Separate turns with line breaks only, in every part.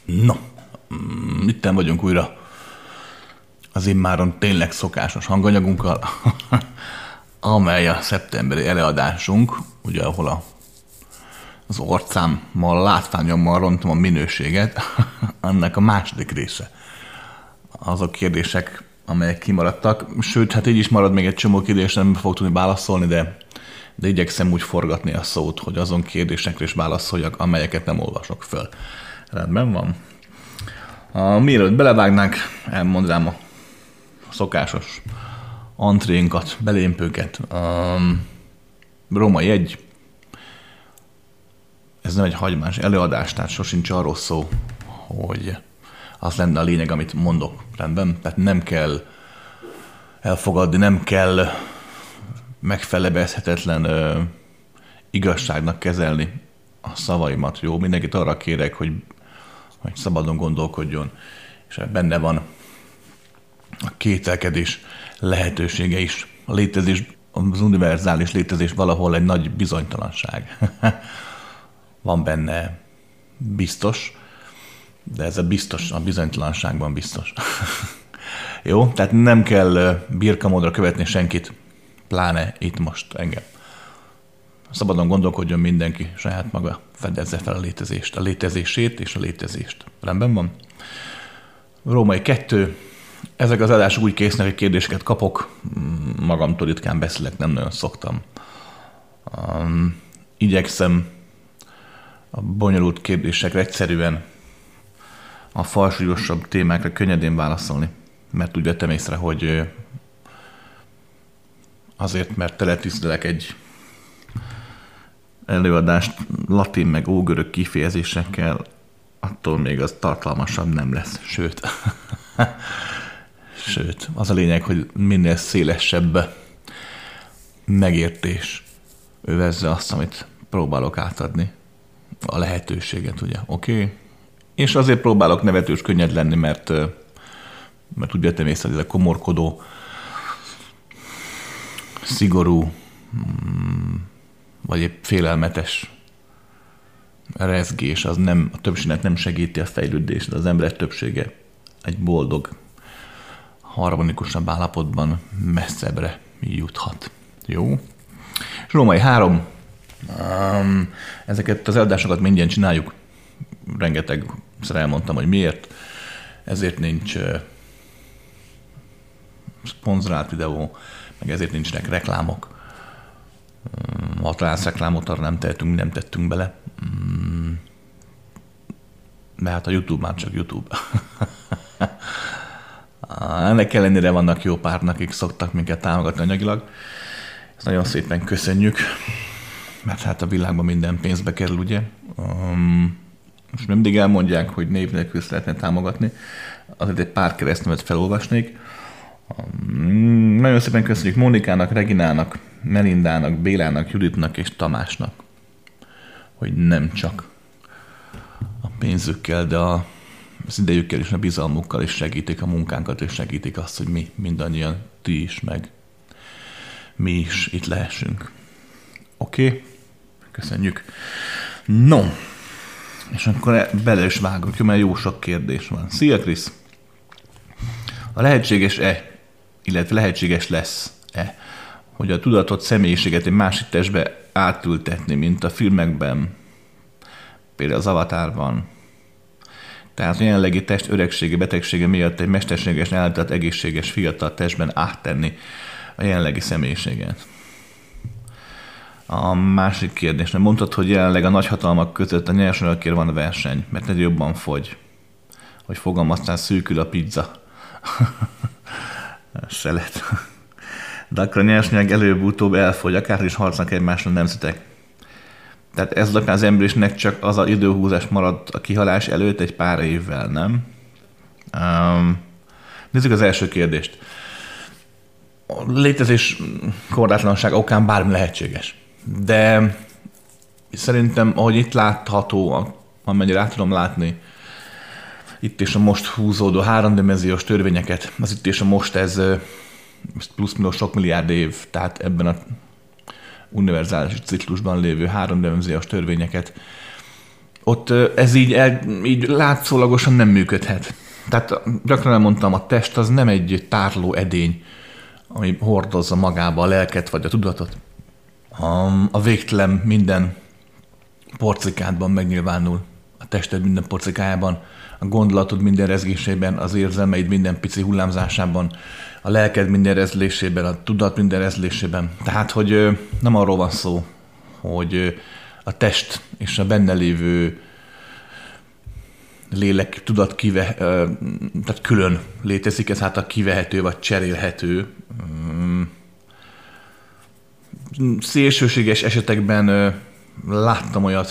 No, itten vagyunk újra az immáron tényleg szokásos hanganyagunkkal, amely a szeptemberi előadásunk, ugye ahol az orcámmal, látványommal rontom a minőséget, annak a második része. Azok kérdések, amelyek kimaradtak, sőt, hát így is marad még egy csomó kérdés, nem fog tudni válaszolni, de igyekszem úgy forgatni a szót, hogy azon kérdésekre is válaszoljak, amelyeket nem olvasok föl. Rendben van. Mielőtt belevágnánk, elmondanám a szokásos antrénkat, belépőket. Római 1. Ez nem egy hagyományos előadás, tehát sosincs arról szó, hogy az lenne a lényeg, amit mondok. Rendben? Tehát nem kell elfogadni, nem kell megfelebezhetetlen igazságnak kezelni a szavaimat. Jó? Mindenkit arra kérek, hogy szabadon gondolkodjon, és benne van a kételkedés lehetősége is. A létezés, az univerzális létezés valahol egy nagy bizonytalanság. Van benne biztos, de ez a biztos, a bizonytalanságban biztos. Jó? Tehát nem kell birkamódra követni senkit, pláne itt most engem. Szabadon gondolkodjon mindenki, saját maga fedezze fel a létezést, a létezését és a létezést. Rendben van? Római 2. Ezek az adások úgy késznek, hogy kérdéseket kapok. Magamtól ritkán beszélek, nem nagyon szoktam. Igyekszem a bonyolult kérdésekre egyszerűen a falsúlyosabb témákra könnyedén válaszolni. Mert úgy vettem észre, hogy azért, mert teletisztelek egy előadást latin meg ógörög kifejezésekkel, attól még az tartalmasabb nem lesz. Sőt, az a lényeg, hogy minél szélesebb megértés övezze azt, amit próbálok átadni. A lehetőséget, ugye? Oké? És azért próbálok nevetős könnyed lenni, mert úgy vettem észre, hogy ez a komorkodó, szigorú, vagy épp félelmetes rezgés, az nem, a többségnek nem segíti a fejlődést, de az emberek többsége egy boldog, harmonikusabb állapotban messzebbre juthat. Jó? És Római 3. Ezeket az előadásokat mindjárt csináljuk. Rengetegszer elmondtam, hogy miért. Ezért nincs szponzorált videó, meg ezért nincsenek reklámok. Ha találsz reklámot, arra nem tettünk bele. De hát a YouTube már csak YouTube. Ennek ellenére vannak jó pár, akik szoktak minket támogatni anyagilag. Ezt nagyon szépen köszönjük, mert hát a világban minden pénzbe kerül, ugye? Most mindig elmondják, hogy név nélkül szeretne támogatni. Azért egy pár keresztnevet felolvasnék. Nagyon szépen köszönjük Mónikának, Reginának, Melindának, Bélának, Juditnak és Tamásnak, hogy nem csak a pénzükkel, de az idejükkel és a bizalmukkal is segítik a munkánkat, és segítik azt, hogy mi mindannyian, ti is, meg mi is itt lehessünk. Oké? Köszönjük. No, és akkor bele is vágok, mert jó sok kérdés van. Szia, Krisz! A lehetséges-e, illetve lehetséges lesz-e, hogy a tudatot, személyiséget egy másik testbe átültetni, mint a filmekben, például az Avatarban. Tehát a jelenlegi test öregsége, betegsége miatt egy mesterségesen eltelt egészséges fiatal testben áttenni a jelenlegi személyiséget. A másik kérdés, nem mondtad, hogy jelenleg a nagyhatalmak között a nyersanyagokért van verseny, mert egyre jobban fogy. Hogy fogalmaztál, szűkül a pizza. Szelet. De akkor a nyersanyag előbb-utóbb elfogy, akár is harcnak egymásra nemzetek. Tehát ez alapján az emberiségnek csak az az időhúzás maradt a kihalás előtt egy pár évvel, nem? Nézzük az első kérdést. A létezés korlátlanság okán bármi lehetséges. De szerintem, ahogy itt látható, amennyire át tudom látni, itt és a most húzódó háromdimenziós törvényeket, az itt és a most ez plusz-minusz sok milliárd év, tehát ebben a univerzális ciklusban lévő háromdimenziós törvényeket ott ez így látszólagosan nem működhet. Tehát gyakran elmondtam, a test az nem egy tárló edény, ami hordozza magába a lelket vagy a tudatot. A végtelen minden porcikádban megnyilvánul, a tested minden porcikájában, a gondolatod minden rezgésében, az érzelmeid minden pici hullámzásában, a lelked minden rezlésében, a tudat minden rezlésében. Tehát, hogy nem arról van szó, hogy a test és a benne lévő lélek, tudat tehát külön létezik, ez hát a kivehető vagy cserélhető. Szélsőséges esetekben láttam olyat,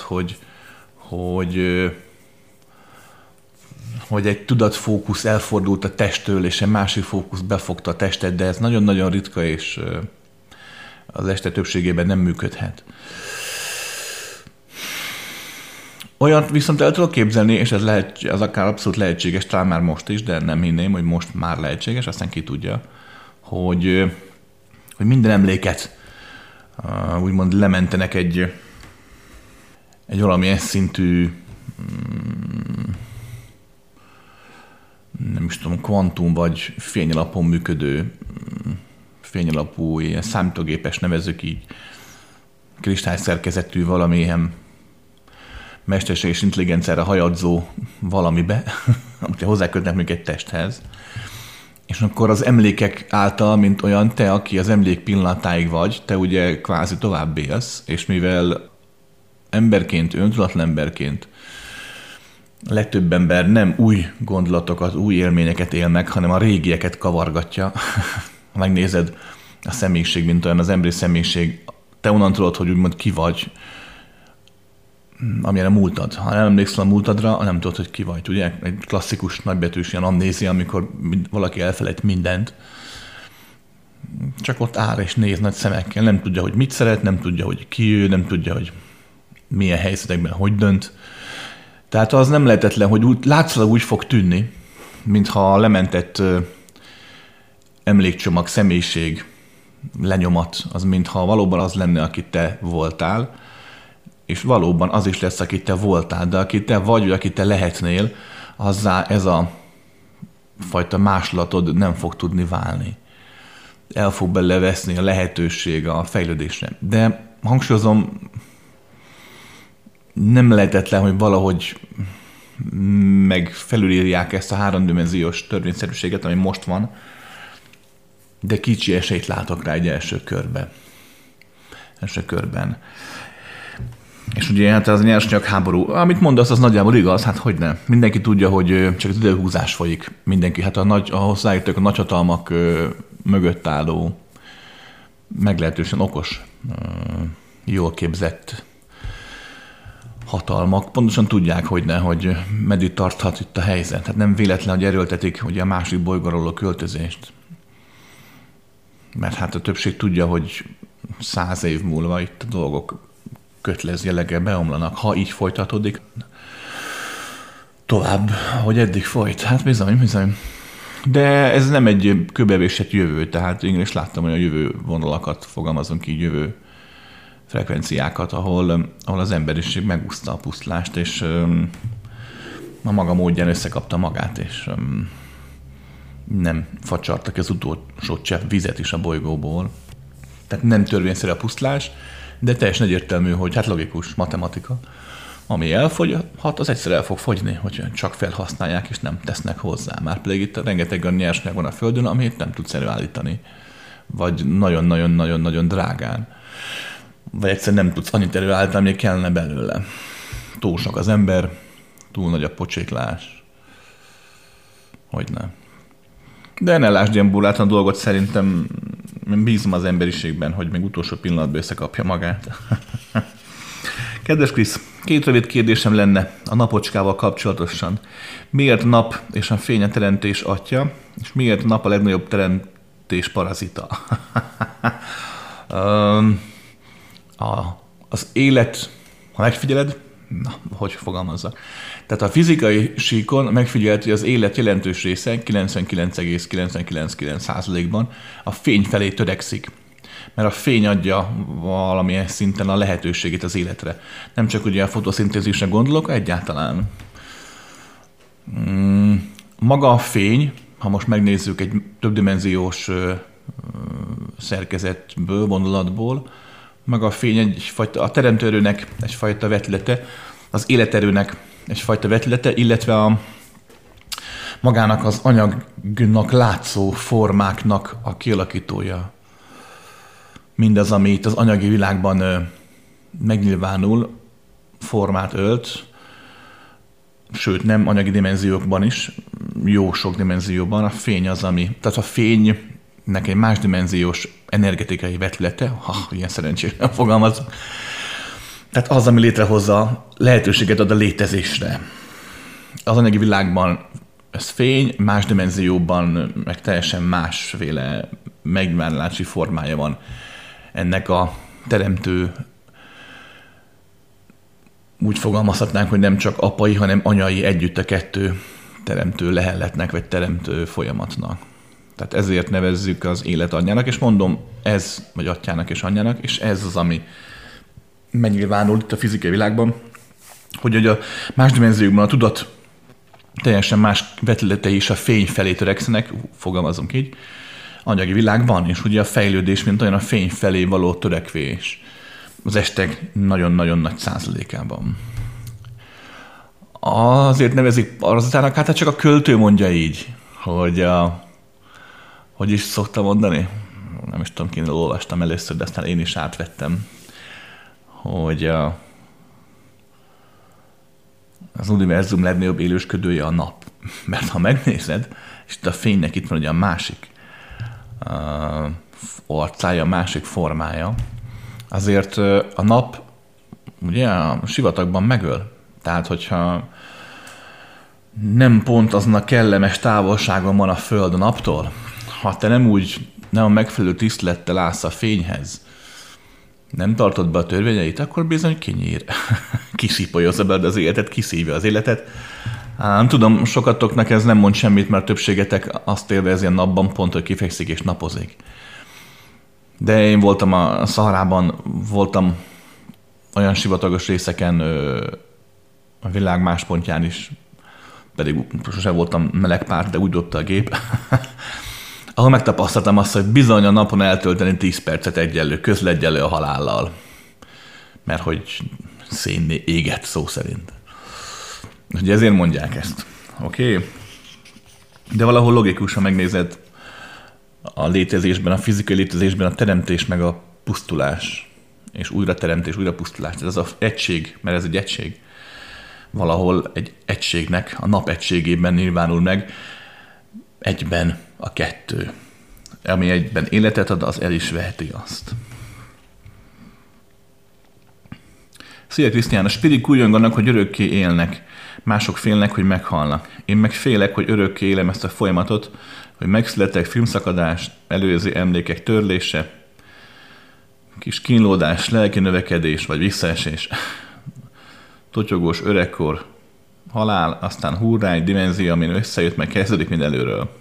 hogy egy tudatfókusz elfordult a testtől, és egy másik fókusz befogta a testet, de ez nagyon-nagyon ritka, és az este többségében nem működhet. Olyat viszont el tudok képzelni, és ez akár abszolút lehetséges, talán már most is, de nem hinném, hogy most már lehetséges, aztán ki tudja, hogy minden emléket úgymond lementenek egy valamilyen szintű nem is tudom, kvantum vagy fényalapon működő, fényalapú, ilyen számítógépes, nevezzük így, kristályszerkezetű valamilyen mesterséges intelligenciára hajadzó valamibe, amit hozzákötnek még egy testhez. És akkor az emlékek által, mint olyan te, aki az emlék pillanatáig vagy, te ugye kvázi tovább élsz, és mivel emberként, öntudatlan emberként a legtöbb ember nem új gondolatokat, új élményeket él meg, hanem a régieket kavargatja. Ha megnézed a személyiség, mint olyan az emberi személyiség, te onnan tudod, hogy úgymond ki vagy, amilyen a múltad. Ha nem emlékszel a múltadra, nem tudod, hogy ki vagy. Ugye? Egy klasszikus nagybetűs ilyen amnézia, amikor valaki elfelejt mindent. Csak ott áll és néz nagy szemekkel. Nem tudja, hogy mit szeret, nem tudja, hogy ki ő, nem tudja, hogy milyen helyzetekben hogy dönt. Tehát az nem lehetetlen, hogy látszólag úgy fog tűnni, mintha a lementett emlékcsomag, személyiség, lenyomat, az mintha valóban az lenne, aki te voltál, és valóban az is lesz, aki te voltál, de aki te vagy aki te lehetnél, azzá ez a fajta másolatod nem fog tudni válni. El fog beleveszni a lehetőség a fejlődésre. De hangsúlyozom, nem lehetetlen, hogy valahogy meg felülírják ezt a háromdimenziós törvényszerűséget, ami most van, de kicsi esélyt látok rá egy első körben. És ugye hát az a nyersanyag háború, amit mondasz, az nagyjából igaz, hát hogy nem. Mindenki tudja, hogy csak az időhúzás folyik. Mindenki, hát a hozzáértők, a nagyhatalmak mögött álló, meglehetősen okos, jól képzett hatalmak pontosan tudják, hogy meddig tarthat itt a helyzet. Tehát nem véletlen, hogy erőltetik ugye a másik bolygóról a költözést. Mert hát a többség tudja, hogy 100 év múlva itt a dolgok kötelez jelleggel beomlanak, ha így folytatódik tovább, ahogy eddig folyt. Hát bizony. De ez nem egy kőbevésett jövő, tehát én is láttam olyan jövő vonalakat, fogalmazunk így, jövő frekvenciákat, ahol az emberiség megúszta a pusztlást, és a maga módján összekapta magát, és nem facsartak az utolsó csepp vizet is a bolygóból. Tehát nem törvényszerű a pusztlás, de teljesen egyértelmű, hogy hát logikus matematika, ami elfogyhat, az egyszer el fog fogyni, hogy csak felhasználják, és nem tesznek hozzá. Már pedig itt rengeteg olyan nyersanyag van a Földön, amit nem tudsz előállítani. Vagy nagyon-nagyon-nagyon-nagyon drágán. Vagy egyszerűen nem tudsz annyit előállítani, ami kellene belőle. Túl sok az ember, túl nagy a pocséklás. Hogyne. De ne lásd ilyen burlátlan dolgot, szerintem bízom az emberiségben, hogy még utolsó pillanatban összekapja magát. Kedves Krisz, 2 rövid kérdésem lenne a napocskával kapcsolatosan. Miért nap és a fény a teremtés atya, és miért nap a legnagyobb teremtés parazita? Az élet, ha megfigyeled, hogy fogalmazzak. Tehát a fizikai síkon megfigyelt, hogy az élet jelentős része 99,999%-ban a fény felé törekszik. Mert a fény adja valamilyen szinten a lehetőségét az életre. Nem csak ugye a fotoszintézisre gondolok, egyáltalán. Maga a fény, ha most megnézzük egy többdimenziós szerkezetből, vonulatból, maga a fény egyfajta, a teremtőerőnek egyfajta vetülete, az életerőnek egyfajta vetülete, illetve magának az anyagnak látszó formáknak a kialakítója. Mindaz, ami itt az anyagi világban megnyilvánul, formát ölt, sőt nem anyagi dimenziókban is, jó sok dimenzióban, a fény az, ami, tehát a fénynek egy más dimenziós energetikai vetülete, ilyen szerencsére fogalmazok, tehát az, ami létrehozza, lehetőséget ad a létezésre. Az anyagi világban ez fény, más dimenzióban meg teljesen másféle megnyilvánulási formája van ennek a teremtő. Úgy fogalmazhatnánk, hogy nem csak apai, hanem anyai együtt a kettő teremtő lehelletnek, vagy teremtő folyamatnak. Tehát ezért nevezzük az élet anyjának, és mondom, ez, vagy atyának és anyjának, és ez az, ami megnyilvánul itt a fizikai világban, hogy a más dimenziókban a tudat teljesen más vetületei is a fény felé törekszenek, fogalmazunk így, anyagi világban, és ugye a fejlődés, mint olyan a fény felé való törekvés az estek nagyon-nagyon nagy százalékában. Azért nevezik parazitának, hát csak a költő mondja így, hogy is szokta mondani? Nem is tudom, kinél olvastam először, de aztán én is átvettem, hogy az univerzum legnagyobb élősködője a nap. Mert ha megnézed, és itt a fénynek itt van ugye a másik arcája, a másik formája, azért a nap ugye a sivatagban megöl. Tehát, hogyha nem pont azon a kellemes távolságon van a Föld a naptól, ha te nem a megfelelő tisztelettel állsz a fényhez, nem tartod be a törvényeit, akkor bizony kinyír. Kisípolyozza belőle az életet, kiszívja az életet. Nem tudom, sokatoknak ez nem mond semmit, mert többségetek azt élvezi a napban pont, hogy kifekszik és napozik. De én voltam a Szaharában, voltam olyan sivatagos részeken a világ más pontján is, pedig sosem voltam meleg párt, de úgy dobta a gép, ahol megtapasztaltam azt, hogy bizony a napon eltölteni 10 percet egyenlő a halállal. Mert hogy szénné égett szó szerint. Ugye ezért mondják ezt. Oké? De valahol logikus, ha megnézed a létezésben, a fizikai létezésben a teremtés meg a pusztulás, és újra teremtés, újra pusztulás. Tehát ez az egység, mert ez egy egység. Valahol egy egységnek, a nap egységében nyilvánul meg egyben a kettő. Ami egyben életet ad, az el is veheti azt. Szia Krisztián, a spirik úgy gondolnak, hogy örökké élnek. Mások félnek, hogy meghalnak. Én meg félek, hogy örökké élem ezt a folyamatot, hogy megszületek, filmszakadás, előző emlékek törlése, kis kínlódás, lelki növekedés, vagy visszaesés, totyogós öregkor, halál, aztán hurrá, egy dimenzió, amin összejött, meg kezdődik mind előről.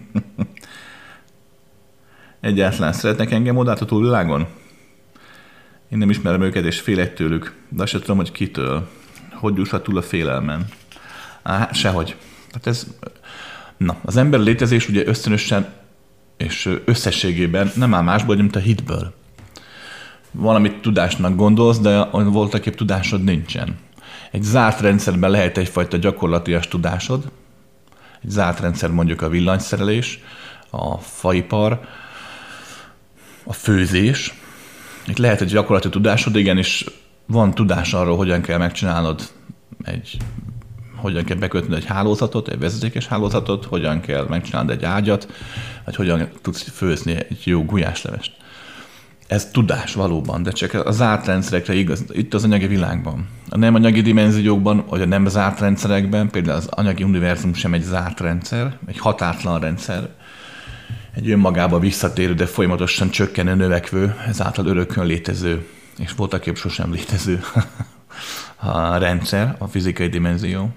Egyáltalán szeretnek engem odát a túlvilágon? Én nem ismerem őket, és félek tőlük, de azt sem tudom, hogy kitől. Hogy jushat túl a félelmen? Sehogy. Tehát ez... Na, az ember létezés ugye ösztönösen és összességében nem áll másból, mint a hitből. Valamit tudásnak gondolsz, de voltaképp tudásod nincsen. Egy zárt rendszerben lehet egyfajta gyakorlatias tudásod. Egy zárt rendszer mondjuk a villanyszerelés, a faipar, a főzés. Itt lehet egy gyakorlati tudásod, igenis van tudás arról, hogyan kell megcsinálnod hogyan kell bekötnöd egy hálózatot, egy vezetékes hálózatot, hogyan kell megcsinálnod egy ágyat, vagy hogyan tudsz főzni egy jó gulyáslevest. Ez tudás valóban, de csak a zárt rendszerekre igaz, itt az anyagi világban. A nem anyagi dimenziókban, vagy a nem zárt rendszerekben, például az anyagi univerzum sem egy zárt rendszer, egy határtlan rendszer, egy önmagába visszatérő, de folyamatosan csökkenő, növekvő, ezáltal örökkön létező, és voltaképp sosem létező a rendszer, a fizikai dimenzió.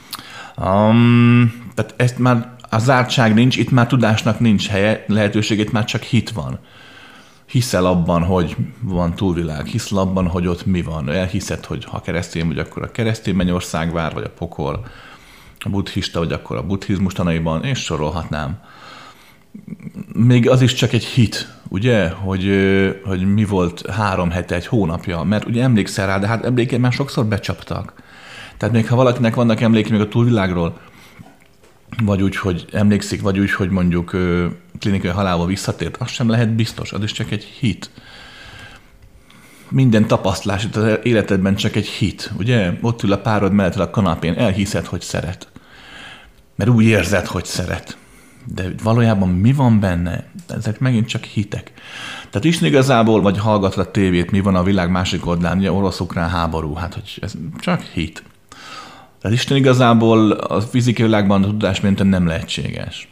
Tehát ezt már a zártság nincs, itt már tudásnak nincs helye, lehetőség, itt már csak hit van. Hiszel abban, hogy van túlvilág, hiszel abban, hogy ott mi van. Elhiszed, hogy ha keresztény vagy, akkor a keresztény mennyország vár, vagy a pokol. A buddhista vagy, akkor a buddhizmus tanaiban, és sorolhatnám. Még az is csak egy hit, ugye, hogy mi volt 3 hete, 1 hónapja, mert ugye emlékszel rá, de hát emlékei már sokszor becsaptak. Tehát még ha valakinek vannak emlékei még a túlvilágról, vagy úgy, hogy emlékszik, vagy úgy, hogy mondjuk klinikai halálba visszatért, az sem lehet biztos, az is csak egy hit. Minden tapasztalás itt az életedben csak egy hit, ugye? Ott ül a párod mellett a kanapén, elhiszed, hogy szeret. Mert úgy érzed, hogy szeret. De valójában mi van benne? Ezek megint csak hitek. Tehát Isten igazából, vagy hallgatod a tévét, mi van a világ másik oldalán, ugye orosz-ukrán háború, hát hogy ez csak hit. Tehát Isten igazából a fizikai világban a tudás miatt nem lehetséges.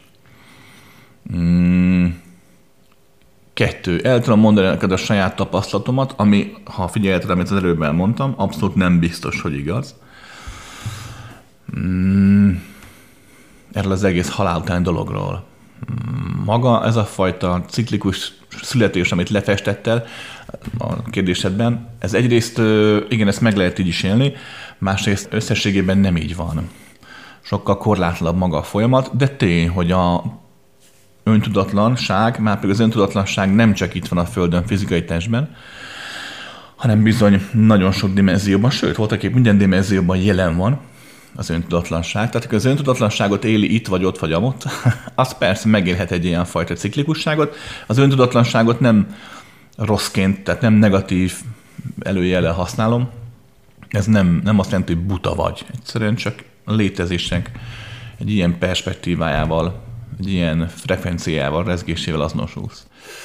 2. El tudom mondani neked a saját tapasztalatomat, ami, ha figyelted, amit az előbb elmondtam, abszolút nem biztos, hogy igaz. Erről az egész halál utáni dologról. Maga ez a fajta ciklikus születés, amit lefestettel a kérdésedben, ez egyrészt, igen, ezt meg lehet így is élni, másrészt összességében nem így van. Sokkal korlátlanabb maga a folyamat, de tény, hogy a öntudatlanság, már pedig az öntudatlanság nem csak itt van a Földön, fizikai testben, hanem bizony nagyon sok dimenzióban, sőt, voltaképp minden dimenzióban jelen van az öntudatlanság. Tehát, az öntudatlanságot éli itt, vagy ott, vagy amott, az persze megélhet egy ilyen fajta ciklikusságot. Az öntudatlanságot nem rosszként, tehát nem negatív előjellel használom. Ez nem azt jelenti, hogy buta vagy. Egyszerűen csak a létezésnek egy ilyen perspektívájával, egy ilyen frekvenciával, rezgésével azonosulsz.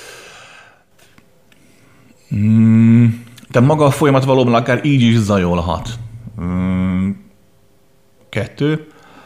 De maga a folyamat valóban akár így is zajolhat. 2.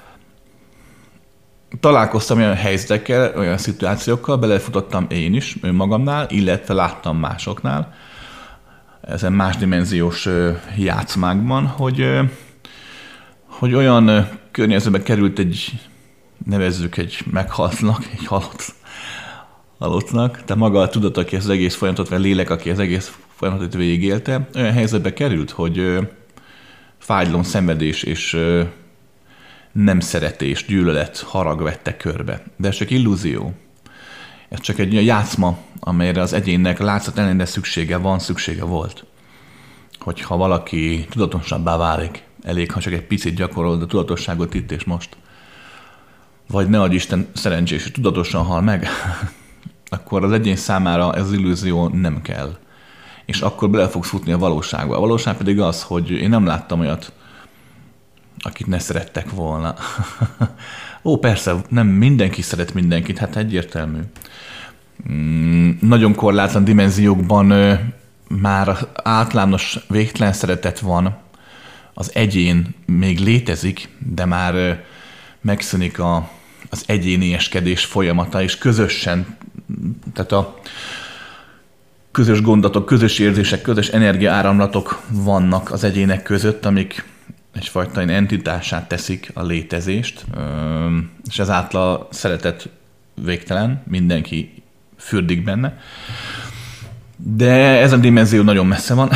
Találkoztam olyan helyzetekkel, olyan szituációkkal, belefutottam én is önmagamnál, illetve láttam másoknál, ezen más dimenziós játszmákban, hogy olyan környezetbe került nevezzük egy meghaltnak, egy halottnak, de maga a tudat, aki az egész folyamatot, vagy a lélek, aki az egész folyamatot végigélte, olyan helyzetbe került, hogy fájdalom, szenvedés és nem szeretés, gyűlölet, harag vette körbe. De ez csak illúzió. Ez csak egy olyan játszma, amelyre az egyénnek látszat ellenére szüksége volt. Hogyha valaki tudatosabbá válik, elég, ha csak egy picit gyakorol a tudatosságot itt és most, vagy ne adj Isten szerencsés, és tudatosan hal meg, akkor az egyén számára ez az illúzió nem kell. És akkor bele fogsz futni a valóságba. A valóság pedig az, hogy én nem láttam olyat, akit ne szerettek volna. Ó, persze, nem mindenki szeret mindenkit, hát egyértelmű. Nagyon korlátlan dimenziókban már általános végtelen szeretet van, az egyén még létezik, de már megszűnik az egyénieskedés folyamata, és közösen, tehát a közös gondolatok, közös érzések, közös energiaáramlatok vannak az egyének között, amik egyfajta entitását teszik a létezést, és ezáltal a szeretet végtelen, mindenki fürdik benne. De ez a dimenzió nagyon messze van.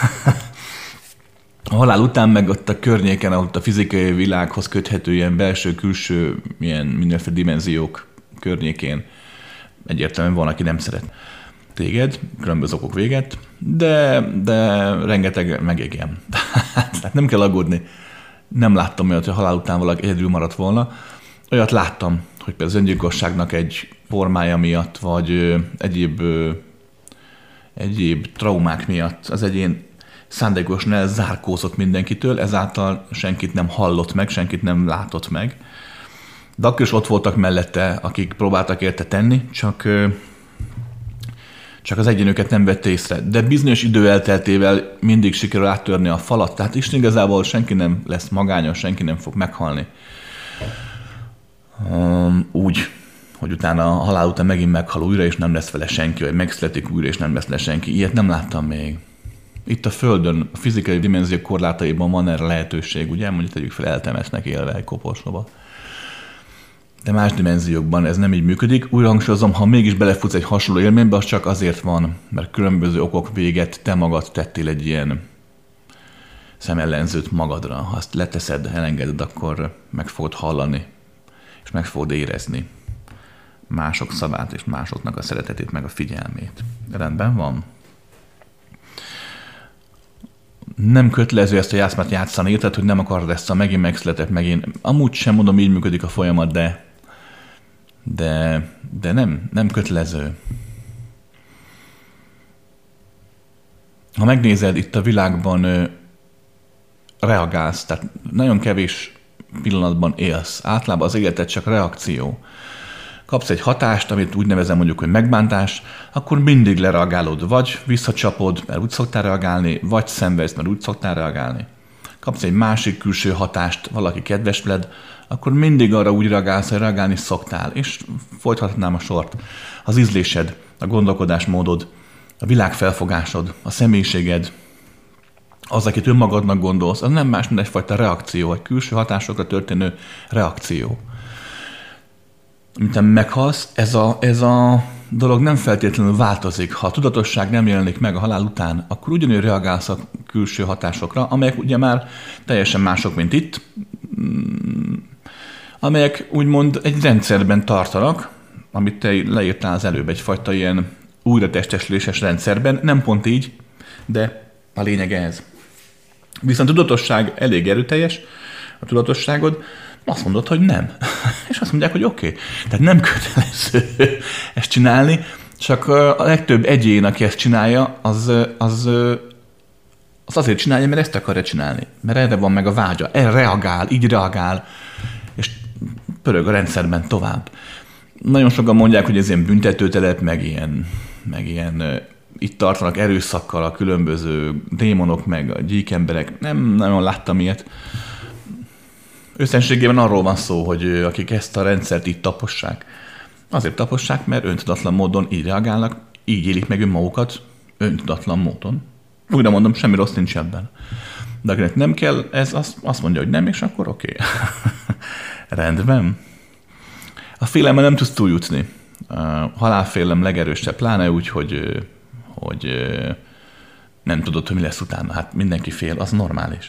A halál után meg ott a környéken, ahol a fizikai világhoz köthető ilyen belső-külső ilyen mindenféle dimenziók környékén egyértelműen van, aki nem szeret téged, különböző okok véget, de rengeteg megégem. Tehát nem kell aggódni. Nem láttam olyat, hogy a halál után valaki egyedül maradt volna. Olyat láttam, hogy például az öngyilkosságnak egy formája miatt, vagy egyéb traumák miatt az egyén szándékosan elzárkózott mindenkitől, ezáltal senkit nem hallott meg, senkit nem látott meg. De akkor is ott voltak mellette, akik próbáltak érte tenni, csak az egyénüket nem vett észre. De bizonyos idő elteltével mindig sikerül áttörni a falat. Tehát Isten igazából senki nem lesz magányos, senki nem fog meghalni. Úgy, hogy utána a halál után megint meghal újra, és nem lesz vele senki, vagy megszületik újra, és nem lesz vele senki. Ilyet nem láttam még. Itt a Földön, a fizikai dimenziók korlátaiban van erre lehetőség, ugye? Mondjuk tegyük fel, eltemetnek élve egy koporsóba. De más dimenziókban ez nem így működik. Újra hangsúlyozom, ha mégis belefutsz egy hasonló élménybe, az csak azért van, mert különböző okok véget te magad tettél egy ilyen szemellenzőt magadra. Ha azt leteszed, elengeded, akkor meg fogod hallani, és meg fogod érezni mások szavát, és másoknak a szeretetét, meg a figyelmét. Rendben van? Nem kötelező ezt a játszmát játszani, érted, hogy nem akarod ezt a megint megszületett, megint. Amúgy sem mondom, így működik a folyamat, de nem kötelező. Ha megnézed, itt a világban reagálsz, tehát nagyon kevés pillanatban élsz. Általában az életed csak reakció. Kapsz egy hatást, amit úgy nevezem mondjuk, hogy megbántás, akkor mindig lereagálod, vagy visszacsapod, mert úgy szoktál reagálni, vagy szenvedsz, mert úgy szoktál reagálni. Kapsz egy másik külső hatást, valaki kedves veled, akkor mindig arra úgy reagálsz, hogy reagálni szoktál, és folytathatnám a sort. Az ízlésed, a gondolkodásmódod, a világfelfogásod, a személyiséged, az, akit önmagadnak gondolsz, az nem más, mint egyfajta reakció, egy külső hatásokra történő reakció. Miután meghalsz, ez a dolog nem feltétlenül változik. Ha a tudatosság nem jelenik meg a halál után, akkor ugyanúgy reagálsz a külső hatásokra, amelyek ugye már teljesen mások, mint itt, amelyek úgymond egy rendszerben tartanak, amit te leírtál az előbb, egyfajta ilyen újratestesüléses rendszerben, nem pont így, de a lényeg ez. Viszont a tudatosság elég erőteljes, a tudatosságod, azt mondod, hogy nem. És azt mondják, hogy oké. Tehát nem kötelező ezt csinálni, csak a legtöbb egyén, aki ezt csinálja, az azért csinálja, mert ezt akarja csinálni. Mert erre van meg a vágya. Erre reagál, így reagál, és pörög a rendszerben tovább. Nagyon sokan mondják, hogy ez ilyen büntetőtelep, meg ilyen itt tartanak erőszakkal a különböző démonok, meg a gyíkemberek. Nem nagyon láttam ilyet. Összességében arról van szó, hogy akik ezt a rendszert így tapossák, azért tapossák, mert öntudatlan módon így reagálnak, így élik meg önmagukat öntudatlan módon. Újra mondom, semmi rossz nincs ebben. De akinek nem kell, ez azt mondja, hogy nem, és akkor oké. Rendben. A félelemmel nem tudsz túljutni. A halálfélelem legerősebb, pláne úgy, hogy nem tudod, hogy mi lesz utána. Hát mindenki fél, az normális.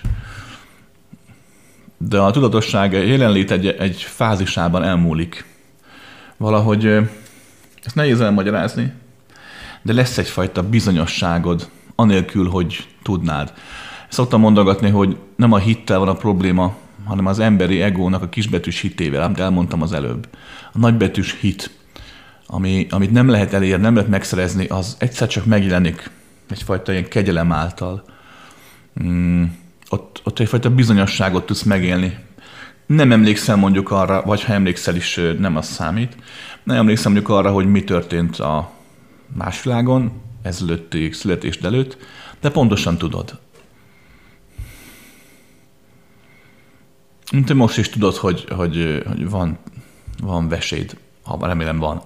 De a tudatosság jelenlét egy fázisában elmúlik. Valahogy ezt nehéz elmagyarázni, de lesz egyfajta bizonyosságod, anélkül, hogy tudnád. Szoktam mondogatni, hogy nem a hittel van a probléma, hanem az emberi egónak a kisbetűs hitével, amit elmondtam az előbb. A nagybetűs hit, amit nem lehet elérni, nem lehet megszerezni, az egyszer csak megjelenik egyfajta ilyen kegyelem által. Ott egyfajta bizonyosságot tudsz megélni. Nem emlékszem mondjuk arra, vagy ha emlékszel is, nem az számít. Nem emlékszem mondjuk arra, hogy mi történt a más világon, ezelőtti születésd előtt, de pontosan tudod. Mint most is tudod, hogy van veséd. Ha remélem van.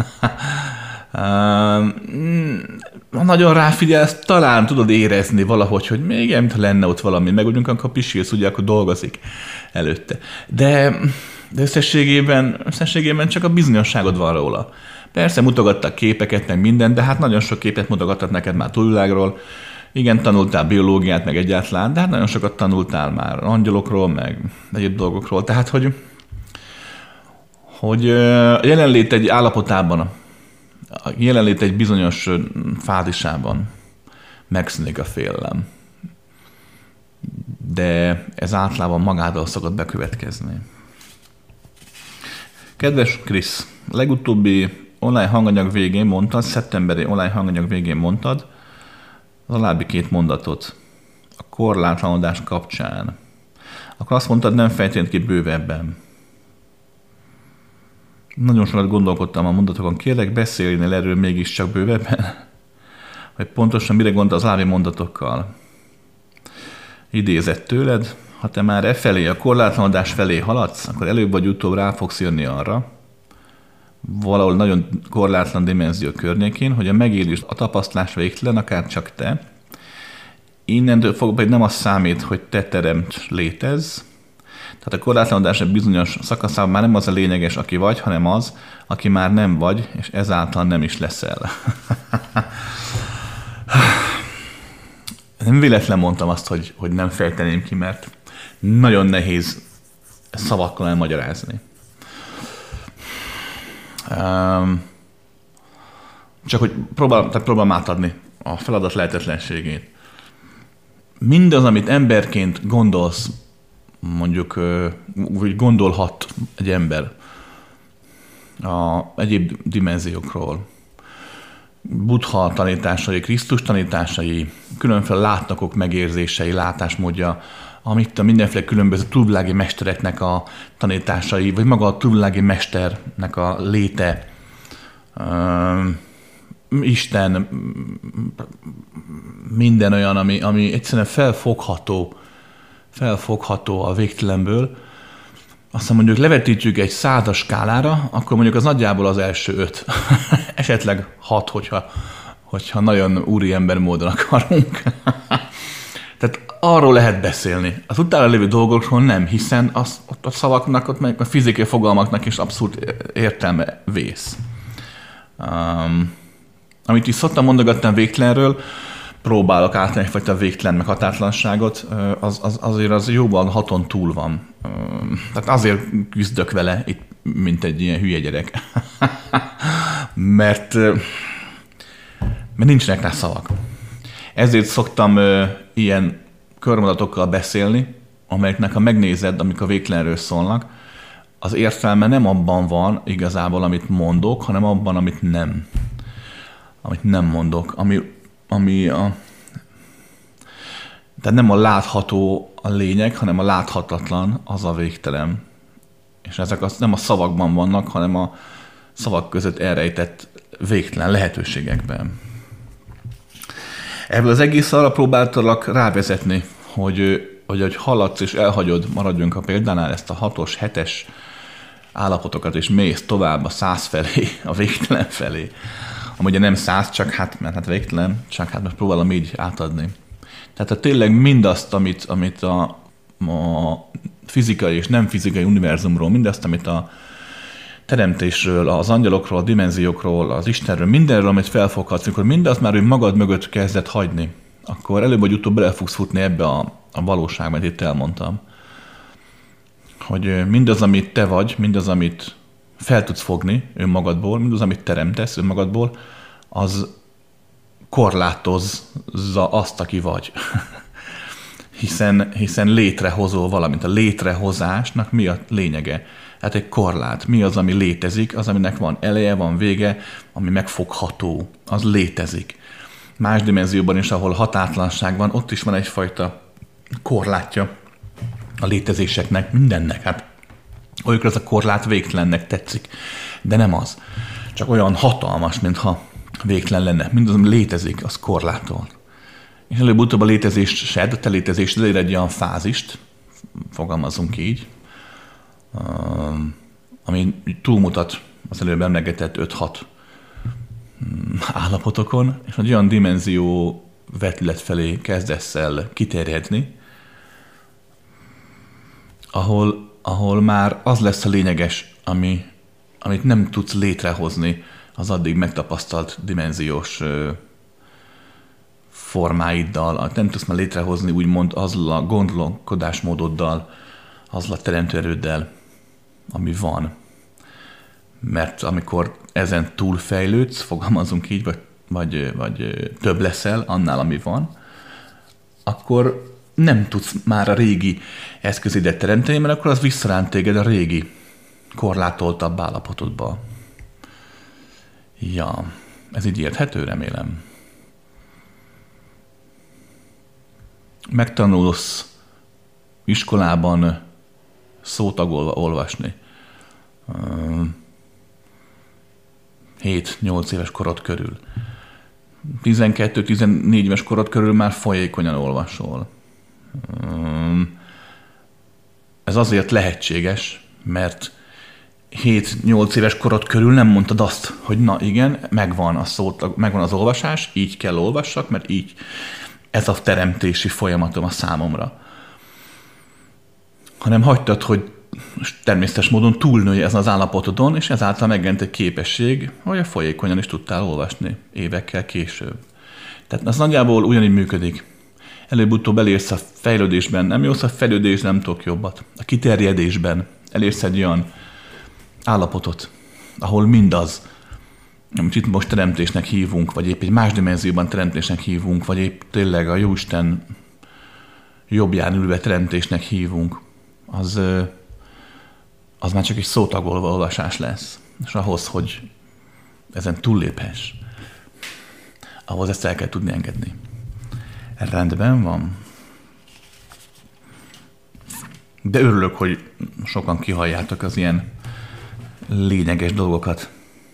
Ha nagyon ráfigyelsz, talán tudod érezni valahogy, hogy még nem lenne ott valami, meg ugyanúgy, amikor pisilsz, ugye, akkor dolgozik előtte. De összességében csak a bizonyosságod van róla. Persze mutogattak képeket, meg mindent, de hát nagyon sok képet mutogattak neked már túlvilágról. Igen, tanultál biológiát, meg egyáltalán, de hát nagyon sokat tanultál már angyalokról, meg egyéb dolgokról. Tehát, hogy a jelenlét egy állapotában, a jelenlét egy bizonyos fázisában megszűnik a félelem. De ez általában magától szokott bekövetkezni. Kedves Krisz, legutóbbi online hanganyag végén mondtad, szeptemberi online hanganyag végén mondtad az alábbi két mondatot a korlátlanodás kapcsán. Akkor azt mondtad, nem fejtett ki bővebben. Nagyon sokat gondolkodtam a mondatokon. Kérlek, beszélnél erről mégiscsak bővebben? Hogy pontosan mire gondol az alábbi mondatokkal? Idézett tőled, ha te már e felé, a korlátlanodás felé haladsz, akkor előbb vagy utóbb rá fogsz jönni arra, valahol nagyon korlátlan dimenzió környékén, hogy a megélés, a tapasztalás végtelen, akár csak te, innentől fogva nem az számít, hogy te teremts, létezz, Tehát a korlátlanodás egy bizonyos szakaszában már nem az a lényeges, aki vagy, hanem az, aki már nem vagy, és ezáltal nem is leszel. Nem véletlen mondtam azt, hogy nem fejteném ki, mert nagyon nehéz szavakkal elmagyarázni. Csak hogy próbálom átadni a feladat lehetetlenségét. Mindaz, amit emberként gondolsz, mondjuk, vagy gondolhat egy ember a egyéb dimenziókról, Buddha tanításai, Krisztus tanításai, különféle látnokok megérzései, látásmódja, amit a mindenféle különböző túlvilági mestereknek a tanításai, vagy maga a túlvilági mesternek a léte, Isten, minden olyan, ami egyszerűen felfogható a végtelenből. Aztán mondjuk levetítjük egy 100-as skálára, akkor mondjuk az nagyjából az első 5. Esetleg 6, hogyha nagyon úriember módon akarunk. Tehát arról lehet beszélni. Az utána lévő dolgokról nem, hiszen a szavaknak, ott meg a fizikai fogalmaknak is abszolút értelme vész. Amit is szoktam mondogatni a végtelenről, próbálok átvenni egyfajta végtelen meg határtlanságot, azért az jóval 6-on túl van. Tehát azért küzdök vele itt, mint egy ilyen hülye gyerek. mert nincsenek rá szavak. Ezért szoktam ilyen körmondatokkal beszélni, amelyeknek, ha megnézed, amik a végtelenről szólnak, az értelme nem abban van igazából, amit mondok, hanem abban, amit nem. Amit nem mondok. Tehát nem a látható a lényeg, hanem a láthatatlan az a végtelen. És ezek nem a szavakban vannak, hanem a szavak között elrejtett végtelen lehetőségekben. Ebből az egész arra próbáltalak rávezetni, hogy haladsz és elhagyod, maradjunk a példánál, ezt a 6-os, 7-es állapotokat, és mész tovább a 100 felé, a végtelen felé. Amúgy nem 100, mert végtelen, csak most próbálom így átadni. Tehát tényleg mindazt, amit a fizikai és nem fizikai univerzumról, mindazt, amit a teremtésről, az angyalokról, a dimenziókról, az Istenről, mindenről, amit felfoghatsz, amikor mindazt már magad mögött kezdett hagyni, akkor előbb vagy utóbb bele fogsz futni ebbe a valóságba, amit itt elmondtam. Hogy mindaz, amit te vagy, mindaz, amit fel tudsz fogni önmagadból, mindaz, amit teremtesz önmagadból, az korlátozza azt, aki vagy. hiszen létrehozol valamit. A létrehozásnak mi a lényege? Hát egy korlát. Mi az, ami létezik? Az, aminek van eleje, van vége, ami megfogható. Az létezik. Más dimenzióban is, ahol határtlanság van, ott is van egyfajta korlátja a létezéseknek, mindennek. Hát olykor az a korlát végtelennek tetszik, de nem az. Csak olyan hatalmas, mintha végtelen lenne. Mindaz, ami létezik, az korlátol. És előbb-utóbb a létezésed, a te létezésed elér egy olyan fázist, fogalmazunk így, ami túlmutat az előbb emlegetett 5-6 állapotokon, és egy olyan dimenzió vetület felé kezdesz el kiterjedni, ahol már az lesz a lényeges, amit nem tudsz létrehozni az addig megtapasztalt dimenziós formáiddal, nem tudsz már létrehozni úgymond azzal a gondolkodásmódoddal, azzal a teremtőerőddel, ami van. Mert amikor ezen túlfejlődsz, fogalmazunk így, vagy több leszel annál, ami van, akkor nem tudsz már a régi eszközidet teremteni, mert akkor az visszaránt téged a régi, korlátoltabb állapotodba. Ja, ez így érthető, remélem. Megtanulsz iskolában szótagolva olvasni. 7-8 éves korod körül. 12-14 éves korod körül már folyékonyan olvasol. Ez azért lehetséges, mert 7-8 éves korod körül nem mondtad azt, hogy na igen, megvan az olvasás, így kell olvassak, mert így ez a teremtési folyamatom a számomra. hanem hagytad, hogy természetes módon túlnője ezen az állapotodon, és ezáltal megjelent egy képesség, hogy a folyékonyan is tudtál olvasni évekkel később. Tehát az nagyjából ugyanígy működik. Előbb-utóbb elérsz a fejlődésben, nem jósz a fejlődés, nem tudok jobbat. A kiterjedésben elérsz egy olyan állapotot, ahol mindaz, amit itt most teremtésnek hívunk, vagy épp egy más dimenzióban teremtésnek hívunk, vagy épp tényleg a Jóisten jobbján ülve teremtésnek hívunk, az már csak egy szótagolva olvasás lesz. És ahhoz, hogy ezen túlléphess, ahhoz ezt el kell tudni engedni. Rendben van. De örülök, hogy sokan kihalljátok az ilyen lényeges dolgokat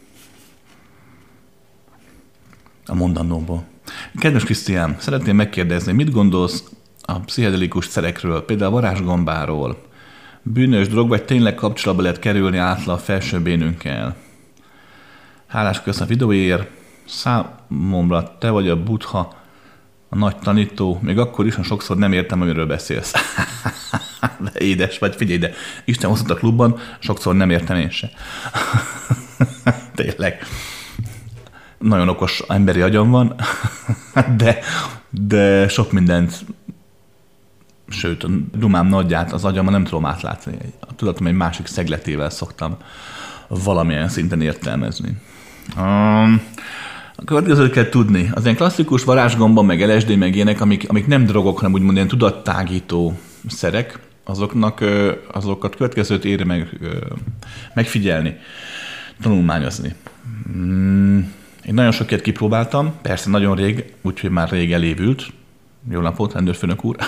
a mondandóból. Kedves Krisztián, szeretném megkérdezni, mit gondolsz a pszichedelikus szerekről, például a varázsgombáról? Bűnös dolog, vagy tényleg kapcsolatba lehet kerülni átla a felső bénünkkel? Hálás köszönöm a videóért. Számomra te vagy a Buddha, a nagy tanító, még akkor is, ha sokszor nem értem, amiről beszélsz. De édes vagy, figyelj, de Isten hozott a klubban, sokszor nem értem én se. Tényleg. Nagyon okos emberi agyam van, de sok mindent, sőt, a dumám nagyját az agyamban nem tudom átlátni. A tudatom egy másik szegletével szoktam valamilyen szinten értelmezni. A következőt kell tudni. Az ilyen klasszikus varázsgomba, meg LSD, meg ilyenek, amik nem drogok, hanem úgymond ilyen tudattágító szerek, azokat következőt éri megfigyelni, tanulmányozni. Én nagyon sok ilyet kipróbáltam, persze nagyon rég, úgyhogy már rég elévült. Jó napot, rendőrfőnök úr!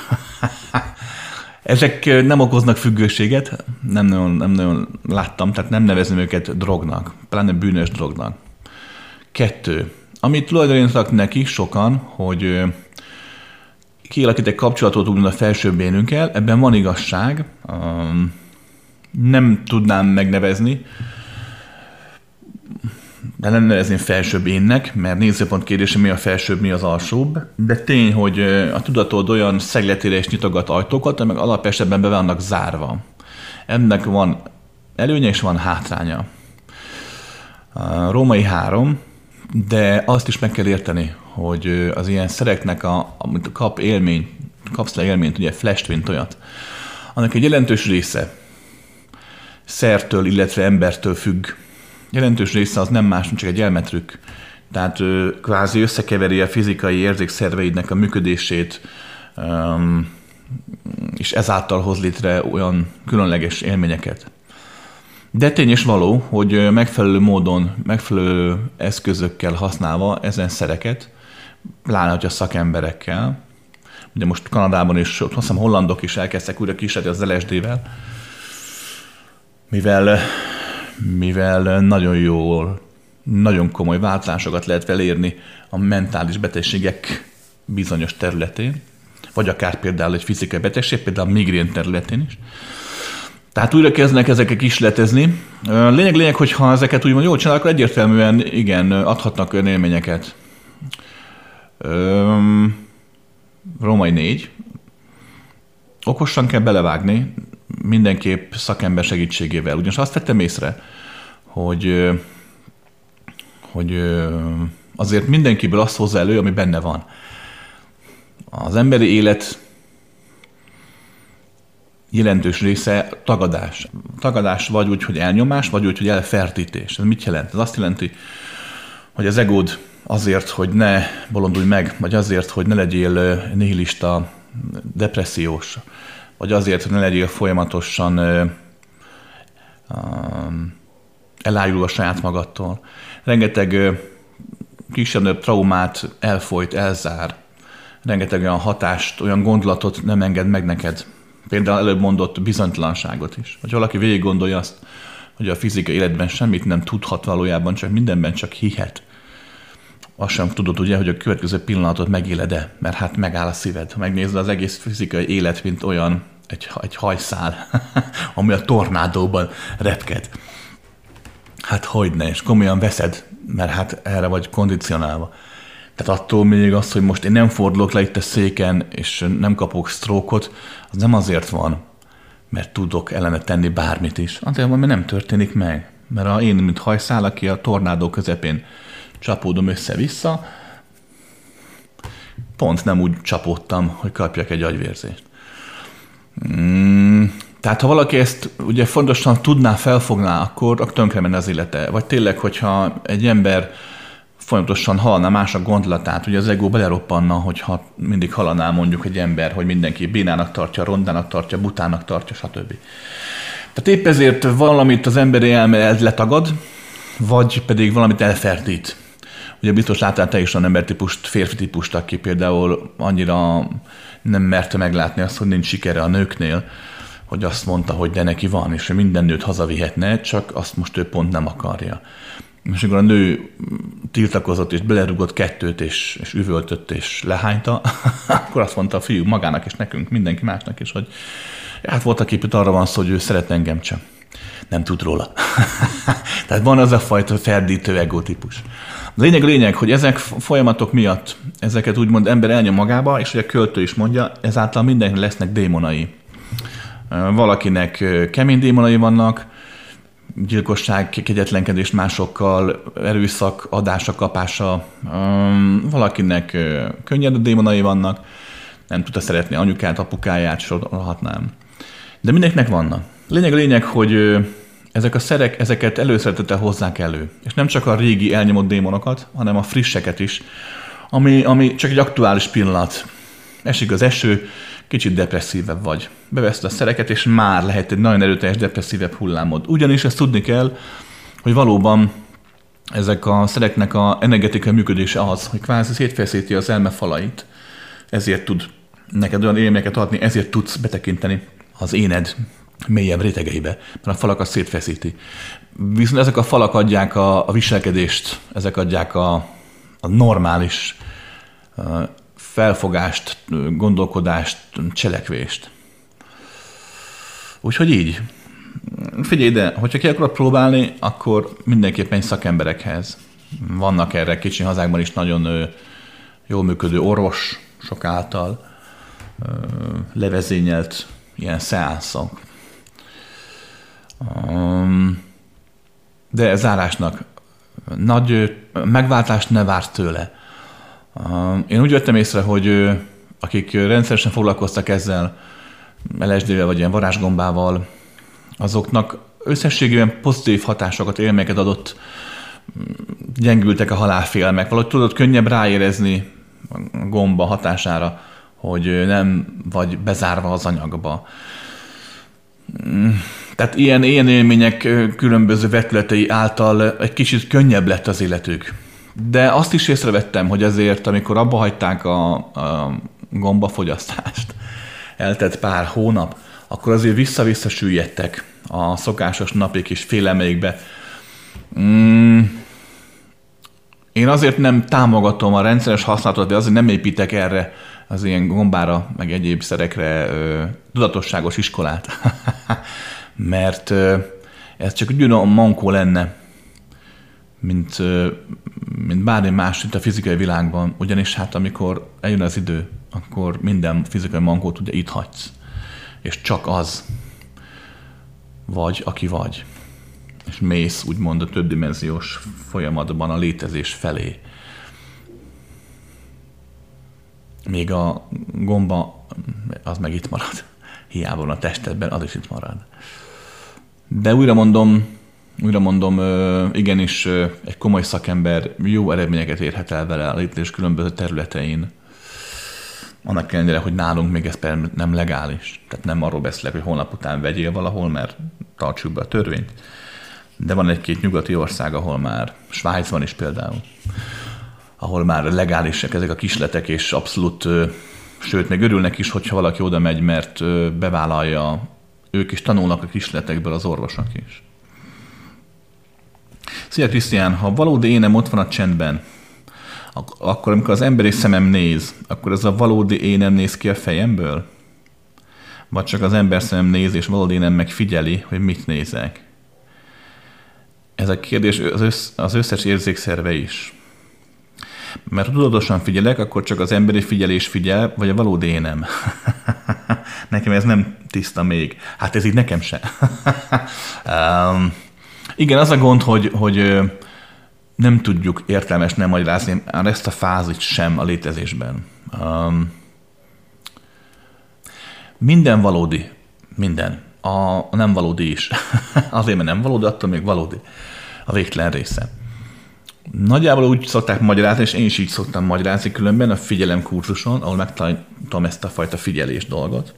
Ezek nem okoznak függőséget, nem nagyon láttam, tehát nem nevezném őket drognak, pláne bűnös drognak. 2. Amit tulajdonítanak neki sokan, hogy kialakít egy kapcsolatot úgymond a felsőbb bénünkkel, ebben van igazság, nem tudnám megnevezni, de nem nevezném felsőbb énnek, mert nézőpont kérdése, mi a felsőbb, mi az alsóbb, de tény, hogy a tudatod olyan szegletére is nyitogat ajtókat, amelyek alapesetben be vannak zárva. Ennek van előnye és van hátránya. A Római 3, de azt is meg kell érteni, hogy az ilyen szereknek, amit kapsz le élményt, ugye flash twin olyat, annak egy jelentős része szertől, illetve embertől függ. Jelentős része az nem más, mint csak egy elmetrükk. Tehát kvázi összekeveri a fizikai érzékszerveidnek a működését, és ezáltal hoz létre olyan különleges élményeket. De tény és való, hogy megfelelő módon, megfelelő eszközökkel használva ezen szereket, pláne, hogy a szakemberekkel, ugye most Kanadában is, azt hiszem hollandok is elkezdtek újra kísérletni az LSD-vel, mivel nagyon jól, nagyon komoly változásokat lehet elérni a mentális betegségek bizonyos területén, vagy akár például egy fizikai betegség, például a migrén területén is. Tehát újra kezdnek ezeket kísérletezni. Lényeg, hogyha ezeket úgymond jól csinálnak, akkor egyértelműen igen, adhatnak olyan élményeket. Római 4. Okosan kell belevágni, mindenképp szakember segítségével. Ugyanis azt vettem észre, hogy azért mindenkiből azt hozza elő, ami benne van. Az emberi élet jelentős része tagadás. Tagadás vagy úgy, hogy elnyomás, vagy úgy, hogy elfertítés. Ez mit jelent? Ez azt jelenti, hogy az egód azért, hogy ne bolondulj meg, vagy azért, hogy ne legyél nihilista, depressziós, vagy azért, hogy ne legyél folyamatosan elájulva saját magadtól. Rengeteg kisebb traumát elfolyt, elzár. Rengeteg olyan hatást, olyan gondolatot nem enged meg neked. Például előbb mondott bizonytalanságot is. Hogy valaki végig gondolja azt, hogy a fizikai életben semmit nem tudhat valójában, csak mindenben csak hihet. Azt sem tudod ugye, hogy a következő pillanatot megéled-e, mert hát megáll a szíved. Megnézed az egész fizikai élet, mint olyan egy hajszál, ami a tornádóban repked. Hát hogyne, és komolyan veszed, mert hát erre vagy kondicionálva. Tehát attól még az, hogy most én nem fordulok le itt a széken, és nem kapok sztrókot, az nem azért van, mert tudok ellene tenni bármit is. Azért van, mert nem történik meg. Mert én, mint hajszál, aki a tornádó közepén csapódom össze-vissza, pont nem úgy csapódtam, hogy kapjak egy agyvérzést. Tehát ha valaki ezt ugye fontosan tudná, felfogná, akkor tönkre menne az élete. Vagy tényleg, hogyha egy ember folyamatosan hallaná más a gondolatát, ugye az ego beleroppanna, hogyha mindig hallaná mondjuk egy ember, hogy mindenki bénának tartja, rondának tartja, butának tartja, stb. Tehát épp ezért valamit az emberi elme letagad, vagy pedig valamit elferdít. Ugye biztos láttál te is olyan embertípust, férfi típust, aki például annyira nem merte meglátni azt, hogy nincs sikere a nőknél, hogy azt mondta, hogy de neki van, és hogy minden nőt hazavihetne, csak azt most ő pont nem akarja. És amikor a nő tiltakozott, és belerugott kettőt, és üvöltött, és lehányta, akkor azt mondta a fiú magának, és nekünk, mindenki másnak is, hogy hát voltak épp arra van szó, hogy ő szeret engem, csak nem tud róla. Tehát van az a fajta ferdítő egotípus. A lényeg, hogy ezek folyamatok miatt ezeket úgymond ember elnyom magába, és ugye a költő is mondja, ezáltal mindenkinek lesznek démonai. Valakinek kemény démonai vannak, gyilkosság, kegyetlenkedés másokkal, erőszak, adása, kapása. Valakinek könnyed démonai vannak, nem tudta szeretni anyukát, apukáját, sorolhatnám. De mindenkinek vannak. Lényeg, hogy ezek a szerek, ezeket előszeretettel hozzák elő. És nem csak a régi elnyomott démonokat, hanem a frisseket is, ami csak egy aktuális pillanat. Esik az eső, kicsit depresszívebb vagy. Beveszed a szereket, és már lehet egy nagyon erőteljes depresszívebb hullámod. Ugyanis ezt tudni kell, hogy valóban ezek a szereknek a energetikai működése az, hogy kvázi szétfeszíti az elme falait. Ezért tud neked olyan élményeket adni, ezért tudsz betekinteni az éned mélyebb rétegeibe, mert a falak azt szétfeszíti. Viszont ezek a falak adják a viselkedést, ezek adják a normális felfogást, gondolkodást, cselekvést. Úgyhogy így. Figyelj ide, hogyha ki akarod próbálni, akkor mindenképpen szakemberekhez. Vannak erre kicsi hazákban is nagyon jól működő orvosok által levezényelt ilyen szeánszok. De zárásnak nagy megváltást ne várj tőle. Én úgy vettem észre, hogy akik rendszeresen foglalkoztak ezzel, LSD-vel vagy ilyen varázsgombával, azoknak összességében pozitív hatásokat, élményeket adott, gyengültek a halálfélmek. Valahogy tudod könnyebb ráérezni a gomba hatására, hogy nem vagy bezárva az anyagba. Tehát ilyen élmények különböző vetületei által egy kicsit könnyebb lett az életük. De azt is észrevettem, hogy azért, amikor abba hagyták a gombafogyasztást, eltelt pár hónap, akkor azért vissza-vissza süllyedtek a szokásos napi kis félelmeikbe. Én azért nem támogatom a rendszeres használatot, de azért nem építek erre az ilyen gombára, meg egyéb szerekre tudatosságos iskolát. Mert ez csak egy olyan mankó lenne, mint bármi más itt a fizikai világban. Ugyanis hát amikor eljön az idő, akkor minden fizikai mankót ugye itt hagysz. És csak az vagy, aki vagy. És mész úgymond a többdimenziós folyamatban a létezés felé. Még a gomba, az meg itt marad. Hiába van a testedben, az is itt marad. De újra mondom, igenis egy komoly szakember jó eredményeket érhet el vele a létezés különböző területein. Annak ellenére, hogy nálunk még ez nem legális. Tehát nem arról beszélek, hogy holnap után vegyél valahol, mert tartsuk be a törvényt. De van egy-két nyugati ország, ahol már, Svájcban is például, ahol már legálisak ezek a kisletek, és abszolút, sőt, még örülnek is, hogyha valaki oda megy, mert bevállalja, ők is tanulnak a kisletekből, az orvosok is. Szia Krisztián, ha valódi énem ott van a csendben, akkor amikor az emberi szemem néz, akkor ez a valódi énem néz ki a fejemből? Vagy csak az ember szemem néz, és valódi énem megfigyeli, hogy mit nézek? Ez a kérdés az összes érzékszerve is. Mert ha tudatosan figyelek, akkor csak az emberi figyelés figyel, vagy a valódi énem. Nekem ez nem tiszta még. Hát ez így nekem se. Igen, az a gond, hogy nem tudjuk értelmes nem magyarázni ezt a fázist sem a létezésben. Minden valódi. Minden. A nem valódi is. Azért, mert nem valódi, attól még valódi. A végtelen része. Nagyjából úgy szokták magyarázni, és én is így szoktam magyarázni különben a figyelem kurzuson, ahol megtanítom ezt a fajta figyelés dolgot,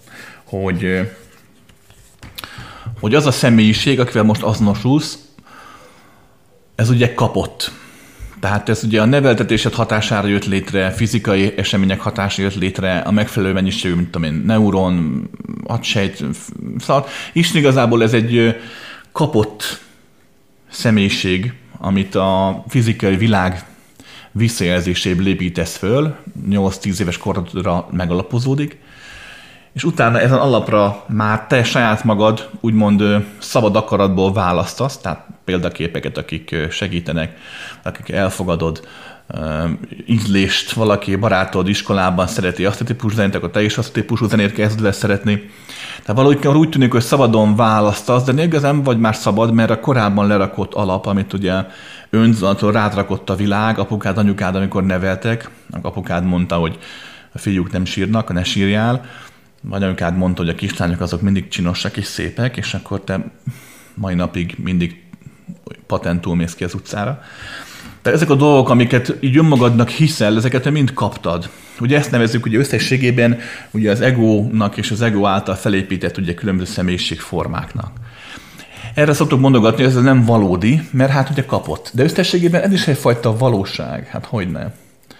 hogy az a személyiség, akivel most azonosulsz, ez ugye kapott. Tehát ez ugye a neveltetésed hatására jött létre, fizikai események hatására jött létre, a megfelelő mennyiségű, mint tudom én, neuron, agysejt, szóval is igazából ez egy kapott személyiség, amit a fizikai világ visszajelzéséből építesz föl, 8-10 éves korodra megalapozódik, és utána ezen alapra már te saját magad úgymond szabad akaratból választasz, tehát példaképeket, akik segítenek, akik elfogadod, ízlést, valaki barátod iskolában szereti azt a típusú zenét, akkor te is azt a típusú zenét kezded el szeretni. Tehát valahogy úgy tűnik, hogy szabadon választasz, de igazán vagy már szabad, mert a korábban lerakott alap, amit ugye önzatól rád rakott a világ, apukád, anyukád, amikor neveltek, apukád mondta, hogy a fiúk nem sírnak, ne sírjál, vagy anyukád mondta, hogy a kislányok azok mindig csinosak és szépek, és akkor te mai napig mindig patentul mész ki az utcára. Tehát ezek a dolgok, amiket így önmagadnak hiszel, ezeket te mind kaptad. Ugye ezt nevezzük ugye összességében ugye az egónak és az ego által felépített ugye különböző személyiségformáknak. Erre szoktuk mondogatni, hogy ez nem valódi, mert hát ugye kapott. De összességében ez is egyfajta valóság. Hát hogyne.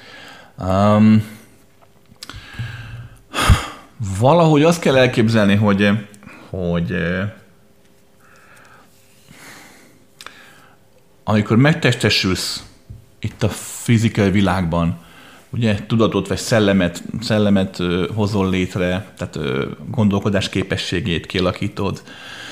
Valahogy azt kell elképzelni, hogy amikor megtestesülsz itt a fizikai világban, ugye tudatot vagy szellemet hozol létre, tehát gondolkodás képességét kialakítod.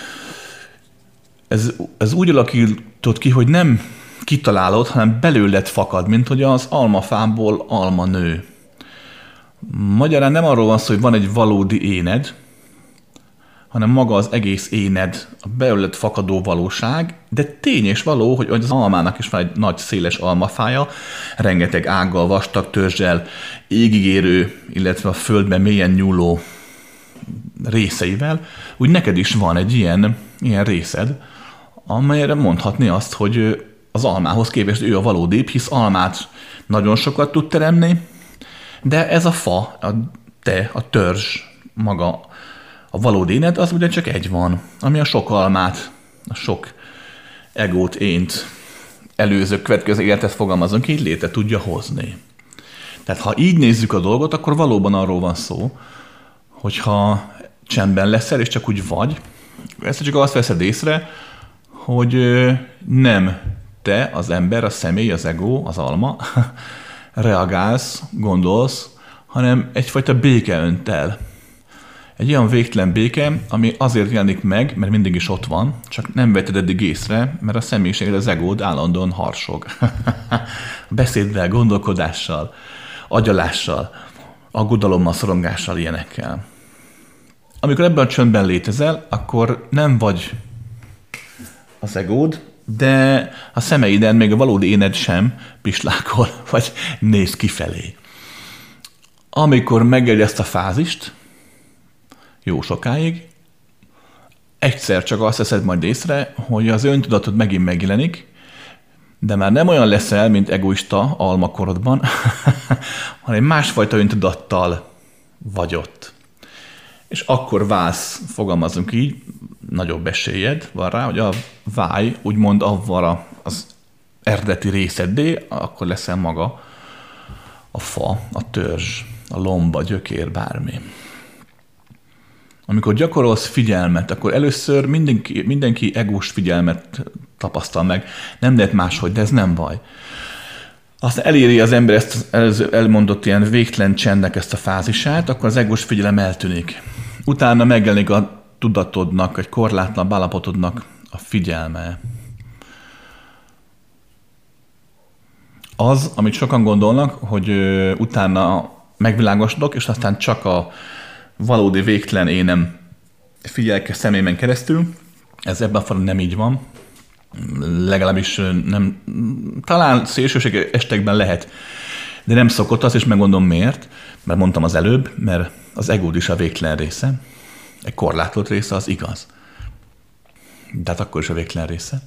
Ez úgy alakítod ki, hogy nem kitalálod, hanem belőled fakad, mint hogy az almafából alma nő. Magyarán nem arról van szó, hogy van egy valódi éned, hanem maga az egész éned, a belőled fakadó valóság, de tény és való, hogy az almának is van egy nagy, széles almafája, rengeteg ággal, vastag törzsel, égig érő, illetve a földben mélyen nyúló részeivel, úgy neked is van egy ilyen részed, amelyre mondhatni azt, hogy az almához képest ő a valódibb, hisz almát nagyon sokat tud teremni, de ez a fa, a törzs, maga a valódi éned, az ugye csak egy van, ami a sok almát, a sok egót, ént, előző, következő életet fogalmazunk, így létre tudja hozni. Tehát ha így nézzük a dolgot, akkor valóban arról van szó, hogyha csendben leszel, és csak úgy vagy, ezt csak azt veszed észre, hogy nem te, az ember, a személy, az ego, az alma reagálsz, gondolsz, hanem egyfajta béke önt el. Egy olyan végtelen béke, ami azért jelenik meg, mert mindig is ott van, csak nem vetted eddig észre, mert a személyiséged, az egód állandóan harsog. Beszéddel, gondolkodással, agyalással, aggodalommal, szorongással, ilyenekkel. Amikor ebben a csöndben létezel, akkor nem vagy az egód, de a szemeiden még a valódi éned sem pislákol, vagy néz kifelé. Amikor megéli ezt a fázist, jó sokáig, egyszer csak azt veszed majd észre, hogy az öntudatod megint megjelenik, de már nem olyan leszel, mint egoista almakorodban, hanem másfajta öntudattal vagy ott. És akkor válsz, fogalmazunk így, nagyobb esélyed van rá, hogy a vágy, úgymond avval az eredeti részeddé, akkor leszel maga a fa, a törzs, a lomba, gyökér, bármi. Amikor gyakorolsz figyelmet, akkor először mindenki egós figyelmet tapasztal meg. Nem lehet máshogy, de ez nem baj. Aztán eléri az ember ezt elmondott ilyen végtelen csendnek ezt a fázisát, akkor az egós figyelem eltűnik. Utána megjelenik a tudatodnak, egy korlátlan állapotodnak a figyelme. Az, amit sokan gondolnak, hogy utána megvilágosodok, és aztán csak a valódi végtelen énem figyelke személyen keresztül. Ez ebben a formában nem így van. Legalábbis nem, talán szélsőség estekben lehet, de nem szokott az, és megmondom miért, mert mondtam az előbb, mert az egód is a végtelen része, egy korlátolt része, az igaz. De hát akkor is a végtelen része.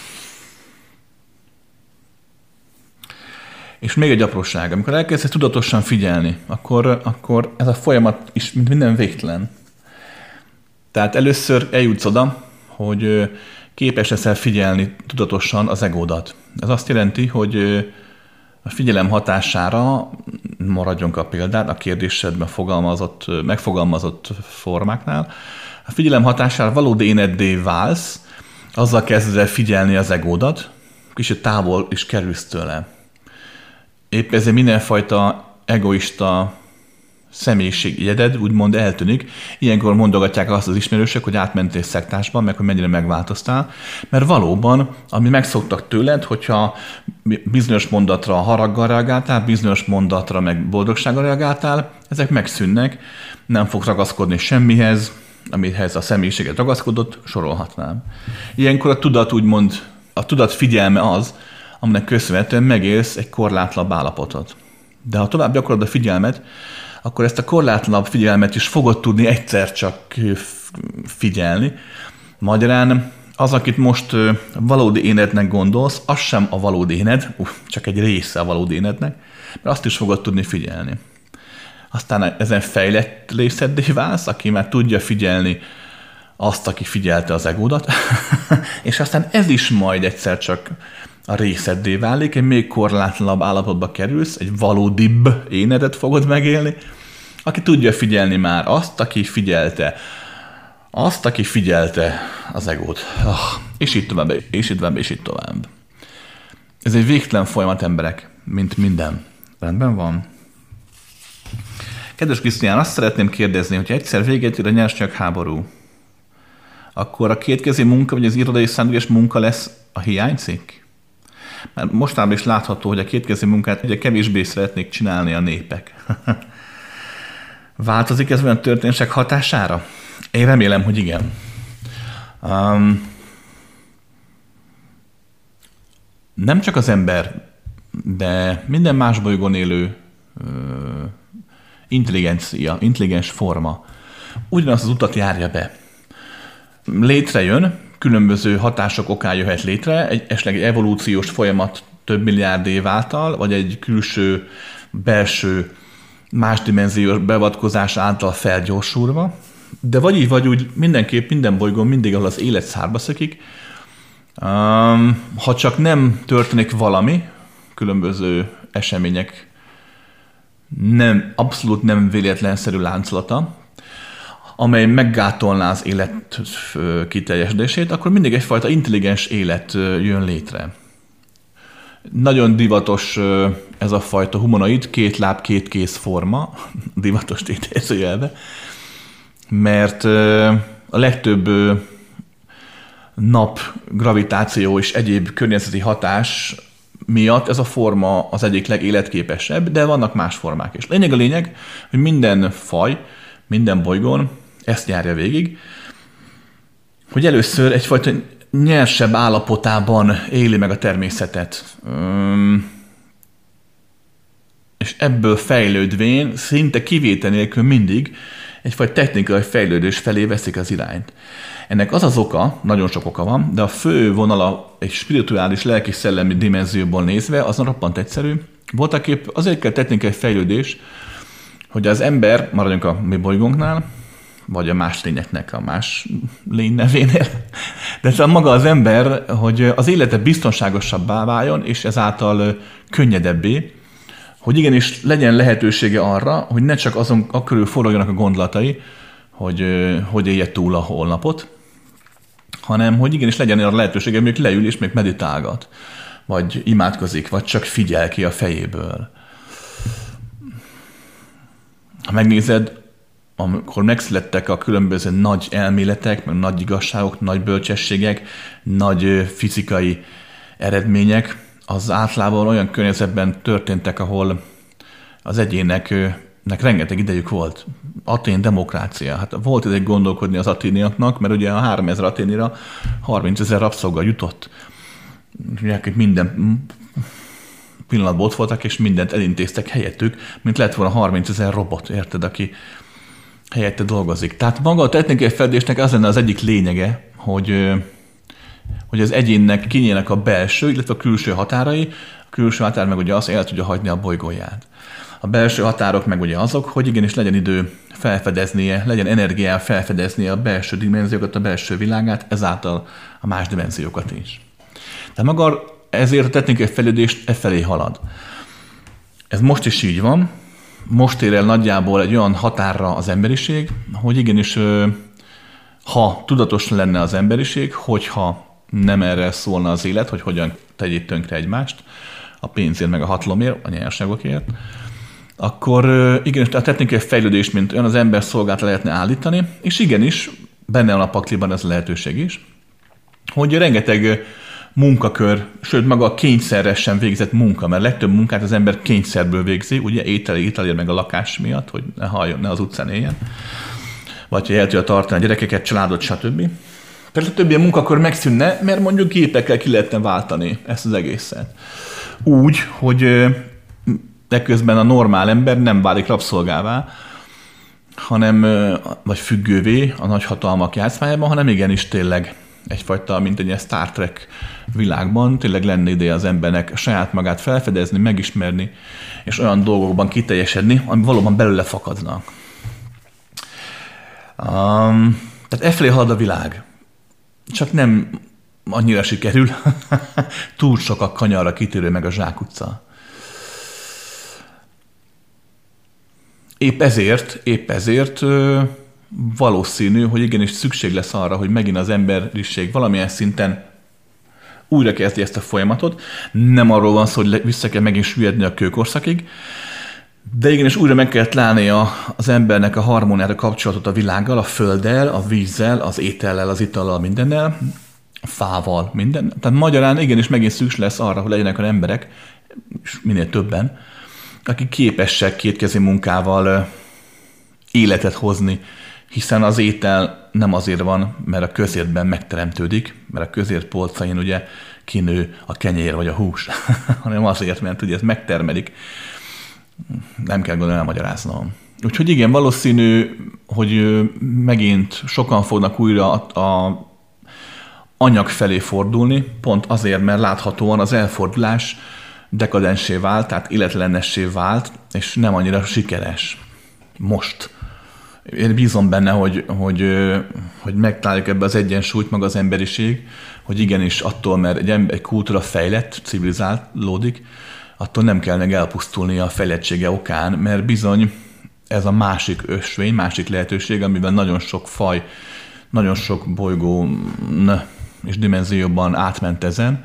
És még egy apróság, amikor elkezdesz tudatosan figyelni, akkor ez a folyamat is, mint minden végtelen. Tehát először eljutsz oda, hogy képes leszel figyelni tudatosan az egódat. Ez azt jelenti, hogy a figyelem hatására, maradjunk a példát, a kérdésedben megfogalmazott formáknál, a figyelem hatására valódi éneddé válsz, azzal kezded el figyelni az egódat, kicsit távol is kerülsz tőle. Épp ezért mindenfajta egoista személyiségjegyed úgymond eltűnik. Ilyenkor mondogatják azt az ismerősök, hogy átmentél szektásba, meg hogy mennyire megváltoztál. Mert valóban, ami megszoktak tőled, hogyha bizonyos mondatra haraggal reagáltál, bizonyos mondatra meg boldogsággal reagáltál, ezek megszűnnek, nem fogsz ragaszkodni semmihez, amihez a személyiséget ragaszkodott, sorolhatnám. Ilyenkor a tudat úgymond, a tudat figyelme az, aminek köszönhetően megélsz egy korlátlan állapotot. De ha tovább gyakorlod a figyelmet, akkor ezt a korlátlan figyelmet is fogod tudni egyszer csak figyelni. Magyarán az, akit most valódi énednek gondolsz, az sem a valódi éned, csak egy része a valódi énednek, mert azt is fogod tudni figyelni. Aztán ezen fejlett részeddé válsz, aki már tudja figyelni azt, aki figyelte az egódat, és aztán ez is majd egyszer csak a részeddé válik, egy még korlátlanabb állapotba kerülsz, egy valódibb énedet fogod megélni, aki tudja figyelni már azt, aki figyelte az egót. És így tovább, és így tovább, és így tovább. Ez egy végtelen folyamat, emberek, mint minden. Rendben van? Kedves Krisztián, azt szeretném kérdezni, hogyha egyszer véget ér a nyersanyagháború, akkor a kétkezi munka, vagy az irodai szándékos munka lesz a hiánycikk? Mert mostanában is látható, hogy a kétkezi munkát ugye kevésbé szeretnék csinálni a népek. Változik ez olyan történések hatására? Én remélem, hogy igen. Nem csak az ember, de minden más bolygón élő intelligens forma ugyanazt az utat járja be. Létrejön, különböző hatások okán jöhet létre, esetleg egy evolúciós folyamat több milliárd év által, vagy egy külső, belső, más dimenziós beavatkozás által felgyorsulva, de vagy így, vagy úgy mindenképp minden bolygón mindig, ahol az élet szárba szökik, ha csak nem történik valami, különböző események abszolút nem véletlenszerű láncolata, amely meggátolná az élet kiteljesedését, akkor mindig egyfajta intelligens élet jön létre. Nagyon divatos ez a fajta humanoid, 2 láb, 2 kéz forma, divatos tételzőjelbe, mert a legtöbb nap, gravitáció és egyéb környezeti hatás miatt ez a forma az egyik legéletképesebb, de vannak más formák is. A lényeg, hogy minden faj, minden bolygón ezt járja végig, hogy először egyfajta nyersebb állapotában éli meg a természetet. És ebből fejlődvén szinte kivétel nélkül mindig egyfajta technikai fejlődés felé veszik az irányt. Ennek az az oka, nagyon sok oka van, de a fő vonala egy spirituális, lelki-szellemi dimenzióból nézve, az roppant egyszerű. Voltaképp azért kell technikai fejlődés, hogy az ember, maradjunk a mi bolygónknál, vagy a más lényeknek a más lény nevénél, de maga az ember, hogy az élete biztonságosabbá váljon, és ezáltal könnyedebbé, hogy igenis legyen lehetősége arra, hogy ne csak azon körül forogjanak a gondolatai, hogy élje túl a holnapot, hanem hogy igenis legyen arra lehetősége, hogy még leül és még meditálgat, vagy imádkozik, vagy csak figyel ki a fejéből. Ha megnézed, amikor megszülettek a különböző nagy elméletek, meg nagy igazságok, nagy bölcsességek, nagy fizikai eredmények, az általában olyan környezetben történtek, ahol az egyének rengeteg idejük volt. Atén demokrácia. Hát volt idejük gondolkodni az aténiaknak, mert ugye a 3000 aténira 30 000 rabszolga jutott. Akik minden pillanatban ott voltak, és mindent elintéztek helyettük, mint lett volna 30 000 robot, érted, aki helyette dolgozik. Tehát maga a technikai fejlődésnek az lenne az egyik lényege, hogy az egyénnek kinyílnak a belső, illetve a külső határai. A külső határ meg ugye az, el tudja hagyni a bolygóját. A belső határok meg ugye azok, hogy igenis legyen idő felfedeznie, legyen energiája felfedeznie a belső dimenziókat, a belső világát, ezáltal a más dimenziókat is. Tehát maga ezért a technikai fejlődés felé halad. Ez most is így van. Most ér el nagyjából egy olyan határra az emberiség, hogy igenis, ha tudatos lenne az emberiség, hogyha nem erre szólna az élet, hogy hogyan tegyék tönkre egymást, a pénzért meg a hatalomért, a nyersanyagokért, akkor igenis a technikai fejlődést, mint olyan az ember szolgált lehetne állítani, és igenis, benne van a pakliban ez a lehetőség is, hogy rengeteg munkakör, sőt maga a kényszerre sem végzett munka, mert legtöbb munkát az ember kényszerből végzi, ugye ételért meg a lakás miatt, hogy ne halljon, ne az utcán éljen, vagy hogy el tudja tartani a gyerekeket, családot, stb. Persze több ilyen munkakör megszűnne, mert mondjuk gépekkel ki lehetne váltani ezt az egészet. Úgy, hogy eközben a normál ember nem válik rabszolgává, hanem, vagy függővé a nagyhatalmak játszmájában, hanem igenis tényleg egyfajta, mint egy ilyen Star Trek világban, tényleg lenne ideje az embernek saját magát felfedezni, megismerni, és olyan dolgokban kiteljesedni, ami valóban belőle fakadnak. Tehát efelé halad a világ. Csak nem annyira sikerül. Túl sok a kanyarra kitérő meg a zsákutca. Épp ezért valószínű, hogy igenis szükség lesz arra, hogy megint az emberiség valamilyen szinten újra kezdi ezt a folyamatot. Nem arról van szó, hogy vissza kell megint süllyedni a kőkorszakig, de igenis újra meg kell találni az embernek a harmóniát, a kapcsolatot a világgal, a földdel, a vízzel, az étellel, az itallal, mindennel, a fával, minden. Tehát magyarán igenis megint szükség lesz arra, hogy legyenek olyan emberek, és minél többen, akik képesek kétkezi munkával életet hozni, hiszen az étel nem azért van, mert a közértben megteremtődik, mert a közért polcain ugye kinő a kenyér vagy a hús, hanem azért, mert ugye ez megtermelik. Nem kell gondolni elmagyaráznom. Úgyhogy igen, valószínű, hogy megint sokan fognak újra a anyag felé fordulni, pont azért, mert láthatóan az elfordulás dekadensé vált, tehát életlenessé vált, és nem annyira sikeres. Most. Én bízom benne, hogy megtaláljuk ebbe az egyensúlyt maga az emberiség, hogy igenis attól, mert egy kultúra fejlett, civilizálódik, attól nem kell meg elpusztulnia a fejlettsége okán, mert bizony ez a másik ösvény, másik lehetőség, amiben nagyon sok faj, nagyon sok bolygó és dimenzióban átment ezen,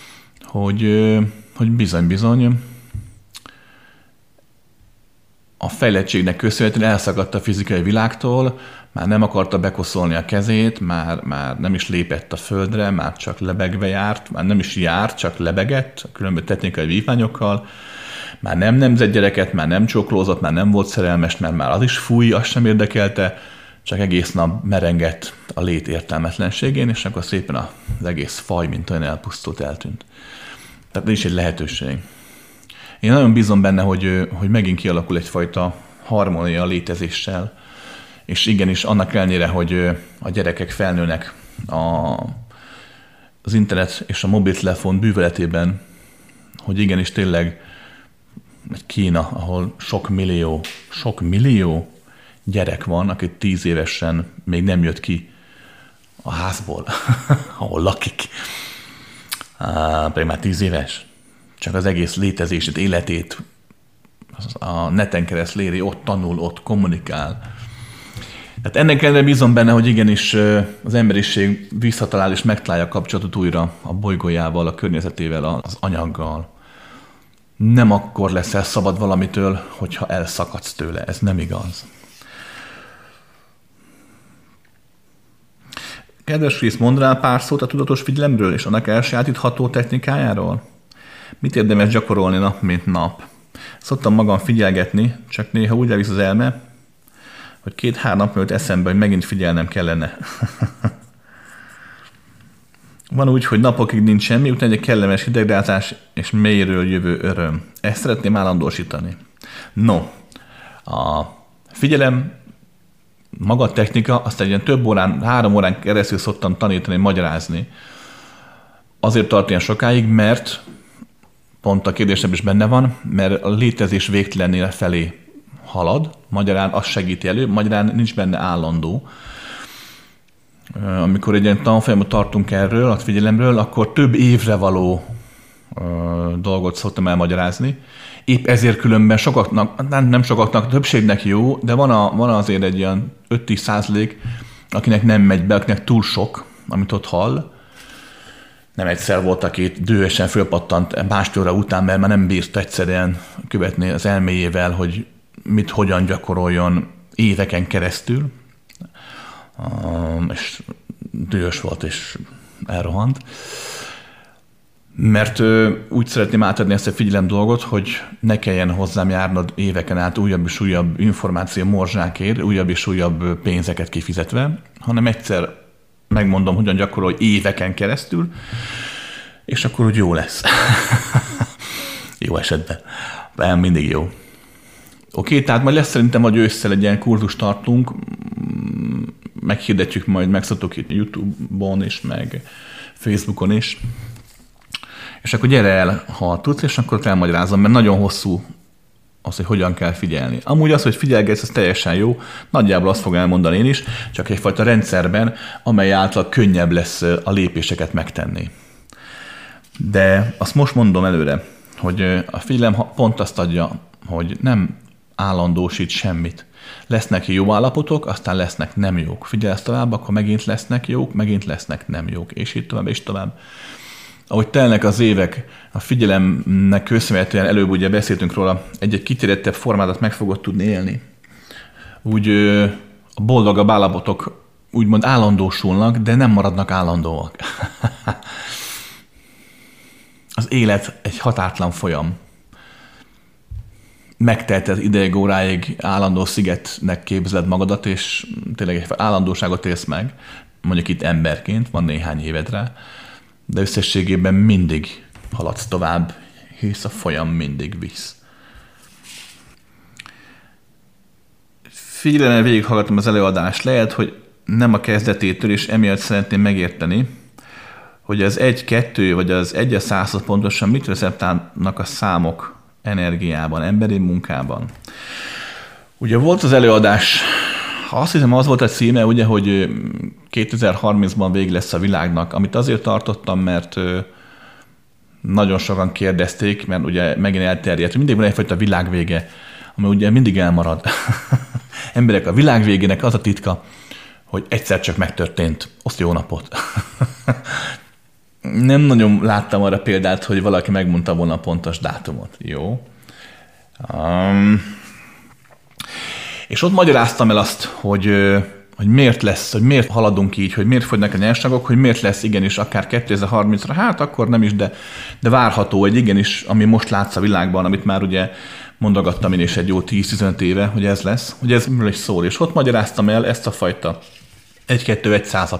hogy bizony a fejlettségnek köszönhetően elszakadt a fizikai világtól, már nem akarta bekoszolni a kezét, már nem is lépett a földre, már csak lebegve járt, már nem is járt, csak lebegett a különböző technikai vívmányokkal, már nem nemzett gyereket, már nem csóklózott, már nem volt szerelmes, mert már az is fúj, az sem érdekelte, csak egész nap merengett a lét értelmetlenségén, és akkor szépen az egész faj, mint olyan elpusztult, eltűnt. Tehát ez is egy lehetőség. Én nagyon bízom benne, hogy megint kialakul egyfajta harmónia a létezéssel, és igenis annak ellenére, hogy a gyerekek felnőnek az internet és a mobiltelefon bűvöletében, hogy igenis tényleg egy Kína, ahol sok millió gyerek van, aki 10 évesen még nem jött ki a házból, ahol lakik, pedig már 10 éves. Csak az egész létezését, életét a neten keresztül éri, ott tanul, ott kommunikál. Tehát ennek ellenére bízom benne, hogy igenis az emberiség visszatalál és megtalálja a kapcsolatot újra a bolygójával, a környezetével, az anyaggal. Nem akkor leszel szabad valamitől, hogyha elszakadsz tőle. Ez nem igaz. Kedves Krisz, mondd rá pár szót a tudatos figyelemről és annak elsajátítható technikájáról? Mit érdemes gyakorolni nap, mint nap? Szoktam magam figyelgetni, csak néha úgy elvisz az elme, hogy 2-3 nap múlva eszembe, hogy megint figyelnem kellene. Van úgy, hogy napokig nincs semmi, utána egy kellemes hidegrázás és mélyről jövő öröm. Ezt szeretném állandósítani. No, a figyelem, maga a technika, azt egy ilyen több órán, 3 órán keresztül szoktam tanítani, magyarázni. Azért tart ilyen sokáig, mert pont a kérdésem is benne van, mert a létezés végtelennél felé halad, magyarán azt segíti elő, magyarán nincs benne állandó. Amikor egy ilyen tanfolyamot tartunk erről, a figyelemről, akkor több évre való dolgot szoktam elmagyarázni. Épp ezért különben sokaknak, nem sokaknak, többségnek jó, de van azért egy ilyen 5-10%, akinek nem megy be, akinek túl sok, amit ott hall. Nem egyszer volt, aki dühösen fölpattant másfél óra után, mert már nem bírt egyszerűen követni az elméjével, hogy mit, hogyan gyakoroljon éveken keresztül. És dühös volt, és elrohant. Mert úgy szeretném átadni ezt a figyelem dolgot, hogy ne kelljen hozzám járnod éveken át újabb és újabb információ morzsákért, újabb és újabb pénzeket kifizetve, hanem egyszer megmondom, hogyan gyakorolj éveken keresztül, és akkor úgy jó lesz. Jó esetben. Nem mindig jó. Oké, tehát majd lesz szerintem, hogy ősszel egy ilyen kurzust tartunk, meghirdetjük majd, megszoktuk itt YouTube-on is, meg Facebookon is. És akkor gyere el, ha tudsz, és akkor elmagyarázom, mert nagyon hosszú az, hogy hogyan kell figyelni. Amúgy az, hogy figyelgetsz, ez teljesen jó. Nagyjából azt fogom elmondani én is, csak egyfajta rendszerben, amely által könnyebb lesz a lépéseket megtenni. De azt most mondom előre, hogy a figyelem pont azt adja, hogy nem állandósít semmit. Lesznek jó állapotok, aztán lesznek nem jók. Figyelsz tovább, akkor megint lesznek jók, megint lesznek nem jók, és így tovább, és tovább. Ahogy telnek az évek, a figyelemnek köszönhetően előbb ugye beszéltünk róla, egy kitérettebb formádat meg fogod tudni élni. Úgy a boldogabb állapotok úgymond állandósulnak, de nem maradnak állandóak. Az élet egy határtlan folyam. Megtelted ideig, óráig állandó szigetnek képzeled magadat, és tényleg egy állandóságot élsz meg, mondjuk itt emberként, van néhány éved rá, de összességében mindig haladsz tovább, hisz a folyam mindig visz. Figyelemmel végighallgattam az előadást, lehet, hogy nem a kezdetétől, és emiatt szeretném megérteni, hogy az 1-2 vagy az 1/100 pontosan mit reprezentálnak a számok energiában, emberi munkában. Ugye volt az előadás, azt hiszem az volt a címe, ugye, hogy 2030-ban vég lesz a világnak, amit azért tartottam, mert nagyon sokan kérdezték, mert ugye megint elterjedt, mindig van egyfajta világvége, ami ugye mindig elmarad. Emberek, a világvégének az a titka, hogy egyszer csak megtörtént. Azt jó napot! Nem nagyon láttam arra példát, hogy valaki megmondta volna a pontos dátumot. Jó. És ott magyaráztam el azt, hogy miért lesz, hogy miért haladunk így, hogy miért fogynak a nyersanyagok, hogy miért lesz igenis akár 2030-ra, hát akkor nem is, de várható egy igenis, ami most látsz a világban, amit már ugye mondogattam én is egy jó 10-15 éve, hogy ez lesz, hogy ez miről is szól. És ott magyaráztam el ezt a fajta 1-2-1-100-at.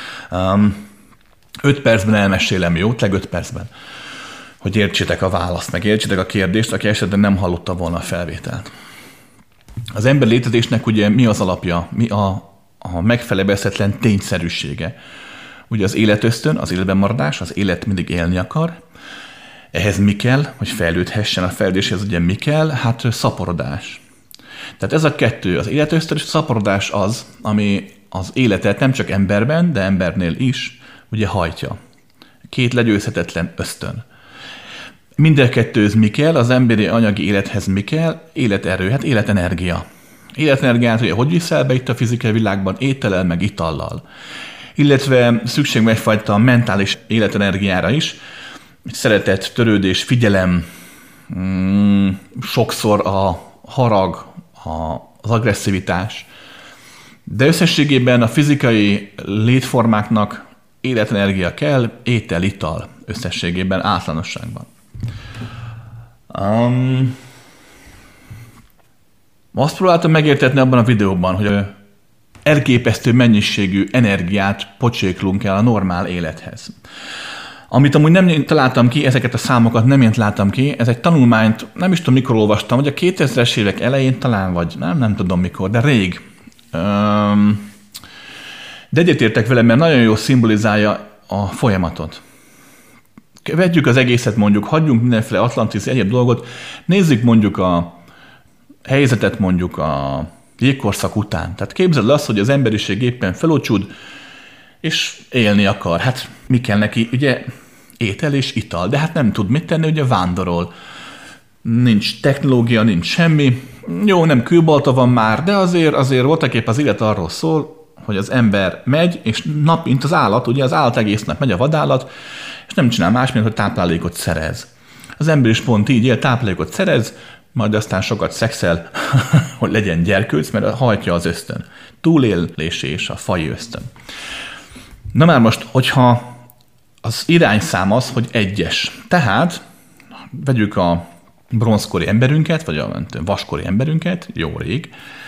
5 percben elmesélem, jó? 5 percben. Hogy értsétek a választ, meg értsétek a kérdést, aki esetben nem hallotta volna a felvételt. Az ember létezésnek ugye mi az alapja, mi a megfelebezhetetlen tényszerűsége. Ugye az életösztön, az életben maradás, az élet mindig élni akar. Ehhez mi kell, hogy fejlődhessen a fejlődéshez, ugye mi kell? Hát szaporodás. Tehát ez a kettő, az életösztön és a szaporodás az, ami az életet nem csak emberben, de embernél is ugye hajtja. 2 legyőzhetetlen ösztön. Minden kettőhöz mi kell, az emberi anyagi élethez mi kell? Életerő, hát életenergia. Életenergiát ugye hogy viszel be itt a fizikai világban? Étellel meg itallal. Illetve szükség van egyfajta mentális életenergiára is. Szeretet, törődés, figyelem, sokszor a harag, az agresszivitás. De összességében a fizikai létformáknak életenergia kell, étel, ital összességében, általánosságban. Azt próbáltam megértetni abban a videóban, hogy elképesztő mennyiségű energiát pocséklunk el a normál élethez. Amit amúgy nem találtam ki, ezeket a számokat nem én találtam ki, ez egy tanulmányt, nem is tudom mikor olvastam, vagy a 2000-es évek elején talán, vagy nem tudom mikor, de rég. De egyetértek velem, mert nagyon jól szimbolizálja a folyamatot. Vegyük az egészet mondjuk, hagyjunk mindenféle Atlantis egyéb dolgot, nézzük mondjuk a helyzetet mondjuk a jégkorszak után. Tehát képzeld azt, hogy az emberiség éppen felocsúd, és élni akar. Hát mi kell neki? Ugye étel és ital, de hát nem tud mit tenni, ugye vándorol. Nincs technológia, nincs semmi. Jó, nem kőbalta van már, de azért voltaképp az élet arról szól, hogy az ember megy, és nap, mint az állat, ugye az állat egész nap megy a vadállat, és nem csinál más, mint hogy táplálékot szerez. Az ember is pont így él, táplálékot szerez, majd aztán sokat szexel, hogy legyen gyerkőc, mert hajtja az ösztön. Túlélési és a faj ösztön. Na már most, hogyha az irányszám az, hogy 1-es, tehát vegyük a bronzkori emberünket, vagy a vaskori emberünket, jó rég,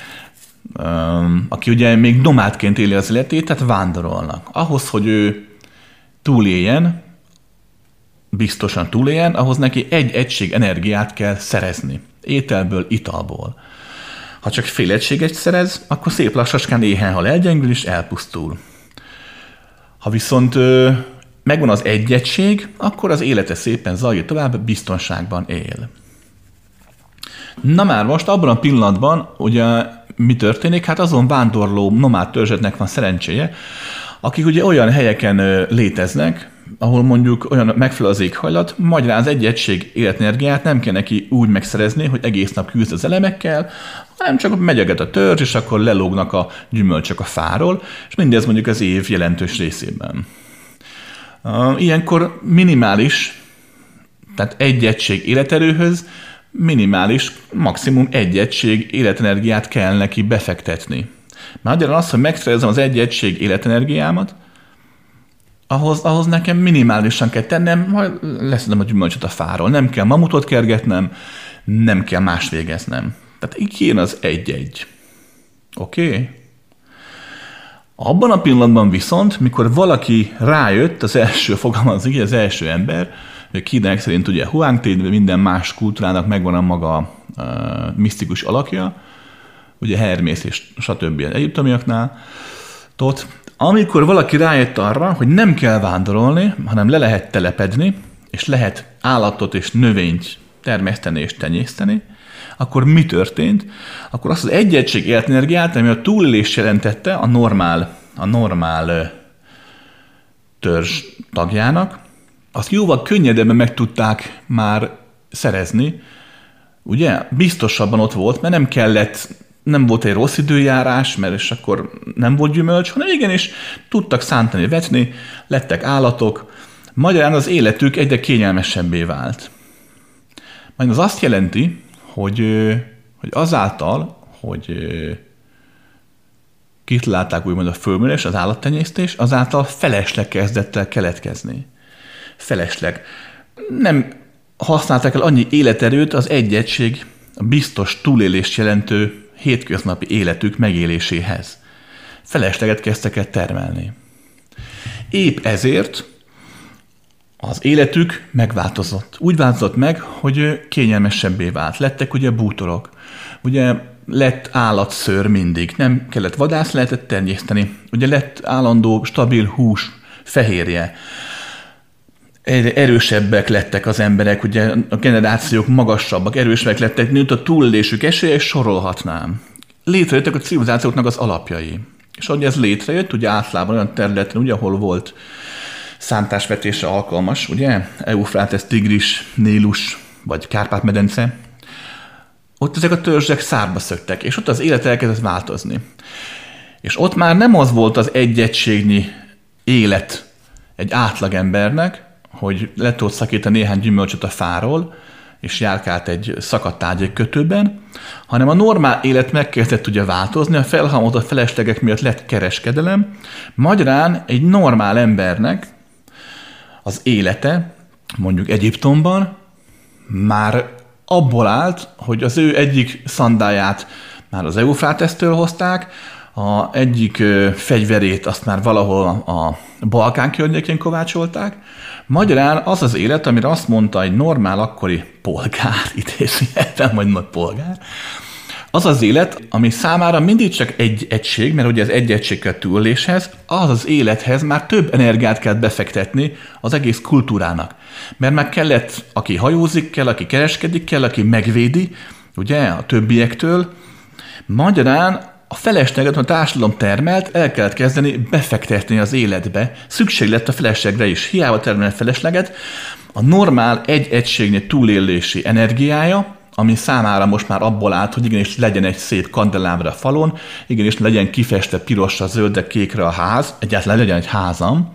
aki ugye még nomádként éli az életét, tehát vándorolnak. Ahhoz, hogy ő túléljen, biztosan túléljen, ahhoz neki 1 egység energiát kell szerezni. Ételből, italból. Ha csak fél egységet szerez, akkor szép lassacskán éhen hal, elgyengül és elpusztul. Ha viszont megvan az 1 egység, akkor az élete szépen zajlik tovább, biztonságban él. Na már most abban a pillanatban, ugye mi történik? Hát azon vándorló nomád törzseknek van szerencséje, akik ugye olyan helyeken léteznek, ahol mondjuk olyan megfelelő az éghajlat, magyarán az 1 egység életenergiát nem kell neki úgy megszerezni, hogy egész nap küzd az elemekkel, hanem csak megyeget a törzs, és akkor lelógnak a gyümölcsök a fáról, és mindez mondjuk az év jelentős részében. Ilyenkor minimális, tehát 1 egység életerőhöz minimális, maximum 1 egység életenergiát kell neki befektetni. Magyarán az, hogy megszerezem az 1 egység életenergiámat, ahhoz nekem minimálisan kell tennem, majd leszedem a gyümölcsöt a fáról. Nem kell mamutot kergetnem, nem kell más végeznem. Tehát így kijön az 1-1. Oké? Abban a pillanatban viszont, mikor valaki rájött, az első fogalmazik, az első ember, hogy Kínák szerint ugye Huangti, minden más kultúrának megvan a maga misztikus alakja, ugye Hermész és stb. Egyiptomiaknál. Amikor valaki rájött arra, hogy nem kell vándorolni, hanem le lehet telepedni, és lehet állatot és növényt termeszteni és tenyészteni, akkor mi történt? Akkor azt az 1 egység életenergiát, ami a túlélést jelentette a normál törzs tagjának, azt jóval könnyedebben meg tudták már szerezni, ugye? Biztosabban ott volt, mert nem volt egy rossz időjárás, mert és akkor nem volt gyümölcs, hanem igenis tudtak szántani, vetni, lettek állatok, magyarán az életük egyre kényelmesebbé vált. Majd az azt jelenti, hogy azáltal, hogy kitalálták úgymond a földművelés, az állattenyésztés, azáltal felesleg kezdett el keletkezni. Felesleg. Nem használták el annyi életerőt az 1 egység a biztos túlélést jelentő hétköznapi életük megéléséhez. Felesleget kezdtek el termelni. Épp ezért az életük megváltozott. Úgy változott meg, hogy kényelmesebbé vált. Lettek ugye bútorok. Ugye lett állatszőr mindig. Nem kellett vadász, lehetett tenyészteni. Ugye lett állandó, stabil hús, fehérje. Erősebbek lettek az emberek, ugye a generációk magasabbak, erősebbek lettek, nőtt a túlélésük esélye, és sorolhatnám. Létrejöttek a civilizációknak az alapjai. És ahogy ez létrejött, ugye általában olyan területen, ugye, ahol volt szántásvetésre alkalmas, ugye, Eufrates, Tigris, Nílus, vagy Kárpát-medence, ott ezek a törzsek szárba szöktek, és ott az élet elkezdett változni. És ott már nem az volt az 1 egységnyi élet egy átlagembernek, hogy le tudott szakítani néhány gyümölcsöt a fáról, és járkált egy szakadt tárgy kötőben, hanem a normál élet megkezdett ugye változni, a felhalmozott feleslegek miatt lett kereskedelem, magyarán egy normál embernek az élete, mondjuk Egyiptomban, már abból állt, hogy az ő egyik szandáját már az Eufrátesztől hozták, a egyik fegyverét azt már valahol a Balkán környékén kovácsolták. Magyarán az az élet, amire azt mondta egy normál akkori polgár, idézőjelben vagy nagy polgár, az az élet, ami számára mindig csak egy egység, mert ugye ez egy egység kell túléléshez, az az élethez már több energiát kell befektetni az egész kultúrának. Mert már kellett, aki hajózik kell, aki kereskedik kell, aki megvédi, ugye, a többiektől. Magyarán a felesleget, a társadalom termelt, el kellett kezdeni befektetni az életbe. Szükség lett a feleslegre is. Hiába termel felesleget, a normál egy egységnél túlélési energiája, ami számára most már abból állt, hogy igenis legyen egy szép kandelábra a falon, igenis legyen kifestve pirosra, zöldre, kékre a ház, egyáltalán legyen egy házam,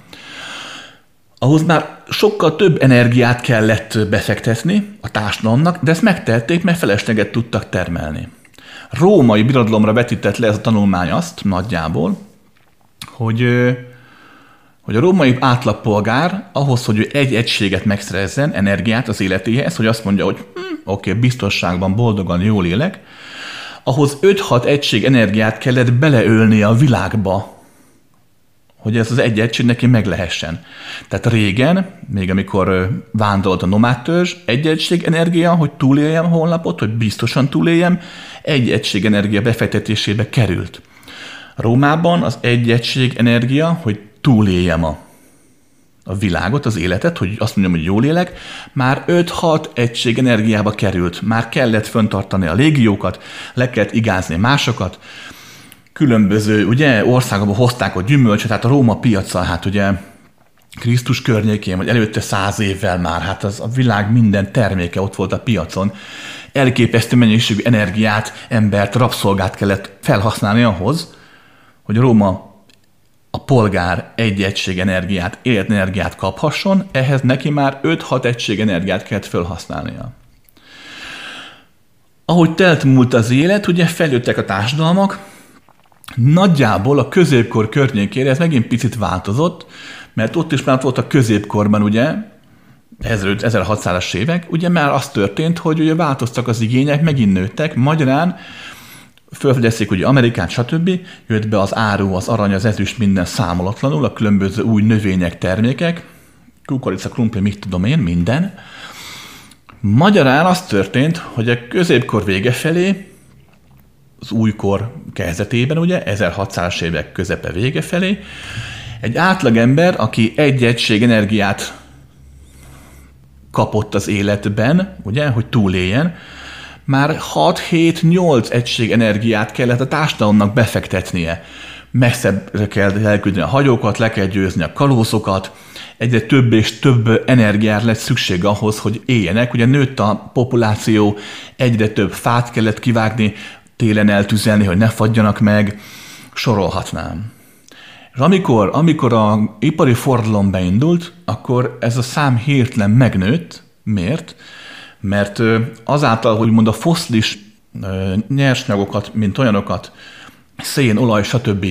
ahhoz már sokkal több energiát kellett befektetni a társadalomnak, de ezt megtették, mert felesleget tudtak termelni. Római birodalomra vetített le ez a tanulmány azt nagyjából, hogy a római átlagpolgár ahhoz, hogy ő egy egységet megszerezzen, energiát az életéhez, hogy azt mondja, hogy oké, biztonságban, boldogan, jól élek, ahhoz 5-6 egység energiát kellett beleölnie a világba, hogy ez az egy egység neki meg lehessen. Tehát régen, még amikor vándorolt a nomád törzs, egy egység energia, hogy túléljem a honlapot, hogy biztosan túléljem, egy egység energia befektetésébe került. Rómában az egy egység energia, hogy túléljem a világot, az életet, hogy azt mondjam, hogy jól élek, már 5-6 egység energiába került. Már kellett fenntartani a légiókat, le kellett igázni másokat. Különböző ugye, országokba hozták a gyümölcsöt, tehát a Róma piaca, hát ugye Krisztus környékén, vagy előtte 100 évvel már, hát az a világ minden terméke ott volt a piacon. Elképesztő mennyiségű energiát, embert, rabszolgát kellett felhasználni ahhoz, hogy Róma a polgár egy egység energiát, életenergiát kaphasson, ehhez neki már 5-6 egység energiát kellett felhasználnia. Ahogy telt múlt az élet, ugye fejlődtek a társadalmak, nagyjából a középkor környékére ez megint picit változott, mert ott is már volt a középkorban, ugye, 1600-as évek, ugye már az történt, hogy ugye változtak az igények, megint nőttek, magyarán fölfedezték, hogy Amerikát, stb. Jött be az áru, az arany, az ezüst, minden számolatlanul, a különböző új növények, termékek, kukorica, krumpli, mit tudom én, minden. Magyarán az történt, hogy a középkor vége felé, az újkor kezdetében, ugye, 1600-as évek közepe vége felé, egy átlagember, aki egy egység energiát kapott az életben, ugye, hogy túléljen, már 6-7-8 egység energiát kellett a társadalomnak befektetnie. Messzebbre kell elküldeni a hajókat, le kell győzni a kalózokat, egyre több és több energiára lett szükség ahhoz, hogy éljenek. Ugye nőtt a populáció, egyre több fát kellett kivágni, télen eltüzelni, hogy ne fagyjanak meg, sorolhatnám. És amikor az ipari forradalom beindult, akkor ez a szám hirtelen megnőtt. Miért? Mert azáltal, hogy mond a fosszilis nyersanyagokat, mint olyanokat, szén, olaj, stb.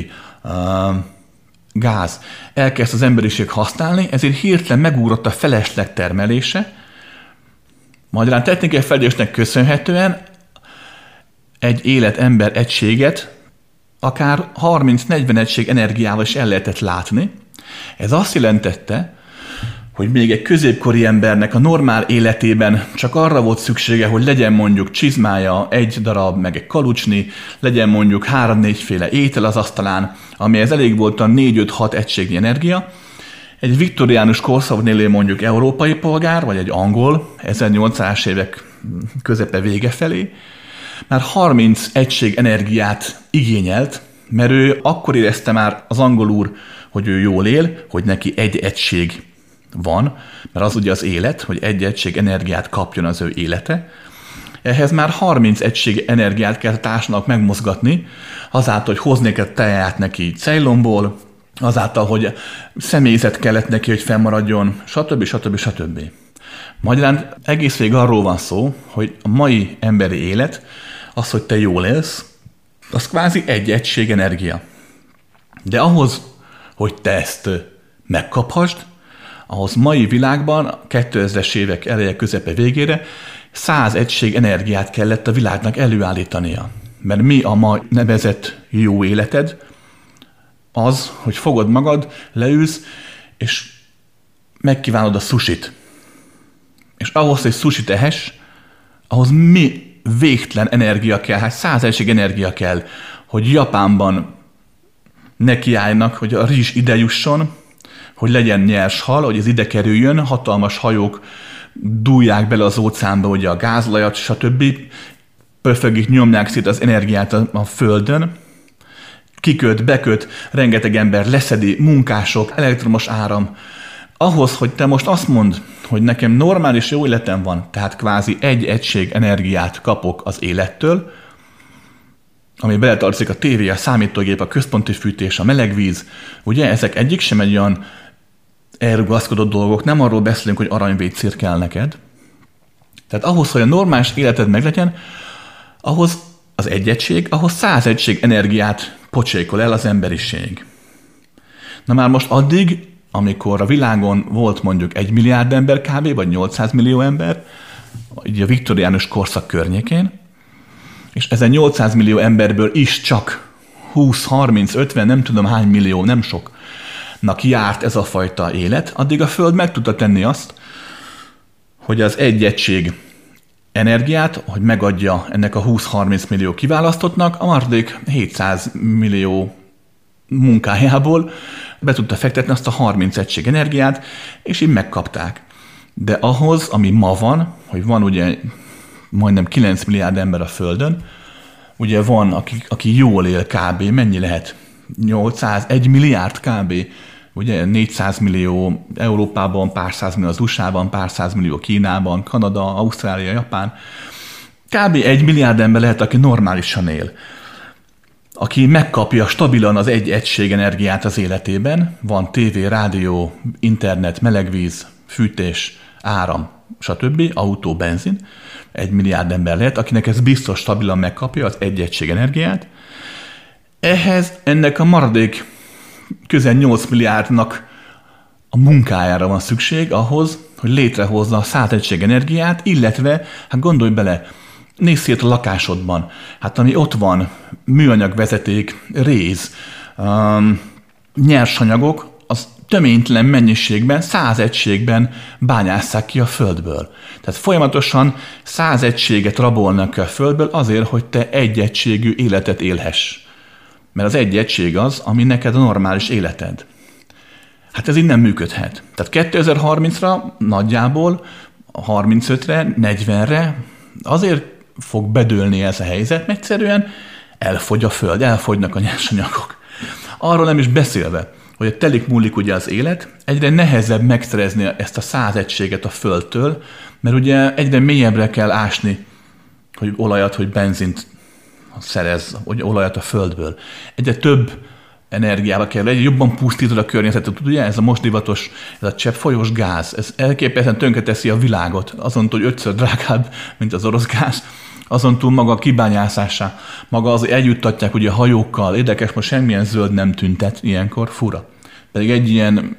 Gáz elkezd az emberiség használni, ezért hirtelen megugrott a felesleg termelése. Magyarán technikai fejlődésnek köszönhetően egy életember egységet akár 30-40 egység energiával is el lehetett látni. Ez azt jelentette, hogy még egy középkori embernek a normál életében csak arra volt szüksége, hogy legyen mondjuk csizmája, egy darab, meg egy kalucsni, legyen mondjuk 3-4 féle étel az asztalán, amihez elég volt a 4-5-6 egységnyi energia. Egy viktoriánus korszakban élő mondjuk európai polgár, vagy egy angol, 1800-as évek közepe vége felé, már 30 egység energiát igényelt, mert ő akkor érezte már az angol úr, hogy ő jól él, hogy neki egy egység van, mert az ugye az élet, hogy egy egység energiát kapjon az ő élete. Ehhez már 30 egység energiát kell a társadalomnak megmozgatni, azáltal, hogy hoznék a teját neki Ceylonból, azáltal, hogy személyzet kellett neki, hogy fennmaradjon, stb. Magyarán egész végig arról van szó, hogy a mai emberi élet, az, hogy te jól élsz, az kvázi egy egység energia. De ahhoz, hogy te ezt megkaphasd, ahhoz mai világban 2000-es évek eleje, közepe végére 100 egység energiát kellett a világnak előállítania. Mert mi a ma nevezett jó életed? Az, hogy fogod magad, leülsz, és megkívánod a sushit. És ahhoz, hogy sushit ehess, ahhoz mi végtelen energia kell, 100 egység energia kell, hogy Japánban nekiállnak, hogy a rizs ide jusson, hogy legyen nyers hal, hogy ez ide kerüljön, hatalmas hajók dúlják bele az óceánba, ugye a gázolajat, stb. Pöfögik, nyomják szét az energiát a földön, kiköt, beköt, rengeteg ember leszedi, munkások, elektromos áram. Ahhoz, hogy te most azt mondd, hogy nekem normális jó életem van, tehát kvázi egy egység energiát kapok az élettől, ami beletartozik a tévé, a számítógép, a központi fűtés, a meleg víz, ugye ezek egyik sem egy olyan elrugaszkodott dolgok, nem arról beszélünk, hogy aranyvécér kell neked. Tehát ahhoz, hogy a normális életed meglegyen, ahhoz az egy egység, ahhoz 100 egység energiát pocsékol el az emberiség. Na már most addig, amikor a világon volt mondjuk 1 milliárd ember kb. Vagy 800 millió ember, így a viktoriánus korszak környékén, és ezen 800 millió emberből is csak 20, 30, 50, nem tudom hány millió, nem soknak járt ez a fajta élet, addig a Föld meg tudta tenni azt, hogy az egy egység energiát, hogy megadja ennek a 20-30 millió kiválasztottnak, a maradék 700 millió munkájából be tudta fektetni azt a 30 egység energiát, és így megkapták. De ahhoz, ami ma van, hogy van ugye majdnem 9 milliárd ember a Földön, ugye van, aki jól él kb. Mennyi lehet? 800, 1 milliárd kb. Ugye 400 millió Európában, pár százmillió az USA-ban, pár százmillió Kínában, Kanada, Ausztrália, Japán. Kb. 1 milliárd ember lehet, aki normálisan él. Aki megkapja stabilan az egy egység energiát az életében, van tévé, rádió, internet, melegvíz, fűtés, áram, stb., autó, benzin, 1 milliárd ember lehet, akinek ez biztos stabilan megkapja az egy egység energiát. Ehhez ennek a maradék közel 8 milliárdnak a munkájára van szükség ahhoz, hogy létrehozza a 100 egység energiát, illetve, hát gondolj bele, nézz szét a lakásodban, hát ami ott van, műanyag vezeték, réz, nyersanyagok, az töménytelen mennyiségben, 100 egységben bányásszák ki a földből. Tehát folyamatosan 100 egységet rabolnak ki a földből azért, hogy te egy egységű életet élhess. Mert az egy egység az, ami neked a normális életed. Hát ez így nem működhet. Tehát 2030-ra nagyjából, 35-re, 40-re azért fog bedőlni ez a helyzet, mert egyszerűen elfogy a föld, elfogynak a nyersanyagok. Arról nem is beszélve, hogy telik múlik ugye az élet, egyre nehezebb megszerezni ezt a 100 egységet a földtől, mert ugye egyre mélyebbre kell ásni, hogy olajat, hogy benzint szerez, hogy olajat a földből. Egyre több energiába kell, egyre jobban pusztítod a környezetet. Ugye ez a most divatos, ez a cseppfolyós gáz, ez elképesztően tönkreteszi a világot. Azon túl, hogy 5-ször drágább, mint az orosz gáz. Azon túl maga a kibányászása, maga az, hogy eljuttatják ugye a hajókkal. Érdekes, most semmilyen zöld nem tüntet ilyenkor, fura. Pedig egy ilyen,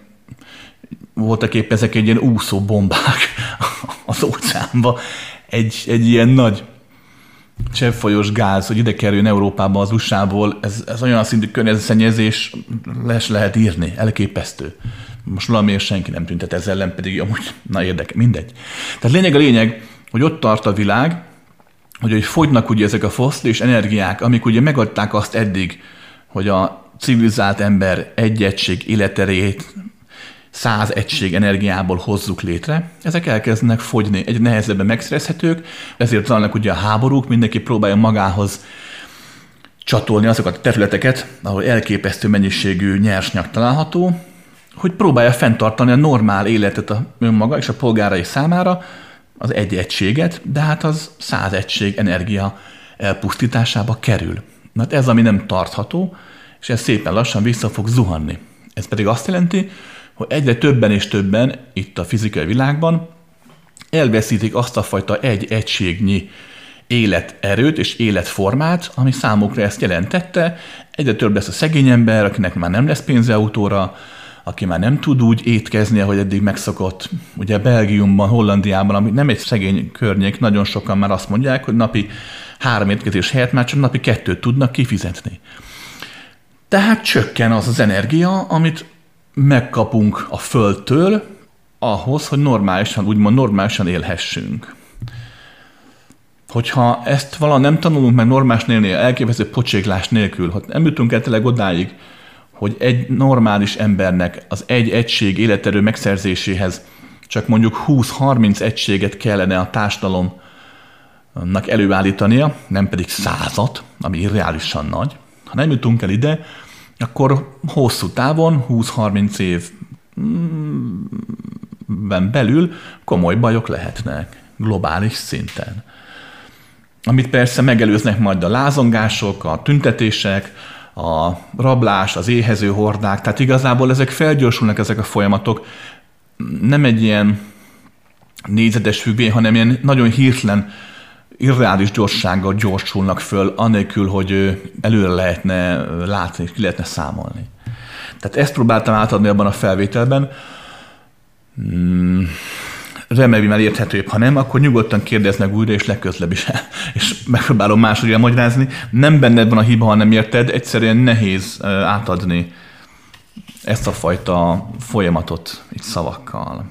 voltak épp ezek egy ilyen úszó bombák az óceánba. Egy ilyen nagy cseppfolyós gáz, hogy ide kerüljön Európába az USA-ból, ez olyan szintű környezetszennyezés, lehet írni, elképesztő. Most valamiért senki nem tüntet ezzel ellen, pedig amúgy, na érdekes, mindegy. Tehát lényeg, hogy ott tart a világ, hogy fogynak ugye ezek a fosszilis energiák, amik ugye megadták azt eddig, hogy a civilizált ember egy egység életerejét 100 egység energiából hozzuk létre, ezek elkezdenek fogyni, egyre nehezebben megszerezhetők, ezért vannak ugye a háborúk, mindenki próbálja magához csatolni azokat a területeket, ahol elképesztő mennyiségű nyersanyag található, hogy próbálja fenntartani a normál életet a önmaga és a polgárai számára, az egy egységet, de hát az 100 egység energia elpusztításába kerül. Na, ez ami nem tartható, és ez szépen lassan vissza fog zuhanni. Ez pedig azt jelenti, hogy egyre többen és többen itt a fizikai világban elveszítik azt a fajta egy egységnyi életerőt és életformát, ami számukra ezt jelentette. Egyre több lesz a szegény ember, akinek már nem lesz pénze autóra, aki már nem tud úgy étkezni, ahogy eddig megszokott. Ugye Belgiumban, Hollandiában, ami nem egy szegény környék, nagyon sokan már azt mondják, hogy napi 3 étkezés helyett már csak napi 2 tudnak kifizetni. Tehát csökken az az energia, amit megkapunk a Földtől ahhoz, hogy normálisan élhessünk. Hogyha ezt valahogy nem tanulunk meg normális nélnél, elképesztő pocséklás nélkül, hogy nem jutunk el tényleg odáig, hogy egy normális embernek az egy egység életerő megszerzéséhez csak mondjuk 20-30 egységet kellene a társadalomnak előállítania, nem pedig 100-at, ami irreálisan nagy. Ha nem jutunk el ide, akkor hosszú távon, 20-30 évben belül komoly bajok lehetnek globális szinten. Amit persze megelőznek majd a lázongások, a tüntetések, a rablás, az éhező hordák, tehát igazából ezek felgyorsulnak, ezek a folyamatok, nem egy ilyen négyzetes függvény, hanem ilyen nagyon hirtelen, irreális gyorsággal gyorsulnak föl, anélkül, hogy előre lehetne látni, és ki lehetne számolni. Tehát ezt próbáltam átadni abban a felvételben. Remélem érthetőbb, ha nem, akkor nyugodtan kérdeznek újra, és legközelebb is, és megpróbálom máshogy elmagyarázni. Nem benned van a hiba, ha nem érted, egyszerűen nehéz átadni ezt a fajta folyamatot itt szavakkal.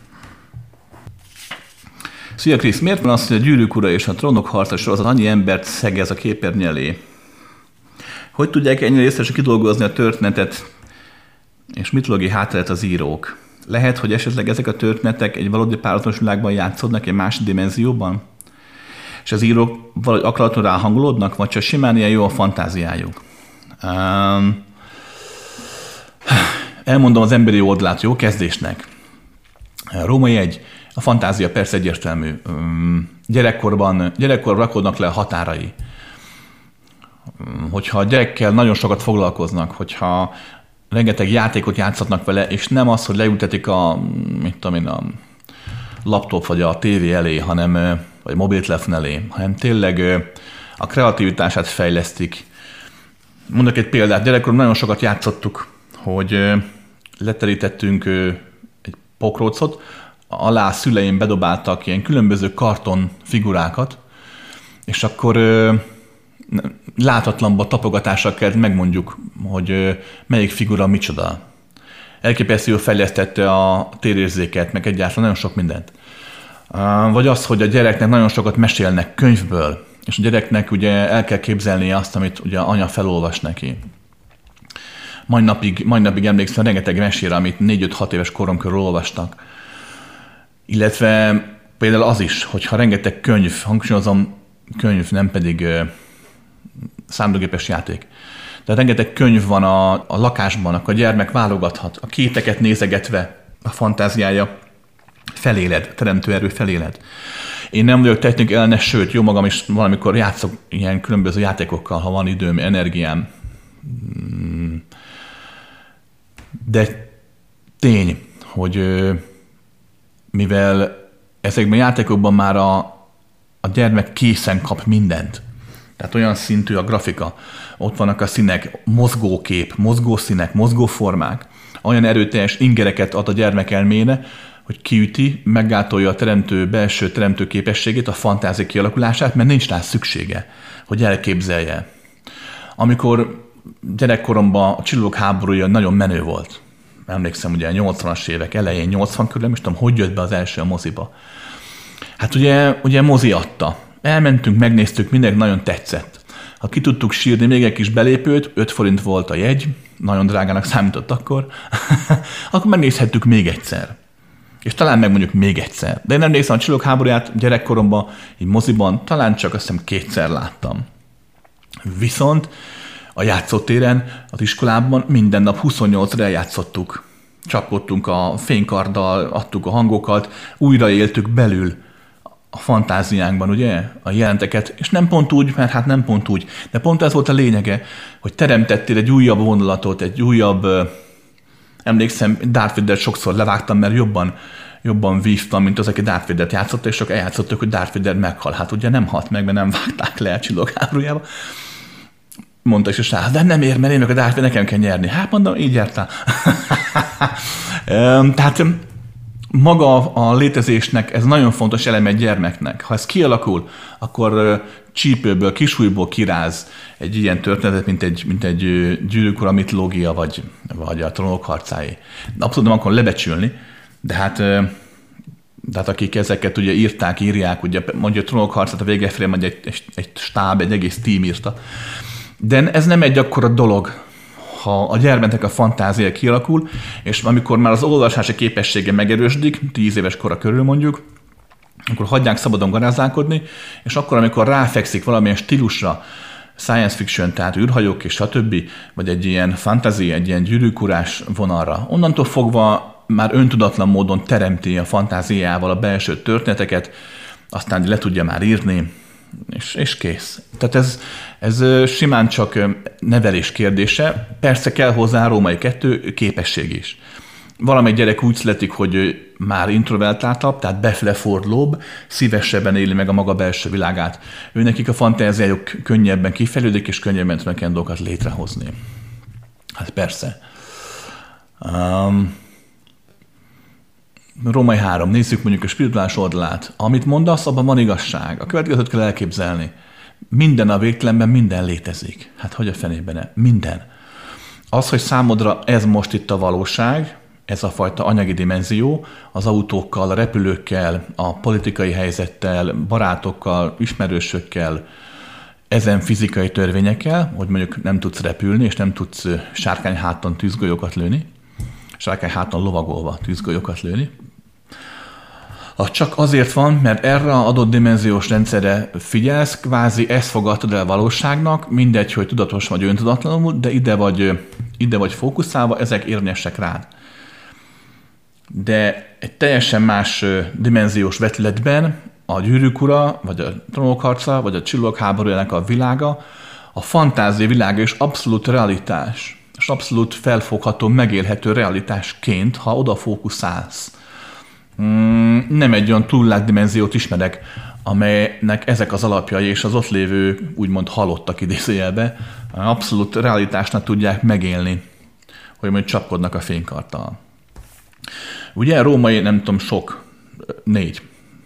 Szia Krisz, miért van az, hogy a Gyűrűk ura és a Trónok harca sorozat annyi embert szegez a képernyő elé? Hogy tudják ennyire részletesen kidolgozni a történetet, és mitológiai hátteret az írók? Lehet, hogy esetleg ezek a történetek egy valódi páratos világban játszódnak, egy másik dimenzióban? És az írók valahogy akaraton ráhangolódnak, vagy csak simán ilyen jó a fantáziájuk? Elmondom az emberi oldalát, jó kezdésnek. Római 1. A fantázia persze egyértelmű. Gyerekkorban rakodnak le a határai. Hogyha a gyerekkel nagyon sokat foglalkoznak, hogyha rengeteg játékot játszhatnak vele, és nem az, hogy leültetik a laptop vagy a tévé elé, vagy mobiltelefon elé, hanem tényleg a kreativitását fejlesztik. Mondok egy példát, gyerekkorban nagyon sokat játszottuk, hogy leterítettünk egy pokrócot, alá szüleim bedobáltak ilyen különböző karton figurákat, és akkor láthatlanba tapogatással kellett megmondjuk, hogy melyik figura micsoda. Elképesztően fejlesztette a térérzéket, meg egyáltalán nagyon sok mindent. Vagy az, hogy a gyereknek nagyon sokat mesélnek könyvből, és a gyereknek ugye el kell képzelnie azt, amit ugye anya felolvas neki. Mai napig emlékszem rengeteg mesére, amit 4-5-6 éves korom körül olvastak. Illetve például az is, hogyha rengeteg könyv, hangsúlyozom könyv, nem pedig számítógépes játék. De rengeteg könyv van a lakásban, akkor a gyermek válogathat, a képeket nézegetve a fantáziája feléled, teremtő erő feléled. Én nem vagyok technikai ellenes, sőt, jó magam is valamikor játszok ilyen különböző játékokkal, ha van időm, energiám. De tény, hogy mivel ezekben a játékokban már a gyermek készen kap mindent, tehát olyan szintű a grafika, ott vannak a színek, mozgókép, mozgószínek, mozgóformák, olyan erőteljes ingereket ad a gyermek elméne, hogy kiüti, meggátolja a belső teremtő képességét, a fantázia kialakulását, mert nincs rá szüksége, hogy elképzelje. Amikor gyerekkoromban a Csillagok háborúja nagyon menő volt. Emlékszem, ugye a 80-as évek elején, 80 körül, nem is tudom, hogy jött be az első a moziba. Hát ugye mozi adta. Elmentünk, megnéztük, mindenki nagyon tetszett. Ha ki tudtuk sírni még egy kis belépőt, 5 forint volt a jegy, nagyon drágának számított akkor, akkor megnézhettük még egyszer. És talán megmondjuk még egyszer. De én emlékszem, a Csillagok háborúját gyerekkoromban, így moziban, talán csak azt hiszem 2-szer láttam. Viszont a játszótéren, az iskolában minden nap 28-ra eljátszottuk. Csapkodtunk a fénykarddal, adtuk a hangokat, újraéltük belül a fantáziánkban, ugye, a jelenteket, és nem pont úgy, mert hát nem pont úgy, de pont ez volt a lényege, hogy teremtettél egy újabb vonulatot, egy újabb, emlékszem, Darth Vader-t sokszor levágtam, mert jobban vívtam, mint az, aki Darth Vader-t játszott, és csak eljátszottuk, hogy Darth Vader meghal. Hát ugye nem halt meg, mert nem vágták le a Csillagok háborújába. Mondta is a srác, de nem ér, mert én meg a Darth Vader, nekem kell nyerni. Hát mondom, így jártál. Tehát maga a létezésnek ez nagyon fontos eleme egy gyermeknek. Ha ez kialakul, akkor csípőből, kisújból kiráz egy ilyen történetet, mint egy Gyűrűk Ura mitológia, vagy a Trónok harcáé. Abszolút nem akarom lebecsülni, de hát akik ezeket ugye írják, ugye mondja a Trónok harcát a vége felé, majd egy stáb, egy egész tím írta. De ez nem egy akkora dolog, ha a gyermeknek a fantázia kialakul, és amikor már az olvasási képessége megerősödik, 10 éves kora körül mondjuk, akkor hagyják szabadon garázdálkodni, és akkor, amikor ráfekszik valamilyen stílusra, science fiction, tehát űrhajók és stb., vagy egy ilyen fantasy, egy ilyen gyűrűkurás vonalra, onnantól fogva már öntudatlan módon teremti a fantáziával a belső történeteket, aztán le tudja már írni, és kész. Tehát ez simán csak nevelés kérdése. Persze kell hozzá Római 2 képesség is. Valamelyik gyerek úgy születik, hogy már introvertáltabb, tehát befele fordulóbb, szívesebben éli meg a maga belső világát. Nekik a fantáziájuk könnyebben kifejlődik, és könnyebben tudnak ilyen dolgokat létrehozni. Hát persze. Római 3. Nézzük mondjuk a spirituális oldalát. Amit mondasz, abban van igazság. A következőt kell elképzelni. Minden a végtelenben, minden létezik. Hát hogy a fenében ne? Minden. Az, hogy számodra ez most itt a valóság, ez a fajta anyagi dimenzió, az autókkal, a repülőkkel, a politikai helyzettel, barátokkal, ismerősökkel, ezen fizikai törvényekkel, hogy mondjuk nem tudsz repülni, és nem tudsz sárkányháton tűzgolyókat lőni, sárkányháton lovagolva tűzgolyókat lőni, az csak azért van, mert erre az adott dimenziós rendszerre figyelsz, kvázi ezt fogadtad el valóságnak, mindegy, hogy tudatos vagy öntudatlanul, de ide vagy fókuszálva, ezek érvényesek rád. De egy teljesen más dimenziós vetületben a Gyűrűk Ura, vagy a Trónok harca, vagy a Csillagok háborújának a világa, a fantázia világa is abszolút realitás, és abszolút felfogható, megélhető realitásként, ha oda fókuszálsz. Nem egy olyan túllágdimenziót ismerek, amelynek ezek az alapjai és az ott lévő úgymond halottak idézőjelbe abszolút realitásnak tudják megélni, hogy mondjuk csapkodnak a fénykarttal. Ugye római, nem tudom, 4.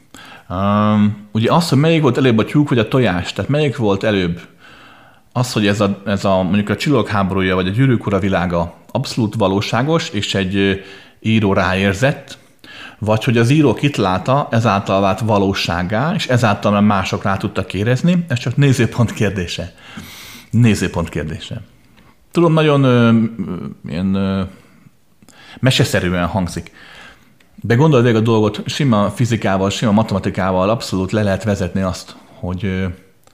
Ugye az, hogy melyik volt előbb a tyúk vagy a tojás, tehát melyik volt előbb az, hogy ez a mondjuk a Csillagok háborúja vagy a Gyűrűk Ura világa abszolút valóságos, és egy író ráérzett, vagy hogy az író kitalálta, ezáltal vált valósággá, és ezáltal már mások rá tudtak érezni, ez csak nézőpont kérdése. Nézőpont kérdése. Tudom, nagyon ilyen meseszerűen hangzik. De gondold végig a dolgot, sima fizikával, sima matematikával abszolút le lehet vezetni azt, hogy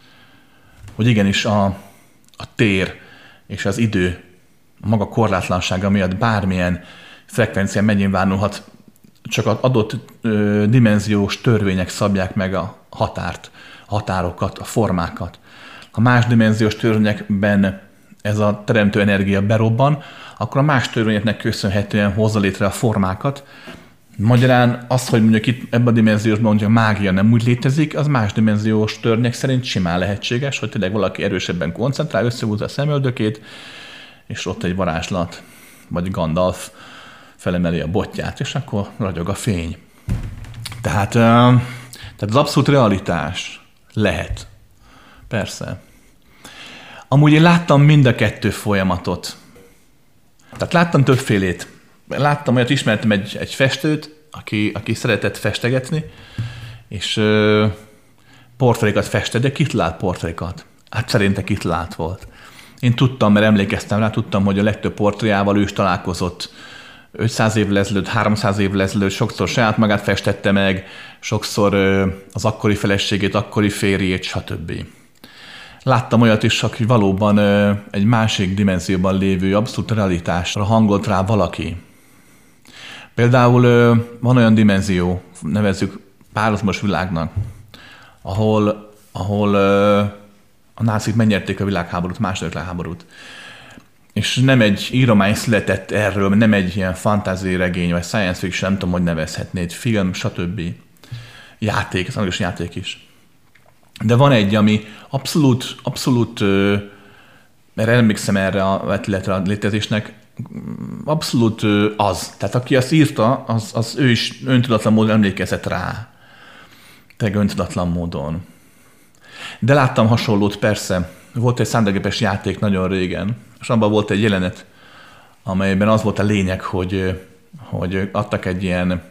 igenis a tér és az idő a maga korlátlansága miatt bármilyen frekvencián megnyilvánulhat, csak az adott dimenziós törvények szabják meg a határokat, a formákat. Ha más dimenziós törvényekben ez a teremtő energia berobban, akkor a más törvényeknek köszönhetően hozza létre a formákat. Magyarán az, hogy mondjuk itt ebben a dimenziósban mondjuk a mágia nem úgy létezik, az más dimenziós törvények szerint simán lehetséges, hogy tényleg valaki erősebben koncentrál, összehúzza a szemöldökét, és ott egy varázslat, vagy Gandalf felemeli a botját, és akkor ragyog a fény. Tehát az abszolút realitás lehet. Persze. Amúgy én láttam mind a 2 folyamatot. Tehát láttam többfélét. Láttam olyat, ismertem egy festőt, aki szeretett festegetni, és portrékat festett, de kitalált portrékat. Hát szerinte kitalált volt. Én tudtam, mert emlékeztem rá, tudtam, hogy a legtöbb portréjával ő is találkozott 500 évvel ezelőtt, 300 évvel ezelőtt, sokszor saját magát festette meg, sokszor az akkori feleségét, akkori férjét, stb. Láttam olyat is, aki valóban egy másik dimenzióban lévő abszolút realitásra hangolt rá valaki. Például van olyan dimenzió, nevezzük párhuzamos világnak, ahol a nácik megnyerték a világháborút, második világháborút. És nem egy íromány született erről, nem egy ilyen fantasy regény, vagy science fiction, nem tudom, hogy nevezhetné, egy film, stb. Játék, ez angol játék is. De van egy, ami abszolút, mert emlékszem erre a vetületre a létezésnek, abszolút az. Tehát aki azt írta, az ő is öntudatlan módon emlékezett rá. Tényleg öntudatlan módon. De láttam hasonlót persze. Volt egy számítógépes játék nagyon régen, és abban volt egy jelenet, amelyben az volt a lényeg, hogy adtak egy ilyen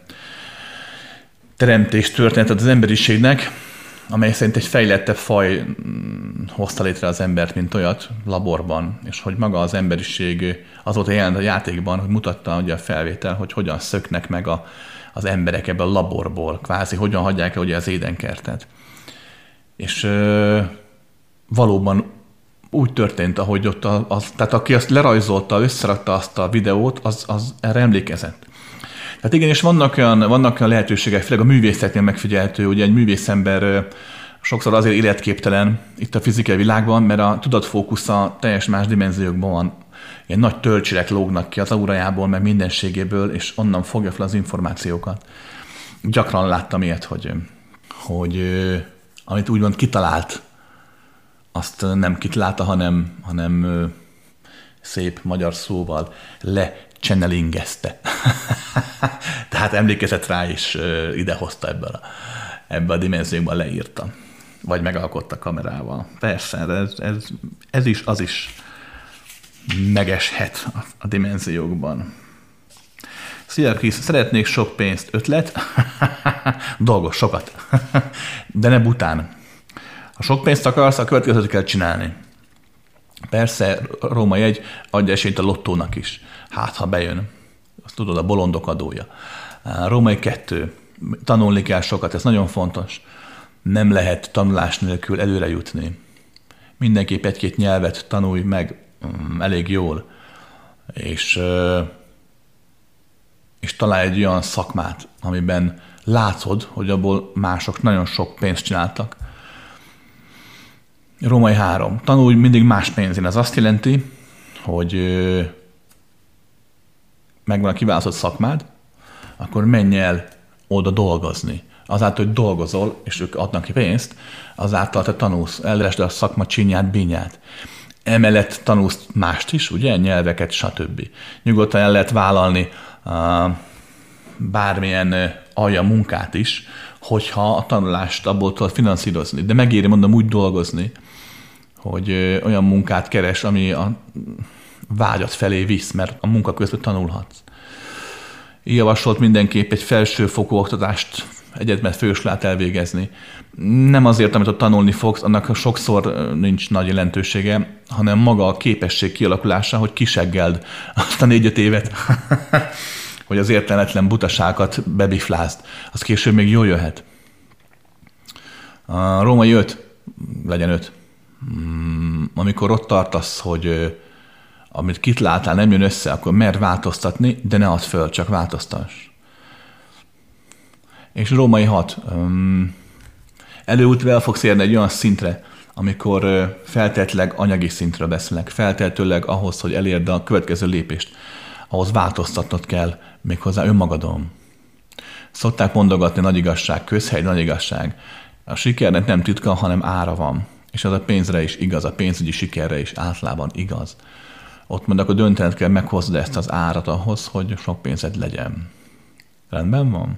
teremtés történetet az emberiségnek, amely szerint egy fejlettebb faj hozta létre az embert, mint olyat laborban, és hogy maga az emberiség, az volt a jelenet a játékban, hogy mutatta ugye a felvétel, hogy hogyan szöknek meg az emberek ebből a laborból, kvázi hogyan hagyják el ugye az édenkertet. És valóban úgy történt, ahogy ott tehát aki azt lerajzolta, összerakta azt a videót, az erre emlékezett. Tehát igen, és vannak olyan lehetőségek, főleg a művészetnél megfigyelhető, ugye egy művészember sokszor azért életképtelen itt a fizikai világban, mert a tudatfókusza teljes más dimenziókban van. Ilyen nagy tölcsérek lógnak ki az aurajából, meg mindenségéből, és onnan fogja fel az információkat. Gyakran láttam ilyet, hogy amit úgymond kitalált, azt nem kitalálta, hanem szép magyar szóval lecsenelingezte. Tehát emlékezett rá, és idehozta ebbe a dimenziókban leírta. Vagy megalkotta kamerával. Persze, ez is, az is megeshet a dimenziókban. Szia Krisz, szeretnék sok pénzt. Ötlet? Dolgos, sokat. De ne bután. Ha sok pénzt akarsz, a következőt kell csinálni. Persze, Róma jegy adja esélyt a lottónak is. Hát, ha bejön. Azt tudod, a bolondok adója. Római 2. Tanulni kell sokat, ez nagyon fontos. Nem lehet tanulás nélkül előre jutni. Mindenképp egy-két nyelvet tanulj meg elég jól, és találj egy olyan szakmát, amiben látod, hogy abból mások nagyon sok pénzt csináltak. Római 3. Tanulj mindig más pénzén. Ez azt jelenti, hogy megvan a kiválasztott szakmád, akkor menj el oda dolgozni. Azáltal, hogy dolgozol, és ők adnak ki pénzt, azáltal te tanulsz, elresd a szakma csínyát, bínyát. Emellett tanulsz mást is, ugye, nyelveket, stb. Nyugodtan el lehet vállalni bármilyen alja munkát is, hogyha a tanulást abból tudod finanszírozni. De megéri, mondom, úgy dolgozni, hogy olyan munkát keres, ami a vágyat felé visz, mert a munka közben tanulhatsz. Így javasolt mindenképp egy felsőfokú oktatást, egyetemet, főiskolát elvégezni. Nem azért, amit ott tanulni fogsz, annak sokszor nincs nagy jelentősége, hanem maga a képesség kialakulása, hogy kiseggeld azt a 4-5 évet, hogy az értelmetlen butaságokat bebiflázd. Az később még jól jöhet. A Római 5, legyen 5. Amikor ott tartasz, hogy amit kitaláltál, nem jön össze, akkor mer változtatni, de ne add föl, csak változtass. És Római 6. Előbb el fogsz érni egy olyan szintre, amikor feltétlenleg anyagi szintről beszélek. Feltétlenleg ahhoz, hogy elérd a következő lépést, ahhoz változtatnod kell méghozzá önmagadon. Szokták mondogatni, nagy igazság, közhely, nagy igazság. A sikernek nem titka, hanem ára van. És az a pénzre is igaz, a pénzügyi sikerre is általában igaz. Ott mondok, hogy döntened kell, meghozd ezt az árat ahhoz, hogy sok pénzed legyen. Rendben van?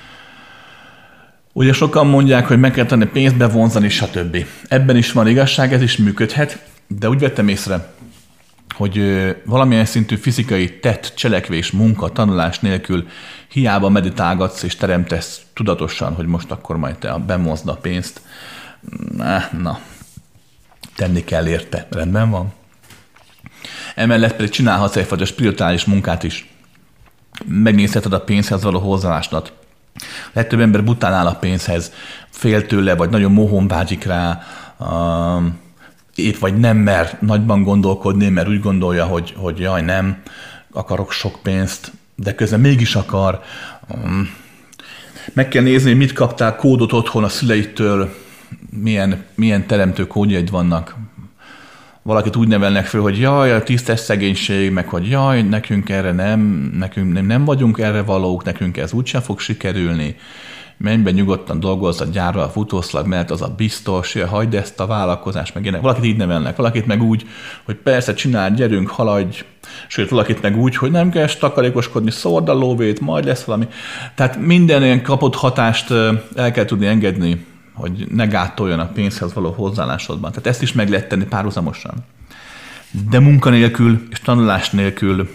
Ugye sokan mondják, hogy meg kell tenni pénzt bevonzani, stb. Ebben is van igazság, ez is működhet, de úgy vettem észre, hogy valamilyen szintű fizikai tett, cselekvés, munka, tanulás nélkül hiába meditálgatsz és teremtesz tudatosan, hogy most akkor majd te bevonzd a pénzt. Na, tenni kell érte. Rendben van? Emellett pedig csinálhatsz egyfajta spirituális munkát is. Megnézheted a pénzhez való hozzáállásodat. Legtöbb ember bután áll a pénzhez, fél tőle, vagy nagyon mohón vágyik rá, épp vagy nem mer nagyban gondolkodni, mert úgy gondolja, hogy jaj, nem akarok sok pénzt, de közben mégis akar. Meg kell nézni, hogy mit kaptál kódot otthon a szüleitől, milyen teremtő kódjaid vannak. Valakit úgy nevelnek föl, hogy jaj, a tisztes szegénység, meg hogy jaj, nekünk erre nem vagyunk erre valók, nekünk ez úgysem fog sikerülni. menj be nyugodtan, dolgozz a gyárra, a futószlag mellett, az a biztos, hagyd ezt a vállalkozást, meg ilyenek. Valakit így nevelnek, valakit meg úgy, hogy persze csinálj, gyerünk, haladj, sőt, valakit meg úgy, hogy nem kell takarékoskodni, szórd a lóvét, majd lesz valami. Tehát minden ilyen kapott hatást el kell tudni engedni, hogy ne gátoljon a pénzhez való hozzáállásodban. Tehát ezt is meg lehet tenni párhuzamosan. De munkanélkül és tanulás nélkül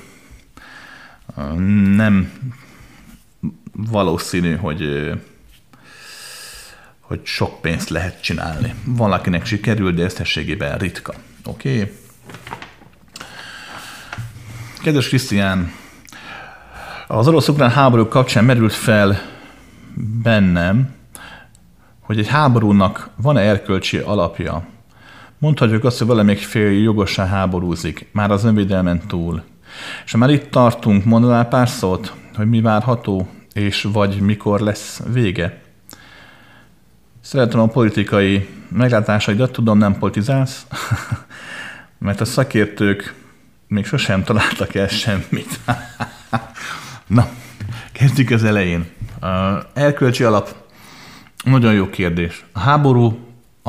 nem valószínű, hogy sok pénzt lehet csinálni. Valakinek sikerül, de összességében ritka. Oké? Kedves Krisztián, az orosz-ukrán háború kapcsán merült fel bennem, hogy egy háborúnak van-e erkölcsi alapja. Mondhatjuk azt, hogy valamelyik fél jogosan háborúzik, már az önvédelmen túl. És ha már itt tartunk, mondanál pár szót, hogy mi várható, és vagy mikor lesz vége? Szeretem a politikai meglátásaidat, tudom, nem politizálsz, mert a szakértők még sosem találtak el semmit. Na, kezdjük az elején. Erkölcsi alap, nagyon jó kérdés. A háború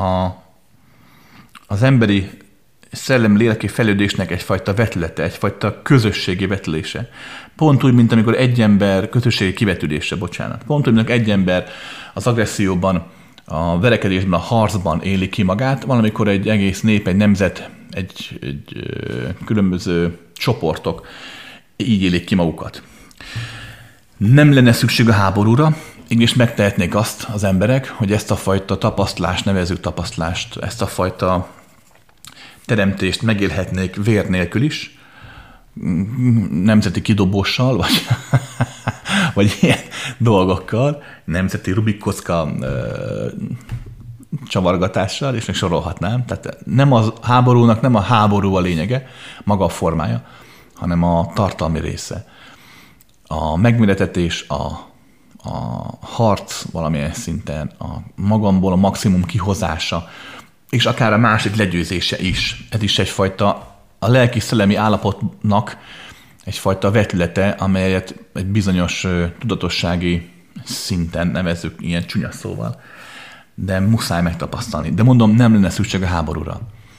az emberi szellem-léleki fejlődésnek egyfajta vetülete, egyfajta közösségi vetülése. Pont úgy, mint amikor egy ember közösségi kivetülése, bocsánat. Pont úgy, mint egy ember az agresszióban, a verekedésben, a harcban éli ki magát, valamikor egy egész nép, egy nemzet, egy különböző csoportok így élik ki magukat. Nem lenne szükség a háborúra, és megtehetnék azt az emberek, hogy ezt a fajta tapasztalást, nevezzük tapasztalást, ezt a fajta teremtést megélhetnék vér nélkül is, nemzeti kidobóssal, vagy ilyen dolgokkal, nemzeti Rubik kocka csavargatással, és még sorolhatnám. Tehát nem a háborúnak nem a háború a lényege, maga a formája, hanem a tartalmi része. A megméretetés, a harc valamilyen szinten, a magamból a maximum kihozása, és akár a másik legyőzése is. Ez is egyfajta a lelki-szellemi állapotnak egyfajta vetülete, amelyet egy bizonyos tudatossági szinten nevezzük ilyen csúnya szóval. De muszáj megtapasztalni. De mondom, nem lenne szükség a háborúra.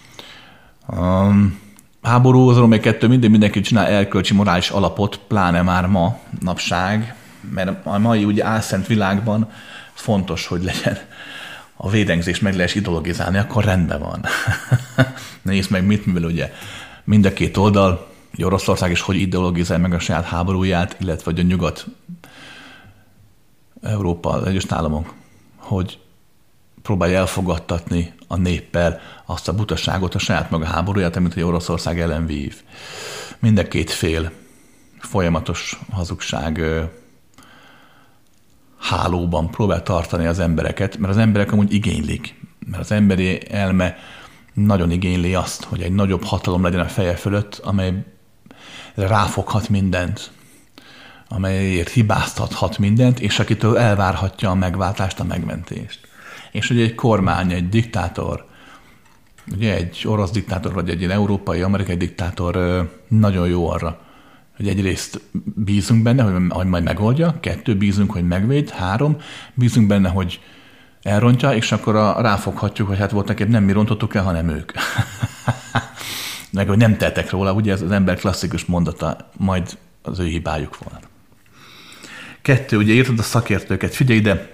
Háború, az Római 2 mindenki csinál erkölcsi morális alapot, pláne már ma, napság, mert a mai ugye álszent világban fontos, hogy legyen a védengzés, meg lehet ideologizálni, akkor rendben van. Nézd meg mit, mivel ugye mind a két oldal, hogy Oroszország is hogy ideologizál meg a saját háborúját, illetve hogy a Nyugat-Európa, az Egyesült Államok, hogy próbálja elfogadtatni a néppel azt a butaságot, a saját maga háborúját, amit egy Oroszország ellen vív. Mind a két fél folyamatos hazugság hálóban próbál tartani az embereket, mert az emberek amúgy igénylik. Mert az emberi elme nagyon igényli azt, hogy egy nagyobb hatalom legyen a feje fölött, amely ráfoghat mindent, amelyért hibáztathat mindent, és akitől elvárhatja a megváltást, a megmentést. És ugye egy kormány, egy diktátor, ugye egy orosz diktátor, vagy egy ilyen európai, amerikai diktátor nagyon jó arra, hogy egyrészt bízunk benne, hogy majd megoldja, 2, bízunk, hogy megvéd, 3, bízunk benne, hogy elrontja, és akkor ráfoghatjuk, hogy hát voltak épp nem mi rontottuk el, hanem ők. Meg, hogy nem tettek róla, ugye ez az ember klasszikus mondata, majd az ő hibájuk volna. 2, ugye írtad a szakértőket, figyelj ide,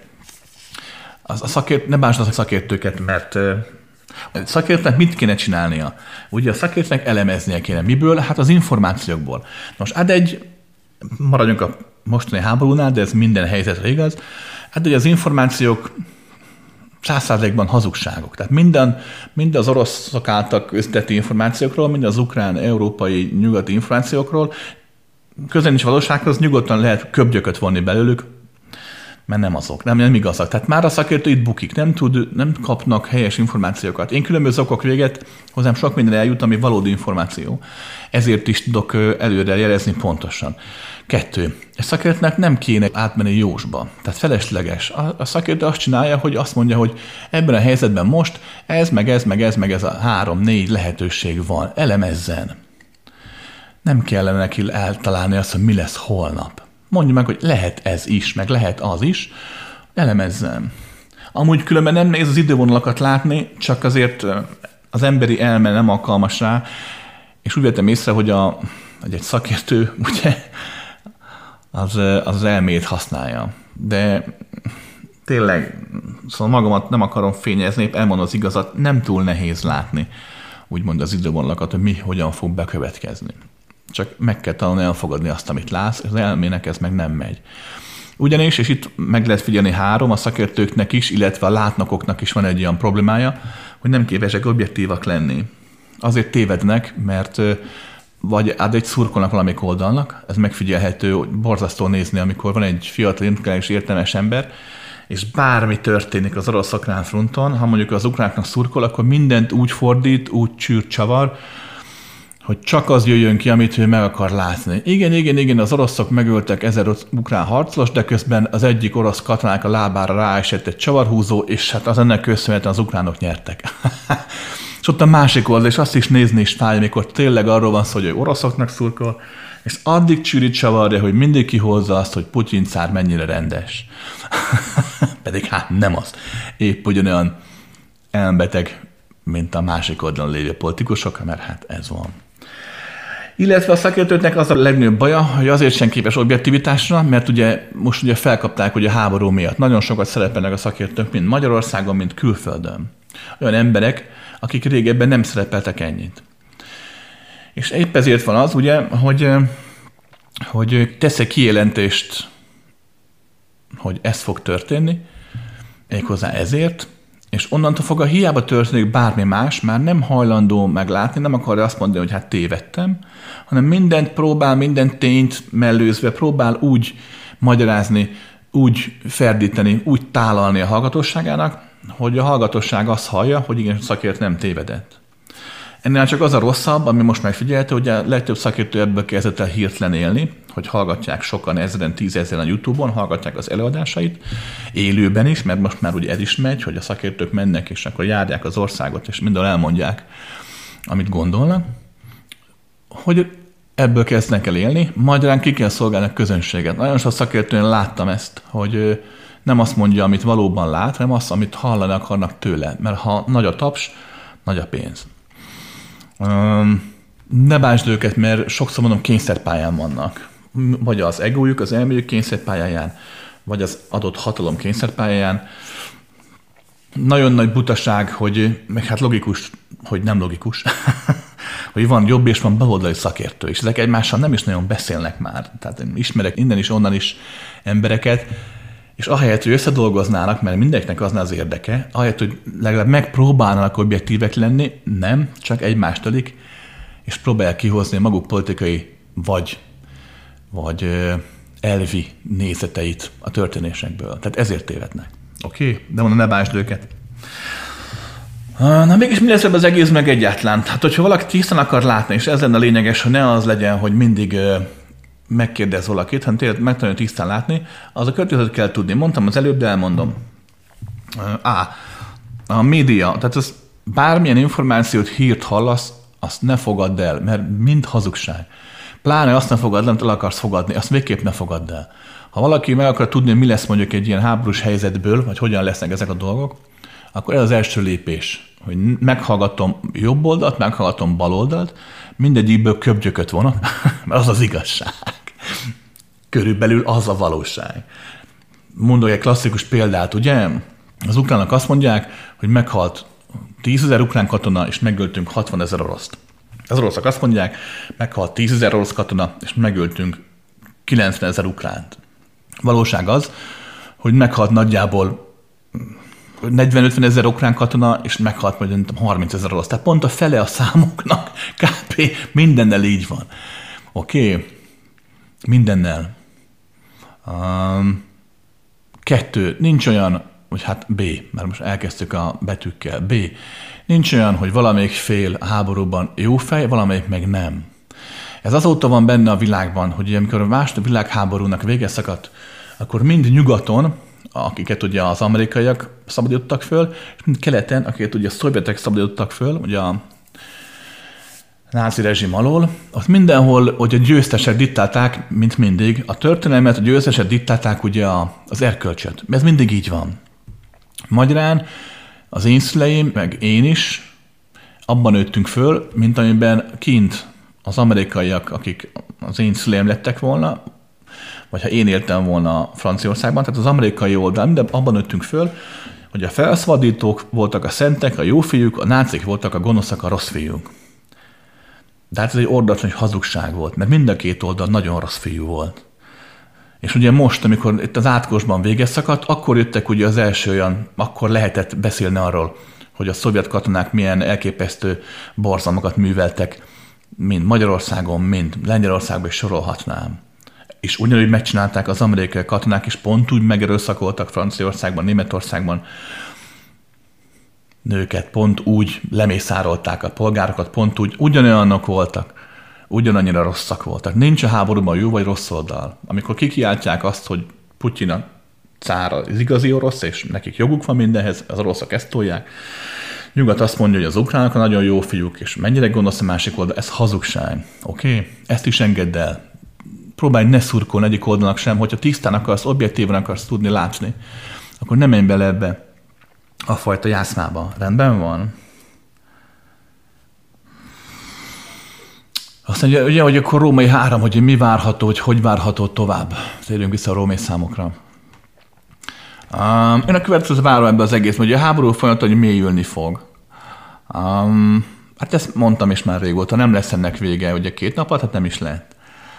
ne bánsd a szakértőket, mert a szakértőnek mit kéne csinálnia? Ugye a szakértőnek elemeznie kéne. Miből? Hát az információkból. Most maradjunk a mostani háborúnál, de ez minden helyzetre igaz, ugye az információk 100%-ban hazugságok. Tehát mind az oroszok által közvetett információkról, mind az ukrán, európai, nyugati információkról közel nincs valósághoz, nyugodtan lehet köbgyököt vonni belőlük, mert nem azok, nem igazak. Tehát már a szakértő itt bukik, nem kapnak helyes információkat. Én különböző okok véget hozzám sok minden eljut, ami valódi információ. Ezért is tudok előre jelezni pontosan. 2. A szakértőnek nem kéne átmenni jósba. Tehát felesleges. A szakértő azt csinálja, hogy azt mondja, hogy ebben a helyzetben most ez, meg ez a 3-4 lehetőség van. Elemezzen. Nem kellene neki eltalálni azt, hogy mi lesz holnap. Mondja meg, hogy lehet ez is, meg lehet az is. Elemezzem. Amúgy különben nem nehéz az idővonalakat látni, csak azért az emberi elme nem alkalmas rá, és úgy vettem észre, hogy egy szakértő ugye, az elmét használja. De tényleg, szóval magamat nem akarom fényezni, elmondom az igazat, nem túl nehéz látni, úgymond az idővonalakat, hogy mi hogyan fog bekövetkezni. Csak meg kell talán elfogadni azt, amit látsz, az elmének ez meg nem megy. Ugyanis, és itt meg lehet figyelni a szakértőknek is, illetve a látnokoknak is van egy olyan problémája, hogy nem képesek objektívak lenni. Azért tévednek, mert vagy egy szurkolnak valamelyik oldalnak, ez megfigyelhető, hogy borzasztó nézni, amikor van egy fiatal, intelligens, értelmes ember, és bármi történik az orosz-ukrán fronton, ha mondjuk az ukránoknak szurkol, akkor mindent úgy fordít, úgy csavar, hogy csak az jöjjön ki, amit ő meg akar látni. Igen, az oroszok megöltek 1000 ukrán harcos, de közben az egyik orosz katonák a lábára ráesett egy csavarhúzó, és hát az ennek köszönhetően az ukránok nyertek. És ott a másik oldal, és azt is nézni is fáj, amikor tényleg arról van szó, hogy oroszoknak szurkol, és addig csűrit csavarja, hogy mindig kihozza azt, hogy Putyin cár mennyire rendes. Pedig hát nem az. Épp ugyanolyan elmbeteg, mint a másik oldalon lévő politikusok, mert hát ez van. Illetve a szakértőknek az a legnagyobb baja, hogy azért sem képes objektivitásra, mert ugye most ugye felkapták ugye a háború miatt. Nagyon sokat szerepelnek a szakértők, mind Magyarországon, mind külföldön. Olyan emberek, akik régebben nem szerepeltek ennyit. És épp ezért van az, ugye, hogy tesz egy kijelentést, hogy ez fog történni, méghozzá ezért, és onnantól fogva hiába történik bármi más, már nem hajlandó meglátni, nem akarja azt mondani, hogy hát tévedtem, hanem mindent próbál, minden tényt mellőzve próbál úgy magyarázni, úgy ferdíteni, úgy tálalni a hallgatóságának, hogy a hallgatóság azt hallja, hogy igen, a szakértő nem tévedett. Ennél csak az a rosszabb, ami most megfigyelhető, hogy a legtöbb szakértő ebből kezdett el hirtelen élni, hogy hallgatják sokan ezeren, 10 000 a YouTube-on, hallgatják az előadásait, élőben is, mert most már ugye ez is megy, hogy a szakértők mennek, és akkor járják az országot, és mindenhol elmondják, amit gondolnak, hogy ebből kezdnek el élni, magyarán ki kell szolgálni a közönséget. Nagyon sok szakértően láttam ezt, hogy nem azt mondja, amit valóban lát, hanem azt, amit hallani akarnak tőle, mert ha nagy a taps, nagy a pénz. Ne bántsd őket, mert sokszor mondom, kényszerpályán vannak. Vagy az egójuk, az elméjük kényszerpályáján, vagy az adott hatalom kényszerpályáján. Nagyon nagy butaság, hogy, meg hát logikus, hogy nem logikus, hogy van jobb és van baloldali szakértő, és ezek egymással nem is nagyon beszélnek már. Tehát ismerek innen is, onnan is embereket, és ahelyett, hogy összedolgoznának, mert mindenkinek az az érdeke, ahelyett, hogy legalább megpróbálnának objektívek lenni, nem, csak egymást ölik, és próbálják kihozni a maguk politikai vagy elvi nézeteit a történésekből. Tehát ezért tévednek. Oké? De mondom, ne bántsd őket. Na mégis mi lesz ebben az egész meg egyáltalán? Hát, hogyha valaki tisztán akar látni, és ez lenne a lényeges, hogy ne az legyen, hogy mindig megkérdez valakit, hanem tényleg megtanulni tisztán látni, az a következőt kell tudni. Mondtam az előbb, de elmondom. A média, tehát az bármilyen információt, hírt hallasz, azt ne fogadd el, mert mind hazugság. Pláne azt nem fogadd el, amit el akarsz fogadni, azt végképp ne fogadd el. Ha valaki meg akar tudni, mi lesz mondjuk egy ilyen háborús helyzetből, vagy hogyan lesznek ezek a dolgok, akkor ez az első lépés, hogy meghallgatom jobb oldalt, meghallgatom bal oldalt, mindegyikből köbgyököt vonok, mert az az igazság. Körülbelül az a valóság. Mondok egy klasszikus példát, ugye? Az ukránok azt mondják, hogy meghalt 10 000 ukrán katona, és megöltünk 60 000 oroszt. Az oroszok azt mondják, meghalt 10 000 orosz katona, és megöltünk 90 000 ukránt. Valóság az, hogy meghalt nagyjából 40-50 000 ukrán katona, és meghalt majd 30 000 orosz. Tehát pont a fele a számoknak, kb. Mindennel így van. Oké? Mindennel. 2. Nincs olyan, hogy hát B, mert most elkezdtük a betűkkel. B. Nincs olyan, hogy valamelyik fél a háborúban jó fej, valamelyik meg nem. Ez azóta van benne a világban, hogy amikor a második világháborúnak vége szakadt, akkor mind nyugaton, akiket ugye az amerikaiak szabadítottak föl, és mind keleten, akiket ugye a szovjetek szabadítottak föl, ugye náci rezsim alól, ott mindenhol, hogy a győztesek diktálták, mint mindig, a történelmet, a győztesek diktálták ugye az erkölcsöt. Ez mindig így van. Magyarán az én szüleim, meg én is abban nőttünk föl, mint amiben kint az amerikaiak, akik az én szüleim lettek volna, vagy ha én éltem volna Franciaországban, tehát az amerikai oldalon, de abban nőttünk föl, hogy a felszabadítók voltak a szentek, a jó fiúk, a nácik voltak a gonoszak, a rossz fiúk. De hát ez egy ordatlan hazugság volt, mert mind a két oldal nagyon rossz fiú volt. És ugye most, amikor itt az átkosban véges szakadt, akkor jöttek ugye az első olyan, akkor lehetett beszélni arról, hogy a szovjet katonák milyen elképesztő borzalmakat műveltek, mind Magyarországon, mind Lengyelországban is sorolhatnám. És ugyanúgy megcsinálták az amerikai katonák, és pont úgy megerőszakoltak Franciaországban, Németországban nőket, pont úgy lemészárolták a polgárokat, pont úgy, ugyanolyanok voltak, ugyanannyira rosszak voltak. Nincs a háborúban jó vagy rossz oldal. Amikor kikiáltják azt, hogy Putyin a cár az igazi orosz, és nekik joguk van mindenhez, az oroszok ezt tolják. Nyugat azt mondja, hogy az ukránok a nagyon jó fiúk, és mennyire gonosz a másik oldal, ez hazugság. Oké? Ezt is engedd el. Próbálj ne szurkolni egyik oldalnak sem, hogyha tisztán akarsz, objektíven akarsz tudni látni, akkor nem menj bele ebbe a fajta jászmába. Rendben van? Azt mondja, ugye, hogy akkor római 3, hogy mi várható, hogy várható tovább. Térjünk vissza a római számokra. Én a következő várom ebbe az egész, hogy a háború folyamat, hogy mélyülni fog. Hát ezt mondtam is már régóta, nem lesz ennek vége, ugye 2 napot, hát nem is lehet.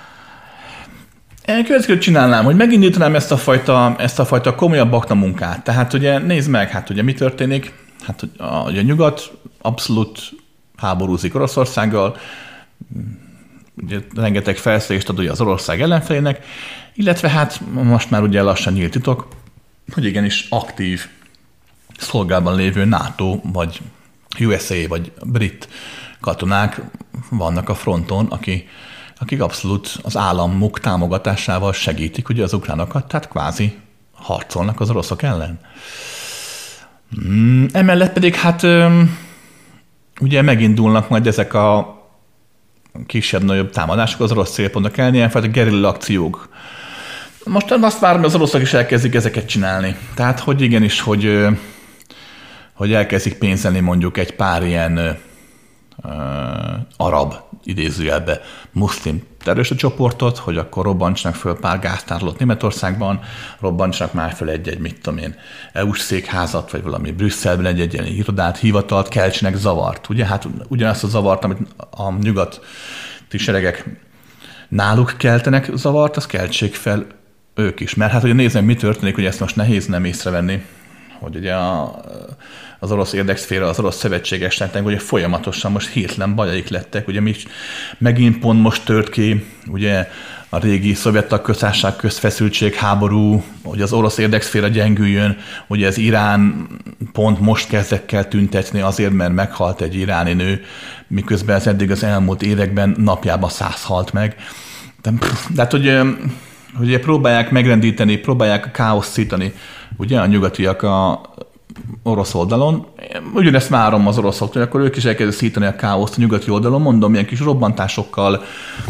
Én következőt csinálnám, hogy megindítanám ezt a fajta komolyabb akta munkát. Tehát ugye nézd meg, hát ugye mi történik? Hát ugye a nyugat abszolút háborúzik Oroszországgal, ugye rengeteg felszerelést ad ugye az Oroszország ellenfelének, illetve hát most már ugye lassan nyílt titok, hogy igenis aktív szolgálban lévő NATO, vagy USA, vagy brit katonák vannak a fronton, akik abszolút az államuk támogatásával segítik ugye az ukránokat, tehát kvázi harcolnak az oroszok ellen. Emellett pedig hát ugye megindulnak majd ezek a kisebb-nagyobb támadások az orosz célpontok ellen, ilyenfajta gerilla akciók. Most azt várom, hogy az oroszok is elkezdik ezeket csinálni. Tehát, hogy igenis, hogy elkezdik pénzelni mondjuk egy pár ilyen arab, idézőjelbe, muszlim terrorista csoportot, hogy akkor robbantsanak föl pár gáztárolót Németországban, robbantsanak már föl egy mit tudom én, EU-s székházat, vagy valami Brüsszelben egy ilyen irodát, hivatalt, keltsenek zavart. Ugye, hát ugyanazt a zavart, amit a nyugati seregek náluk keltenek zavart, azt keltsék fel ők is. Mert hát ugye nézem, mi történik, hogy ezt most nehéz nem észrevenni, hogy ugye az orosz érdekszféra, az orosz szövetséges lettek, ugye folyamatosan most hirtelen bajaik lettek, ugye megint pont most tört ki, ugye a régi szovjet tagköztársaság közfeszültség, háború, hogy az orosz érdekszféra gyengüljön, ugye az Irán pont most kezdett el tüntetni azért, mert meghalt egy iráni nő, miközben ez eddig az elmúlt években napjában 100 halt meg. De hát ugye próbálják megrendíteni, próbálják a káoszt szítani, ugye a nyugatiak a orosz oldalon. Ugyanezt várom az oroszoktól, akkor ők is elkezdik szítani a káoszt a nyugati oldalon, mondom, ilyen kis robbantásokkal,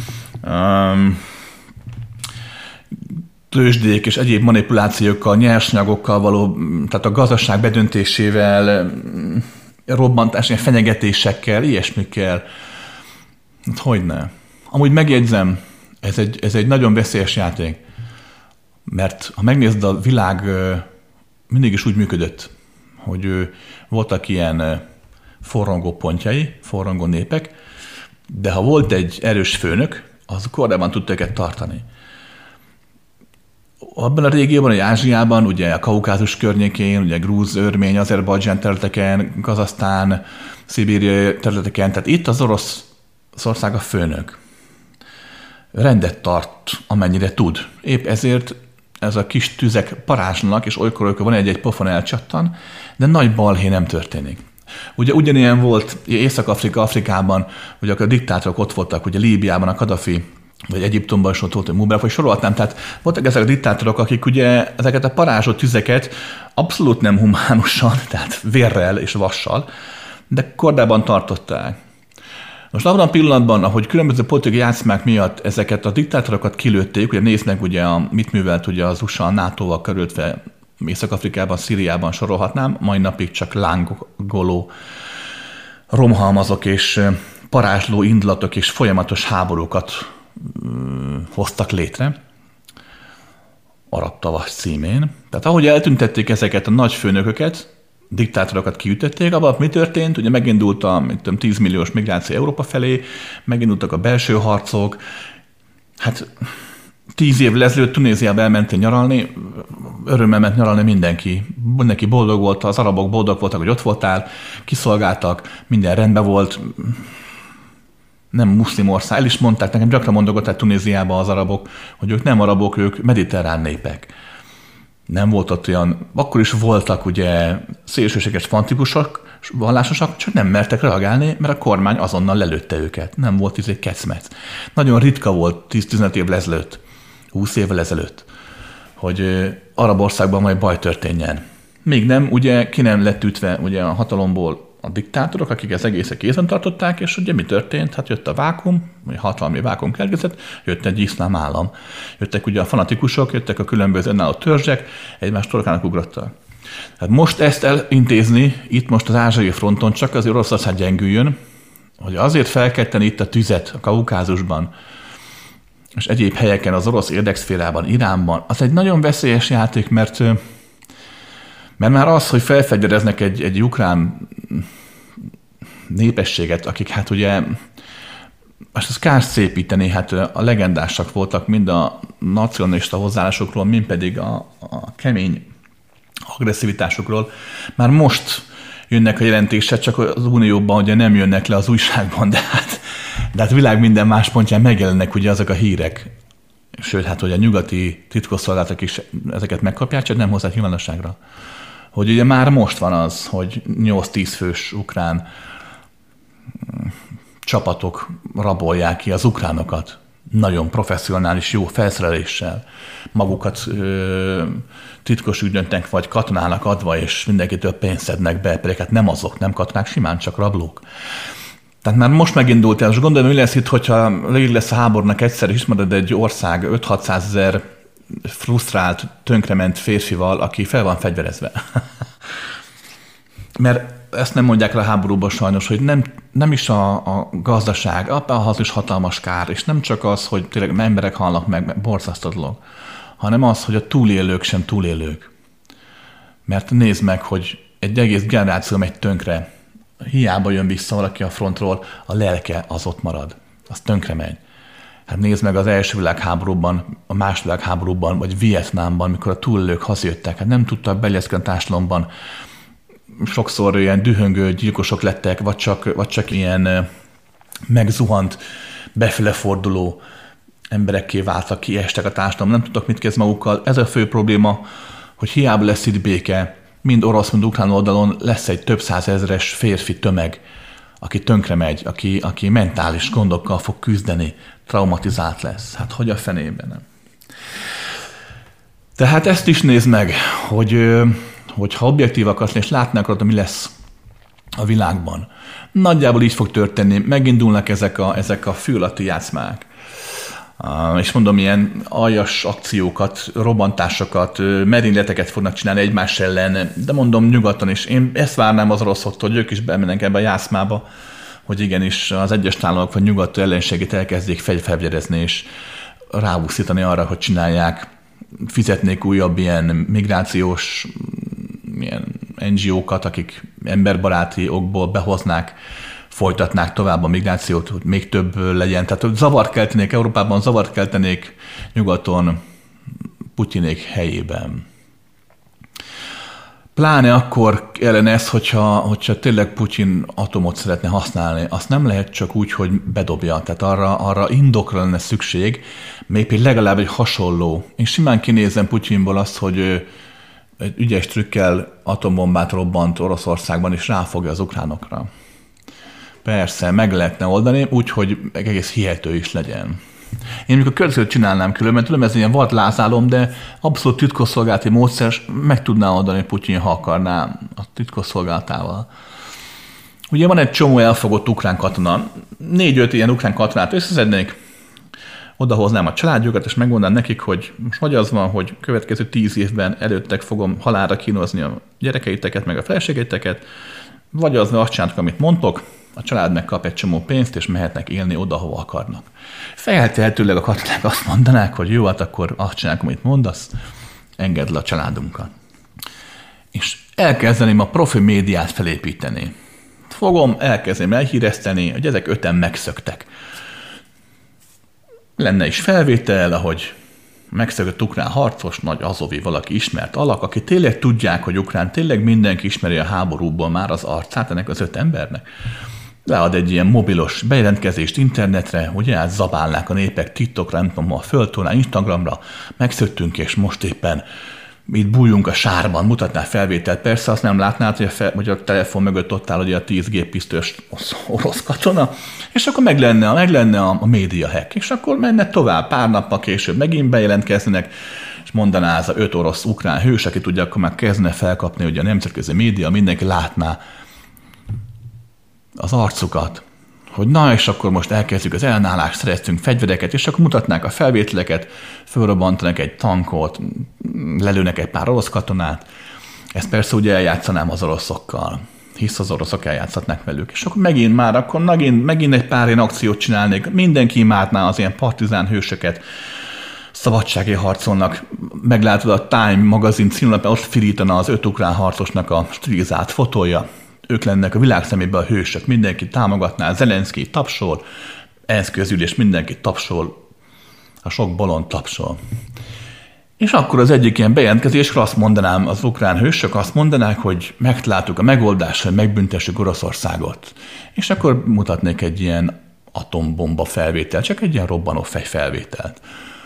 tőzsdék és egyéb manipulációkkal, nyersanyagokkal való, tehát a gazdaság bedöntésével, robbantás, ilyen fenyegetésekkel, ilyesmikkel. Hát hogyne. Amúgy megjegyzem, ez egy nagyon veszélyes játék, mert ha megnézed, a világ mindig is úgy működött, hogy voltak ilyen forrongó pontjai, forrongó népek, de ha volt egy erős főnök, az korábban tudta őket tartani. Abban a régióban, hogy Ázsiában, ugye a Kaukázus környékén, ugye grúz, örmény, Azerbajdzsán területeken, Kazahsztán, Szibéria területeken, tehát itt az Oroszország a főnök. Rendet tart, amennyire tud. Épp ezért ez a kis tüzek parázsnak, és olykor van egy pofon elcsattan, de nagy balhé nem történik. Ugye ugyanilyen volt Észak-Afrikában, ugye a diktátorok ott voltak, ugye Líbiában a Kadafi, vagy Egyiptomban is ott volt, hogy Mubarak, vagy sorolhatnám. Tehát voltak ezek a diktátorok, akik ugye ezeket a parázsott tüzeket abszolút nem humánusan, tehát vérrel és vassal, de kordában tartották. Most abban a pillanatban, ahogy különböző politikai játszmák miatt ezeket a diktátorokat kilőtték, ugye nézd meg, ugye, mit művelt ugye az USA a NATO-val körültve Észak-Afrikában, Szíriában sorolhatnám, mai napig csak lángoló romhalmazok és parázsló indulatok és folyamatos háborúkat hoztak létre arab tavasz címén. Tehát ahogy eltüntették ezeket a nagy főnököket, diktátorokat kiütötték, abban mi történt? Ugye megindult a 10 milliós migráció Európa felé, megindultak a belső harcok, hát 10 évvel ezelőtt Tunéziába elmentél nyaralni, örömmel ment nyaralni mindenki boldog volt, az arabok boldog voltak, hogy ott voltál, kiszolgáltak, minden rendben volt, nem muszlim ország. El is mondták, nekem gyakran mondogatták Tunéziába az arabok, hogy ők nem arabok, ők mediterrán népek. Nem volt ott olyan, akkor is voltak ugye szélsőséges fanatikusok, vallásosak, csak nem mertek reagálni, mert a kormány azonnal lelőtte őket. Nem volt kecmec. Nagyon ritka volt 10-15 évvel ezelőtt, 20 évvel ezelőtt, hogy arab országban majd baj történjen. Még nem, ugye ki nem lett ütve ugye a hatalomból a diktátorok, akik az egészet kézen tartották, és ugye mi történt? Hát jött a vákum, vagy hatalmi vákum keletkezett, jött egy iszlám állam. Jöttek ugye a fanatikusok, jöttek a különböző önálló törzsek, egymást torkának ugrottak. Hát most ezt elintézni, itt most az ázsiai fronton csak azért Oroszország gyengüljön, hogy azért fel kell tenni itt a tüzet a Kaukázusban, és egyéb helyeken az orosz érdekszférában, Iránban, az egy nagyon veszélyes játék, mert már az, hogy felfegyvereznek egy ukrán népességet, akik hát ugye, most ezt kár szépíteni, hát a legendásak voltak mind a nacionalista hozzáállásokról, mind pedig a kemény agresszivitásokról. Már most jönnek a jelentések, csak az Unióban ugye nem jönnek le az újságban, de hát világ minden más pontján megjelennek ugye azok a hírek. Sőt, hát hogy a nyugati titkosszolgálatok is ezeket megkapják, csak nem hozzák nyilvánosságra. Hogy ugye már most van az, hogy 8-10 fős ukrán csapatok rabolják ki az ukránokat. Nagyon professzionális, jó felszereléssel. Magukat titkos ügynöknek vagy katonának adva, és mindenkitől pénzt szednek be, pedig hát nem azok, nem katonák, simán csak rablók. Tehát már most megindult el, és gondolom, mi lesz itt, hogyha végig lesz a háborúnak egyszer, és marad egy ország 5-600 ezer frusztrált, tönkrement férfival, aki fel van fegyverezve. Mert ezt nem mondják le a háborúban sajnos, hogy nem is a gazdaság, az is hatalmas kár, és nem csak az, hogy tényleg emberek halnak meg, borzasztó dolog, hanem az, hogy a túlélők sem túlélők. Mert nézd meg, hogy egy egész generáció megy tönkre, hiába jön vissza valaki a frontról, a lelke az ott marad, az tönkre megy. Hát nézd meg az első világháborúban, a második világháborúban, vagy Vietnámban, mikor a túlélők hazajöttek, hát nem tudtak beilleszkedni a társadalomban. Sokszor ilyen dühöngő gyilkosok lettek, vagy csak ilyen megzuhant, befele forduló emberekké váltak, kiestek a társadalom, nem tudtak mit kezdeni magukkal. Ez a fő probléma, hogy hiába lesz itt béke, mind orosz, mind ukrán oldalon lesz egy több százezeres férfi tömeg, aki tönkre megy, aki mentális gondokkal fog küzdeni, traumatizált lesz. Hát hogy a fenében nem? Tehát ezt is nézd meg, hogy ha objektív akarsz, és látni akarod, mi lesz a világban. Nagyjából így fog történni, megindulnak ezek a fű alatti játszmák. És mondom, ilyen aljas akciókat, robbantásokat, merényleteket fognak csinálni egymás ellen, de mondom nyugaton is. Én ezt várnám az oroszoktól, hogy ők is bemennek ebbe a játszmába, hogy igenis az egyes államok vagy nyugat ellenségét elkezdjék felfegyverezni és ráúszítani arra, hogy csinálják, fizetnék újabb ilyen migrációs ilyen NGO-kat, akik emberbaráti okból behoznák, folytatnák tovább a migrációt, hogy még több legyen. Tehát zavart keltenék Európában, zavart keltenék nyugaton, Putyinék helyében. Pláne akkor ellen ez, hogyha tényleg Putyin atomot szeretne használni, azt nem lehet csak úgy, hogy bedobja. Tehát arra indokra lenne szükség, még legalább egy hasonló. Én simán kinézem Putyinból azt, hogy egy ügyes trükkel atombombát robbant Oroszországban, és ráfogja az ukránokra. Persze, meg lehetne oldani, úgyhogy egész hihető is legyen. Én amikor következőt csinálnám különben, tudom, ez ilyen vad lázálom, de abszolút titkosszolgálati módszer meg tudná oldani Putyin, ha akarná a titkosszolgálatával. Ugye van egy csomó elfogott ukrán katona. 4-5 ilyen ukrán katonát összeszednék, odahoznám a családjukat, és megmondanám nekik, hogy most vagy az van, hogy következő 10 évben előttek fogom halálra kínozni a gyerekeiteket, meg a feleségeiteket, vagy az, azt csináltok, amit mondtok, a család megkap egy csomó pénzt, és mehetnek élni oda, hova akarnak. Feltehetőleg a katonák azt mondanák, hogy jó, hát akkor azt csináljuk, amit mondasz, engedd le a családunkat. És elkezdeném a profi médiát felépíteni. Elkezdeném elhíreszteni, hogy ezek 5-en megszöktek. Lenne is felvétel, ahogy megszökött ukrán harcos, nagy azovi valaki ismert alak, aki tényleg tudják, hogy ukrán, tényleg mindenki ismeri a háborúból már az arcát ennek az 5 embernek. Lead egy ilyen mobilos bejelentkezést internetre, ugye zabálnák a népek TikTokra, nem tudom, a Földtórán, Instagramra, megszöktünk, és most éppen itt bújjunk a sárban, mutatná felvételt. Persze azt nem látnád, hogy a telefon mögött ott áll ugye a 10 géppisztolyos orosz katona, és akkor meg lenne a média hack, és akkor menne tovább, pár nappal később megint bejelentkeznének, és mondaná az a 5 orosz-ukrán hős, aki tudja, akkor már kezdene felkapni, hogy a nemzetközi média, mindenki látná az arcukat, hogy na, és akkor most elkezdjük az ellenállást, szereztünk fegyvereket, és akkor mutatnák a felvételeket, fölrobbantanak egy tankot, lelőnek egy pár orosz katonát. Ezt persze ugye eljátszanám az oroszokkal, hisz az oroszok eljátszhatnák velük. És akkor megint egy pár ilyen akciót csinálnék, mindenki imádná az ilyen partizán hősöket, szabadságért harcolnak. Meglátod a Time magazin címlapján, ott firítana az 5 ukrán harcosnak a stilizált fotója. Ők lennek a világ szemében a hősök, mindenki támogatná, Zelenszkij tapsol, ENSZ közülés mindenki tapsol, a sok bolond tapsol. És akkor az egyik ilyen bejelentkezésre azt mondanám, az ukrán hősök azt mondanák, hogy megtaláltuk a megoldást, hogy megbüntessük Oroszországot. És akkor mutatnék egy ilyen atombomba felvételt, csak egy ilyen robbanó felvételt.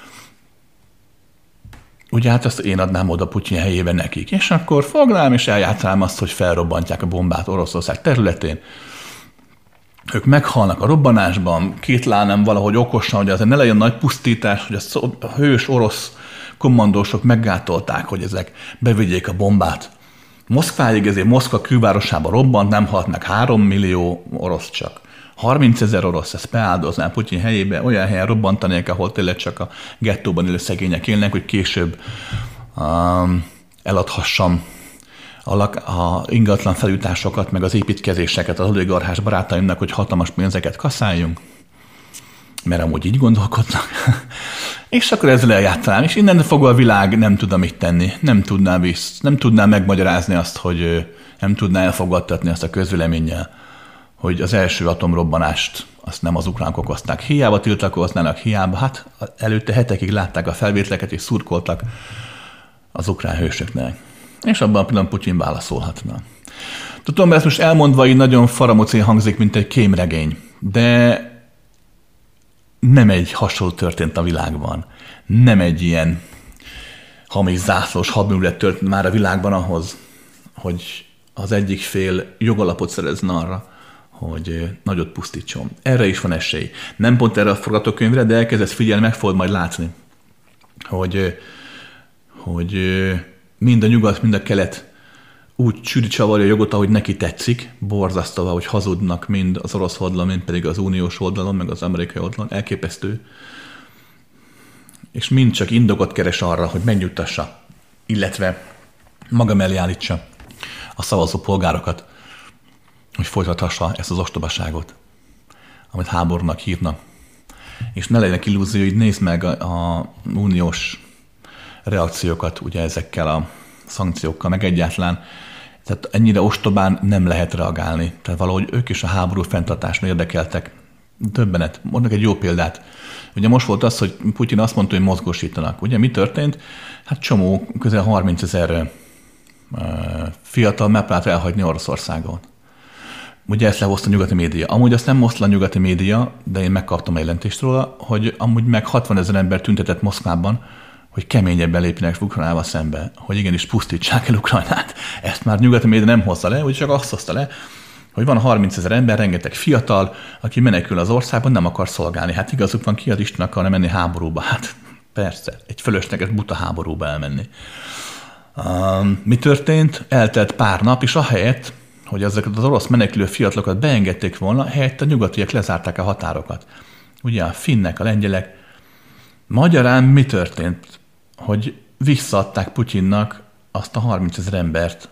Ugye hát ezt én adnám oda Putyin helyébe nekik. És akkor fognám és eljátszám azt, hogy felrobbantják a bombát Oroszország területén. Ők meghalnak a robbanásban, kétlálnám valahogy okosan, hogy azért ne legyen nagy pusztítás, hogy a hős orosz kommandósok meggátolták, hogy ezek bevigyék a bombát Moszkváig, ezért Moszkva külvárosába robbant, nem halt meg 3 millió orosz csak. 30 000 orosz, ezt beáldoznám Putyin helyébe, olyan helyen robbantanék, ahol tényleg csak a gettóban élő szegények élnek, hogy később eladhassam a ingatlan felújításokat, meg az építkezéseket az oligarchás barátaimnak, hogy hatalmas pénzeket kaszáljunk, mert amúgy így gondolkodnak. És akkor ezzel eljátszanám, és innen fogva a világ nem tudna mit tenni, nem tudná megmagyarázni azt, hogy nem tudná elfogadtatni azt a közvéleménnyel, hogy az első atomrobbanást azt nem az ukránok okozták. Hiába tiltakoznának, hiába, hát előtte hetekig látták a felvételeket, és szurkoltak az ukrán hősöknek. És abban a pillanatban Putyin válaszolhatna. Tudom, ezt most elmondva így nagyon faramocén hangzik, mint egy kémregény, de nem egy hasonló történt a világban. Nem egy ilyen hamis zászlós hadművelet történt már a világban ahhoz, hogy az egyik fél jogalapot szerezzen arra, hogy nagyot pusztítson. Erre is van esély. Nem pont erre a forgatókönyvre, de elkezdesz figyelni, meg fogod majd látni, hogy mind a nyugat, mind a kelet úgy csüri csavarja a jogot, ahogy neki tetszik, borzasztó, hogy hazudnak mind az orosz oldalon, mind pedig az uniós oldalon, meg az amerikai oldalon. Elképesztő. És mind csak indokot keres arra, hogy megnyugtassa, illetve maga mellé állítsa a szavazó polgárokat, hogy folytathassa ezt az ostobaságot, amit háborúnak hívnak. És ne legyenek illúzió, hogy nézd meg a uniós reakciókat ugye ezekkel a szankciókkal, meg egyáltalán. Tehát ennyire ostobán nem lehet reagálni. Tehát valahogy ők is a háború fenntartásra érdekeltek. Döbbenet. Mondok egy jó példát. Ugye most volt az, hogy Putyin azt mondta, hogy mozgósítanak. Ugye mi történt? Hát csomó, közel 30 000 fiatal megpróbált elhagyni Oroszországon. Ugye ezt lehozta a nyugati média. Amúgy azt nem osztla a nyugati média, de én megkaptam a jelentést róla, hogy amúgy meg 60 000 ember tüntetett Moszkvában, hogy keményebben lépjenek Ukrajnával szembe, hogy igenis pusztítsák el Ukrajnát. Ezt már nyugati média nem hozta le, úgy csak azt hozta le, hogy van 30 000 ember, rengeteg fiatal, aki menekül az országban, nem akar szolgálni. Hát igazuk van, ki az Isten akarna menni háborúba? Hát persze, egy fölösleges buta háborúba elmenni. Mi történt? Eltelt pár nap, és ahelyett, hogy ezeket az orosz menekülő fiatalokat beengedték volna, helyett a nyugatiak lezárták a határokat. Ugye a finnek, a lengyelek. Magyarán mi történt? Hogy visszaadták Putyinnak azt a 30 000 embert,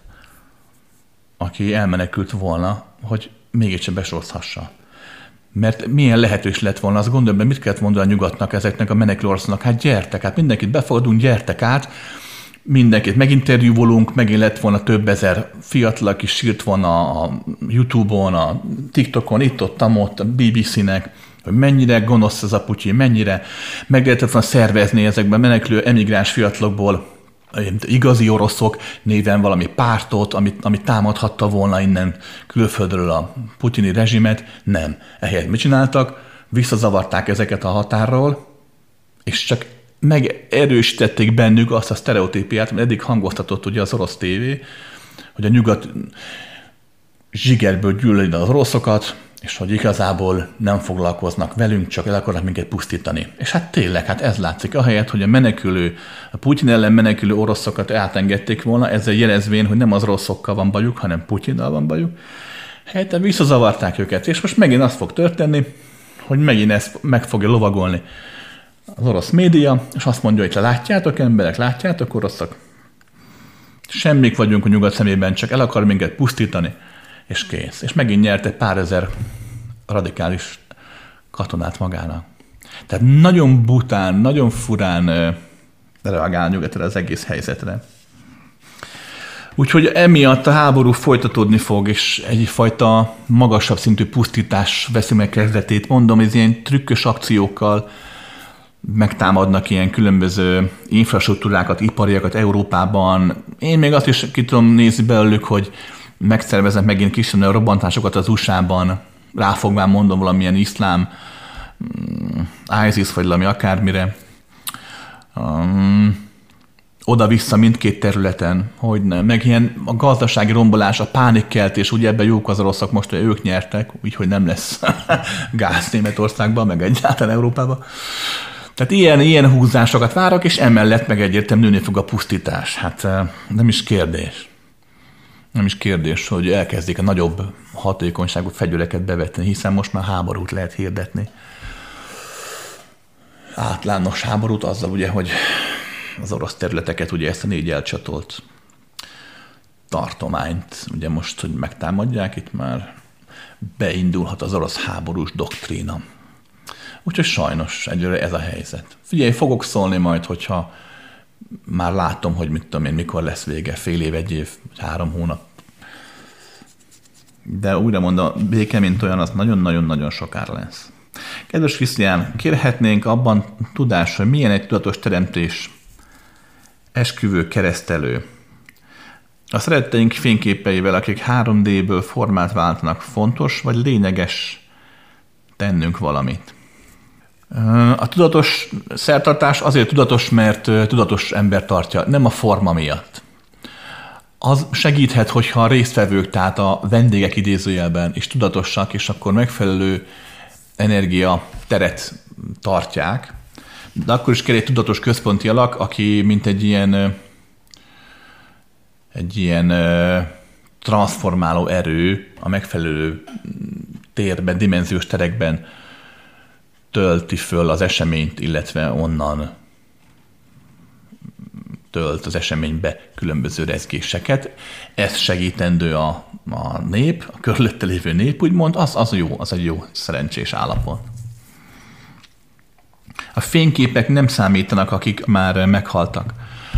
aki elmenekült volna, hogy mégiscsak besorozhassa. Mert milyen lehetős lett volna, azt gondolom, hogy mit kellett mondani a nyugatnak, ezeknek a menekülő orosznak, hát gyertek át, mindenkit befogadunk, gyertek át, mindenkit meginterjúvolunk, megint lett volna több ezer fiatal, aki sírt volna a YouTube-on, a TikTokon, itt-ott, a BBC-nek, hogy mennyire gonosz ez a Putyin, mennyire meg lehetett volna szervezni ezekben a menekülő emigráns fiatalokból igazi oroszok néven valami pártot, amit támadhatta volna innen külföldről a putyini rezsimet. Nem. Ehelyett mit csináltak? Visszazavarták ezeket a határról, és csak megerősítették bennük azt a sztereotípiát, amit eddig hangoztatott ugye az orosz tévé, hogy a nyugat zsigerből gyűlöli az oroszokat, és hogy igazából nem foglalkoznak velünk, csak el akarnak minket pusztítani. És hát tényleg, hát ez látszik. Ahelyett, hogy a Putyin ellen menekülő oroszokat átengedték volna, ezzel jelezvén, hogy nem az oroszokkal van bajuk, hanem Putyinnal van bajuk, helyette visszazavarták őket. És most megint az fog történni, hogy megint ezt meg fogja lovagolni az orosz média, és azt mondja, hogy látjátok emberek, látjátok oroszok? Semmik vagyunk a nyugat szemében, csak el akar minket pusztítani, és kész. És megint nyert egy pár ezer radikális katonát magának. Tehát nagyon bután, nagyon furán reagál nyugat az egész helyzetre. Úgyhogy emiatt a háború folytatódni fog, és egyfajta magasabb szintű pusztítás veszi meg kezdetét. Mondom, ez ilyen trükkös akciókkal megtámadnak ilyen különböző infrastruktúrákat, ipariakat Európában. Én még azt is ki tudom nézni belőlük, hogy megszerveznek megint kisebb robbantásokat az USA-ban, ráfogván mondom valamilyen iszlám, ISIS vagy valami akármire. Oda-vissza mindkét területen, hogy nem. Meg ilyen a gazdasági rombolás, a pánikkeltés, ugye ebben jók az oroszok most, hogy ők nyertek, úgyhogy nem lesz gáz Németországban, meg egyáltalán Európában. Tehát ilyen húzásokat várok, és emellett meg egyértelműen nőni fog a pusztítás. Hát nem is kérdés. Nem is kérdés, hogy elkezdik a nagyobb hatékonyságú fegyvereket bevetni, hiszen most már háborút lehet hirdetni. Általános háborút azzal ugye, hogy az orosz területeket, ugye ezt a 4 elcsatolt tartományt, ugye most, hogy megtámadják, itt már beindulhat az orosz háborús doktrína. Úgyhogy sajnos egyre ez a helyzet. Figyelj, fogok szólni majd, hogyha már látom, hogy mit tudom én, mikor lesz vége, fél év, 1 év, 3 hónap. De újra mondom, a béke, mint olyan, az nagyon-nagyon-nagyon sokára lesz. Kedves Krisztián, kérhetnénk abban tudás, hogy milyen egy tudatos teremtés, esküvő, keresztelő. A szeretteink fényképeivel, akik 3D-ből formát váltanak, fontos vagy lényeges tennünk valamit? A tudatos szertartás azért tudatos, mert tudatos ember tartja, nem a forma miatt. Az segíthet, hogyha a résztvevők, tehát a vendégek idézőjelben is tudatosak, és akkor megfelelő energia teret tartják. De akkor is kell egy tudatos központi alak, aki mint egy ilyen transformáló erő a megfelelő térben, dimenziós terekben tölti föl az eseményt, illetve onnan tölt az eseménybe különböző rezgéseket. Ez segítendő a nép, a körülötte lévő nép, úgymond, az jó, az egy jó szerencsés állapot. A fényképek nem számítanak, akik már meghaltak.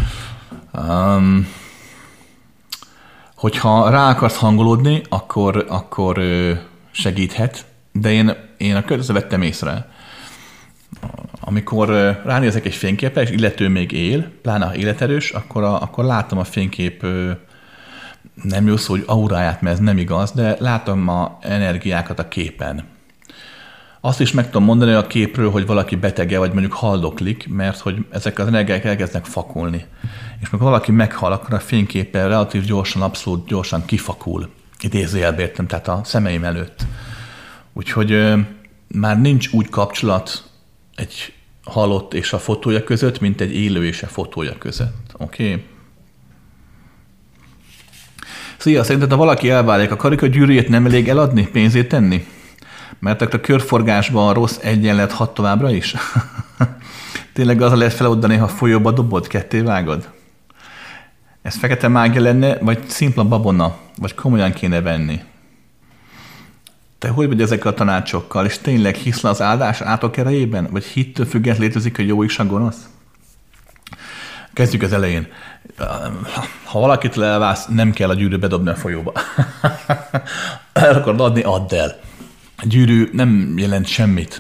Hogyha rá akarsz hangolódni, akkor segíthet, de én a következőt vettem észre. Amikor ránézek egy fényképre, és illető még él, pláne ha életerős, akkor látom a fénykép, nem jó szó, hogy auráját, mert ez nem igaz, de látom a energiákat a képen. Azt is meg tudom mondani a képről, hogy valaki betege, vagy mondjuk haldoklik, mert hogy ezek az energiák elkezdnek fakulni. És amikor valaki meghal, akkor a fényképpel relatív gyorsan, abszolút gyorsan kifakul. Idézőjelbe értem, tehát a szemeim előtt. Úgyhogy már nincs úgy kapcsolat egy halott és a fotója között, mint egy élő és a fotója között. Oké? Szia, szerinted ha valaki elválik, a karikagyűrűjét nem elég eladni, pénzét tenni? Mert akkor a körforgásban rossz egyenlet hat továbbra is? Tényleg az lehet feloldani, ha folyóba dobod, ketté vágod? Ez fekete mágia lenne, vagy szimpla babona? Vagy komolyan kéne venni? Te hogy vagy ezekkel a tanácsokkal, és tényleg hiszel az áldás átok erejében? Vagy hittől függetlenül létezik a jó és a gonosz? Kezdjük az elején. Ha valakitől elválsz, nem kell a gyűrűt bedobni a folyóba. El akarod adni, add el. A gyűrű nem jelent semmit.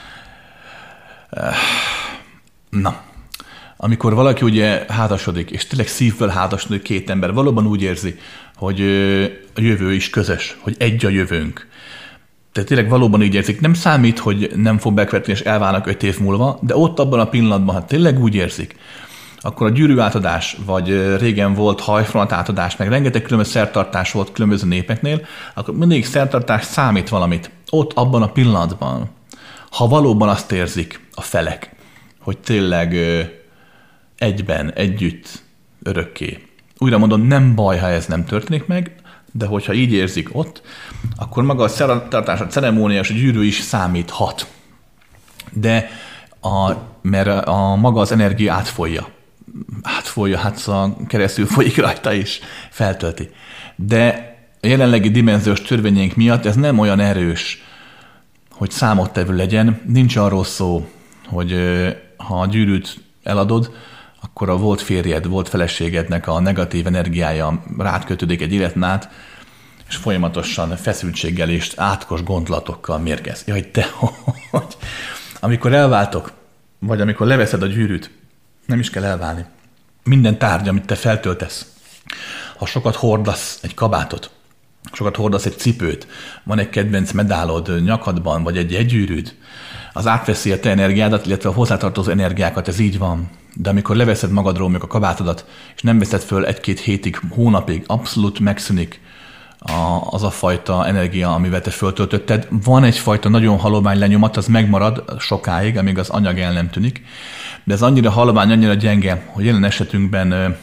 Na, amikor valaki ugye házasodik, és tényleg szívből házasodik két ember, valóban úgy érzi, hogy a jövő is közös, hogy egy a jövőnk. Tehát tényleg valóban így érzik. Nem számít, hogy nem fog bekövetni, és elválnak 5 év múlva, de ott abban a pillanatban, ha tényleg úgy érzik, akkor a gyűrű átadás, vagy régen volt hajfronat átadás, meg rengeteg különböző szertartás volt különböző népeknél, akkor mindig szertartás számít valamit. Ott abban a pillanatban, ha valóban azt érzik a felek, hogy tényleg egyben, együtt, örökké. Újra mondom, nem baj, ha ez nem történik meg, de hogyha így érzik ott, akkor maga a szertartás, a ceremónia és a gyűrű is számíthat. De mert maga az energia átfolja, hát keresztül folyik rajta is, feltölti. De a jelenlegi dimenziós törvényeink miatt ez nem olyan erős, hogy számottevő legyen. Nincs arról szó, hogy ha a gyűrűt eladod, akkor a volt férjed, volt feleségednek a negatív energiája rád kötődik egy életen át, és folyamatosan feszültséggel és átkos gondolatokkal mérgez. Jaj, te hogy? Amikor elváltok, vagy amikor leveszed a gyűrűt, nem is kell elválni. Minden tárgy, amit te feltöltesz, ha sokat hordasz egy kabátot, sokat hordasz egy cipőt, van egy kedvenc medálod nyakadban, vagy egy gyűrűd, az átveszi a te energiádat, illetve a hozzátartozó energiákat, ez így van. De amikor leveszed magadról még a kabátodat, és nem veszed föl 1-2 hétig, hónapig, abszolút megszűnik az a fajta energia, amivel te föltöltötted. Van egyfajta nagyon halovány lenyomat, az megmarad sokáig, amíg az anyag el nem tűnik, de ez annyira halovány, annyira gyenge, hogy jelen esetünkben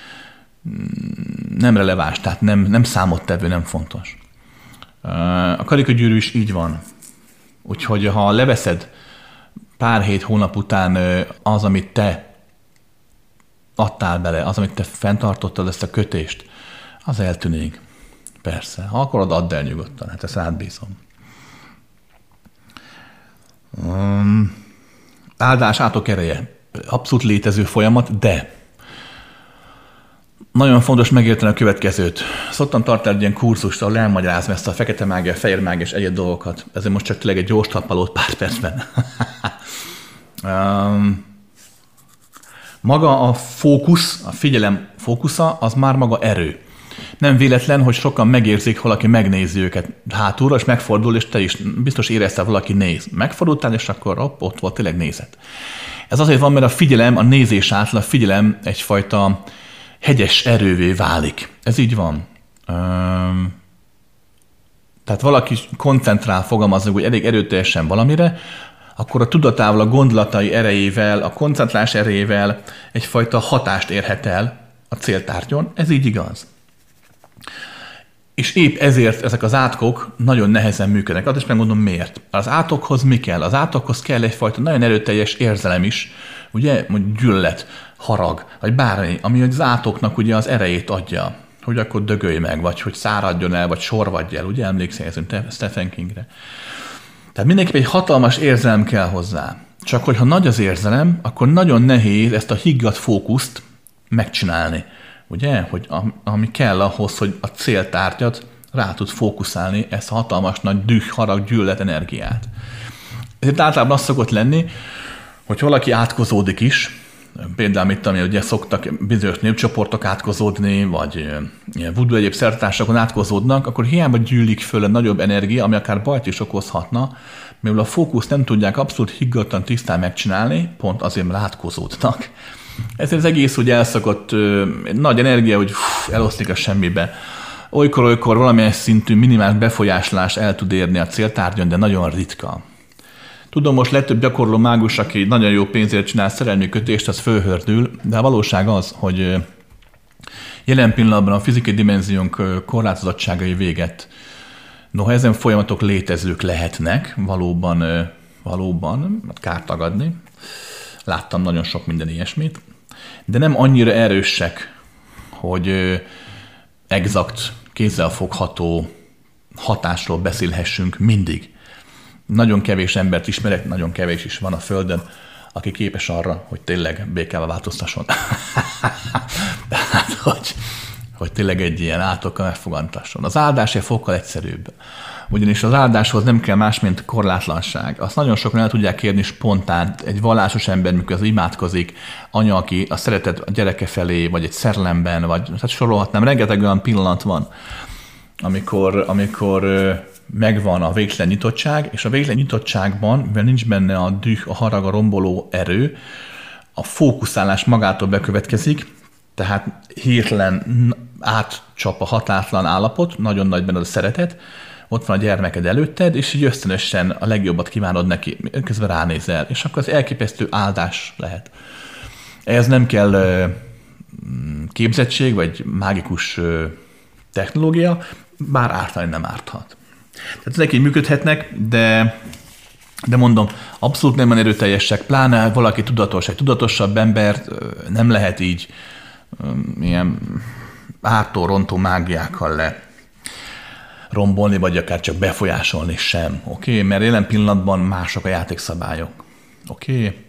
nem releváns, tehát nem számottevő, nem fontos. A karikagyűrű is így van. Úgyhogy ha leveszed pár hét, hónap után az, amit te adtál bele, az, amit te fenntartottad, ezt a kötést, az eltűnik. Persze. Ha akarod, add el nyugodtan. Hát ezt átbízom. Áldás átok ereje. Abszolút létező folyamat, de nagyon fontos megérteni a következőt. Szoktam tartani egy ilyen kurzust, ahol elmagyarázom ezt a fekete mágia, fehér mágia és egyéb dolgokat. Ezért most csak tényleg egy gyors tappalót pár percben. Maga a fókusz, a figyelem fókusza, az már maga erő. Nem véletlen, hogy sokan megérzik, valaki megnézi őket hátulra, és megfordul, és te is biztos érezted, valaki néz. Megfordultál, és akkor ott volt, tényleg nézett. Ez azért van, mert a figyelem, a nézés által a figyelem egyfajta hegyes erővé válik. Ez így van. Tehát valaki koncentrál, fogalmaznak, hogy elég erőteljesen valamire, akkor a tudatával, a gondolatai erejével, a koncentrálás erejével egyfajta hatást érhet el a céltárgyon. Ez így igaz. És épp ezért ezek az átkok nagyon nehezen működnek. Azt is megmondom miért. Az átokhoz mi kell? Az átokhoz kell egyfajta nagyon erőteljes érzelem is, ugye, mondjuk gyűlölet, harag, vagy bármi, ami az átoknak ugye az erejét adja, hogy akkor dögölj meg, vagy hogy száradjon el, vagy sorvadj el, ugye emlékszel Stephen Kingre. Tehát mindenképp egy hatalmas érzelem kell hozzá. Csak hogyha nagy az érzelem, akkor nagyon nehéz ezt a higgadt fókuszt megcsinálni. Ugye? Hogy ami kell ahhoz, hogy a céltárgyat rá tud fókuszálni ezt a hatalmas nagy düh, harag, gyűlölet energiát. Ezért általában az szokott lenni, hogy valaki átkozódik is, például mit tudom, ugye szoktak bizonyos népcsoportok átkozódni, vagy voodoo egyéb szertartásokon átkozódnak, akkor hiába gyűlik föl a nagyobb energia, ami akár bajt is okozhatna, mivel a fókuszt nem tudják abszolút higgadtan tisztán megcsinálni, pont azért, mert átkozódnak. Ezért az egész úgy elszokott nagy energia, hogy eloszlik a semmibe. Olykor valamilyen szintű minimális befolyásolás el tud érni a céltárgyon, de nagyon ritka. Tudom, most legtöbb gyakorló mágus, aki nagyon jó pénzért csinál szerelmi kötést, az fölhördül, de a valóság az, hogy Jelen pillanatban a fizikai dimenziónk korlátozottságai véget. Noha ezen folyamatok létezők lehetnek, valóban kár tagadni. Láttam nagyon sok minden ilyesmit, de nem annyira erősek, hogy exakt, kézzelfogható hatásról beszélhessünk mindig. Nagyon kevés embert ismerek, nagyon kevés is van a Földön, aki képes arra, hogy tényleg békával változtasson. Tehát, hogy tényleg egy ilyen átokkal megfogantasson. Az áldás egy fokkal egyszerűbb. Ugyanis az áldáshoz nem kell más, mint korlátlanság. Azt nagyon sokan el tudják kérni spontán. Egy vallásos ember, mikor az imádkozik, anya, aki a szeretet a gyereke felé, vagy egy szerelemben, vagy hát sorolhatnám, rengeteg olyan pillanat van, amikor megvan a végtelen nyitottság, és a végtelen nyitottságban, mivel nincs benne a düh, a harag, a romboló erő, a fókuszálás magától bekövetkezik, tehát hirtelen átcsap a határtlan állapot, nagyon nagy benne a szeretet, ott van a gyermeked előtted, és így ösztönösen a legjobbat kívánod neki, közben ránézel, és akkor az elképesztő áldás lehet. Ez nem kell képzettség, vagy mágikus technológia, bár ártani nem árthat. Tehát ezek így működhetnek, de mondom, abszolút nem erőteljesek, pláne valaki tudatos, egy tudatosabb embert nem lehet így ilyen ártó-rontó mágiákkal rombolni, vagy akár csak befolyásolni sem. Oké? Mert jelen pillanatban mások a játékszabályok. Oké?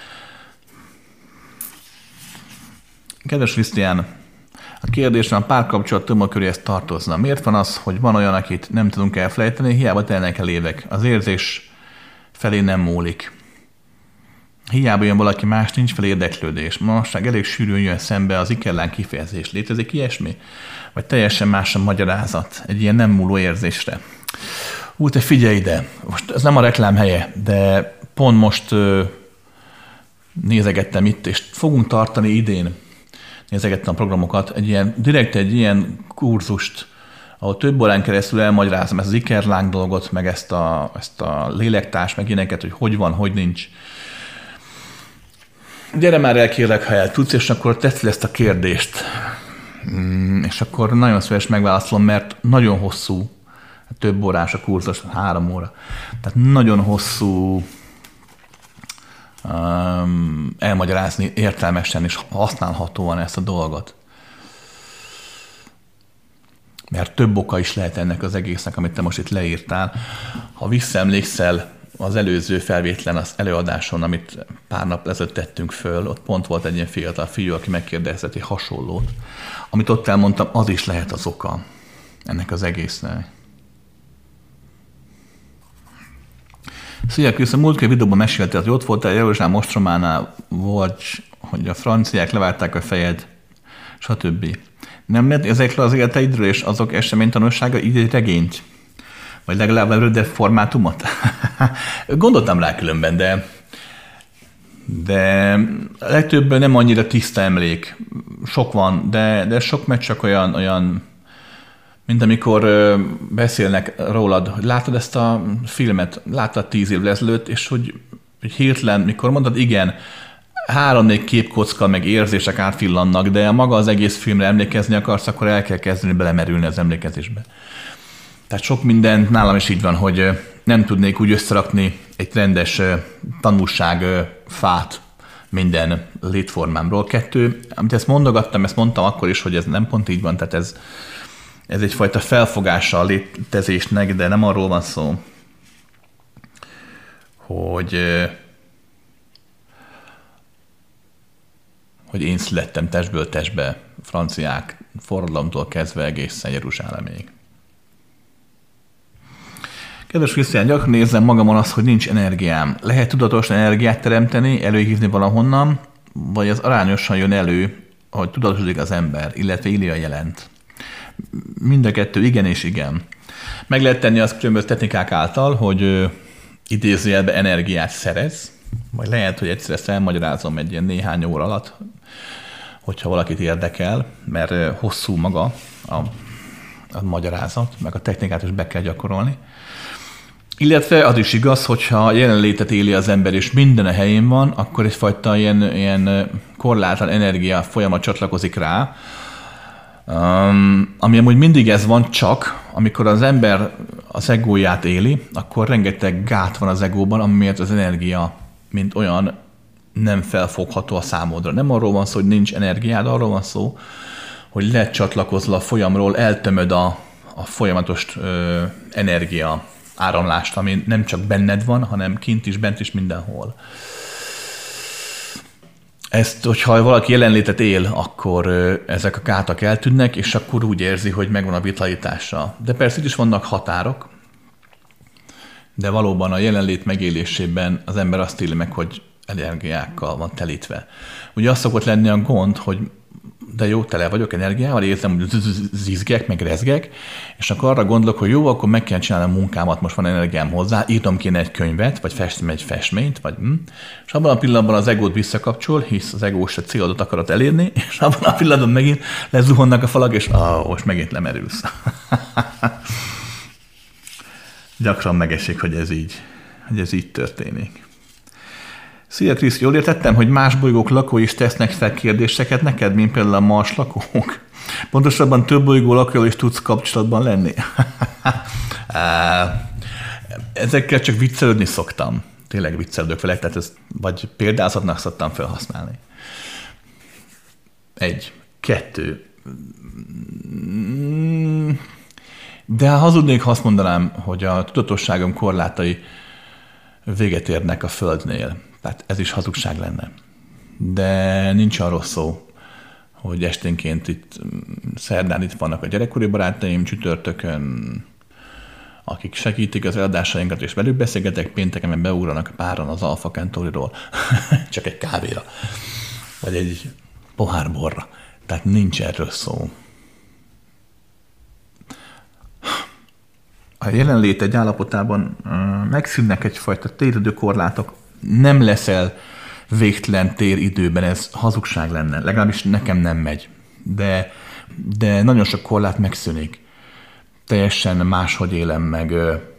Kedves Krisztián, a kérdésem a párkapcsolat tömegköréhez tartozna. Miért van az, hogy van olyan, akit nem tudunk elfelejteni, hiába telnek el évek? Az érzés felé nem múlik. Hiába jön valaki más, nincs fel érdeklődés. Manapság elég sűrűn jön szembe az ikerlán kifejezés. Létezik ilyesmi? Vagy teljesen más a magyarázat egy ilyen nem múló érzésre? Te figyelj ide! Most ez nem a reklám helye, de pont most nézegettem itt, és fogunk tartani idén, nézegettem a programokat, direkt egy ilyen kurzust, ahol több órán keresztül elmagyarázom ezt az ikerláng dolgot, meg ezt a lélektárs, meg ilyeneket, hogy van, hogy nincs. Gyere már el, kérlek, ha el tudsz, és akkor tedd fel ezt a kérdést. És akkor nagyon szíves megválaszolom, mert nagyon hosszú, több órás a kurzus, 3 óra. Tehát nagyon hosszú elmagyarázni értelmesen és használhatóan ezt a dolgot. Mert több oka is lehet ennek az egésznek, amit te most itt leírtál. Ha visszaemlékszel az előző felvétlen az előadáson, amit pár nap ezelőtt tettünk föl, ott pont volt egy ilyen fiatal fiú, aki megkérdezett egy hasonlót. Amit ott elmondtam, az is lehet az oka ennek az egésznek. Szia, Krisz, a múltkori videóban meséltél, hogy ott voltál Jeruzsálem ostrománál, vagy hogy a franciák leválták a fejed, stb. Nem lehet ezekről az életeidről és azok eseménytanulsága így egy regényt? Vagy legalább rövidebb formátumot? Gondoltam rá különben, de a legtöbb nem annyira tiszta emlék. Sok van, de sok meg csak olyan, mint amikor beszélnek rólad, hogy látod ezt a filmet, láttad 10 évvel ezelőtt, és hogy hirtelen, mikor mondod, igen, 3-4 képkocka meg érzések átfillannak, de maga az egész filmre emlékezni akarsz, akkor el kell kezdeni belemerülni az emlékezésbe. Tehát sok mindent nálam is így van, hogy nem tudnék úgy összerakni egy rendes tanulságfát minden létformámról. 2, amit ezt mondogattam, ezt mondtam akkor is, hogy ez nem pont így van, tehát ez egyfajta felfogása a létezésnek, de nem arról van szó, hogy én születtem testből testbe, franciák forradalomtól kezdve egészen Jeruzsálemig. Kedves Krisztián, gyakran nézem magamon azt, hogy nincs energiám. Lehet tudatosan energiát teremteni, előhívni valahonnan, vagy az arányosan jön elő, ahogy tudatosodik az ember, illetve írja jelent. Mind a kettő igen és igen. Meg lehet tenni azt különböző technikák által, hogy idézőjelbe energiát szerez, vagy lehet, hogy egyszer ezt elmagyarázom egy ilyen néhány óra alatt, hogyha valakit érdekel, mert hosszú maga a magyarázat, meg a technikát is be kell gyakorolni. Illetve az is igaz, hogyha jelenlétet éli az ember, és minden a helyén van, akkor egyfajta ilyen korlátlan energia folyamat csatlakozik rá, Ami amúgy mindig ez van, csak amikor az ember az egóját éli, akkor rengeteg gát van az egóban, amiért az energia, mint olyan, nem felfogható a számodra. Nem arról van szó, hogy nincs energiád, arról van szó, hogy lecsatlakozol a folyamról, eltömöd a folyamatos energia áramlást, ami nem csak benned van, hanem kint is, bent is, mindenhol. Ezt, hogyha valaki jelenlétet él, akkor ezek a gátak eltűnnek, és akkor úgy érzi, hogy megvan a vitalitása. De persze itt is vannak határok, de valóban a jelenlét megélésében az ember azt éli meg, hogy energiákkal van telítve. Ugye az szokott lenni a gond, hogy de jó, tele vagyok energiával, érzem, hogy zizgek, meg rezgek, és akkor arra gondolok, hogy jó, akkor meg kell csinálni a munkámat, most van energiám hozzá, írnom kéne egy könyvet, vagy festem egy festményt, vagy és abban a pillanatban az egót visszakapcsol, hisz az egó se célodat akarat elérni, és abban a pillanatban megint lezuhannak a falak, és most megint lemerülsz. Gyakran megesik, hogy ez így történik. Szia Krisz, jól értettem, hogy más bolygók lakói is tesznek fel kérdéseket neked, mint például a Mars lakók? Pontosabban több bolygó lakóval is tudsz kapcsolatban lenni? Ezekkel csak viccelődni szoktam. Tényleg viccelődök vele, tehát ezt vagy példázatnak szoktam felhasználni. 1, 2. De hazudnék, ha azt mondanám, hogy a tudatosságom korlátai véget érnek a Földnél. Tehát ez is hazugság lenne. De nincs arról szó, hogy esténként itt, szerdán itt vannak a gyerekkori barátaim, csütörtökön, akik segítik az eladásainkat, és velük beszélgetek, pénteken beugranak páran az Alpha Centauriról, csak egy kávéra, vagy egy pohár borra. Tehát nincs erről szó. A jelenlét egy állapotában megszűnnek egyfajta téridőkorlátok, nem leszel végtelen téridőben, ez hazugság lenne. Legalábbis nekem nem megy. De nagyon sok korlát megszűnik. Teljesen máshogy élem meg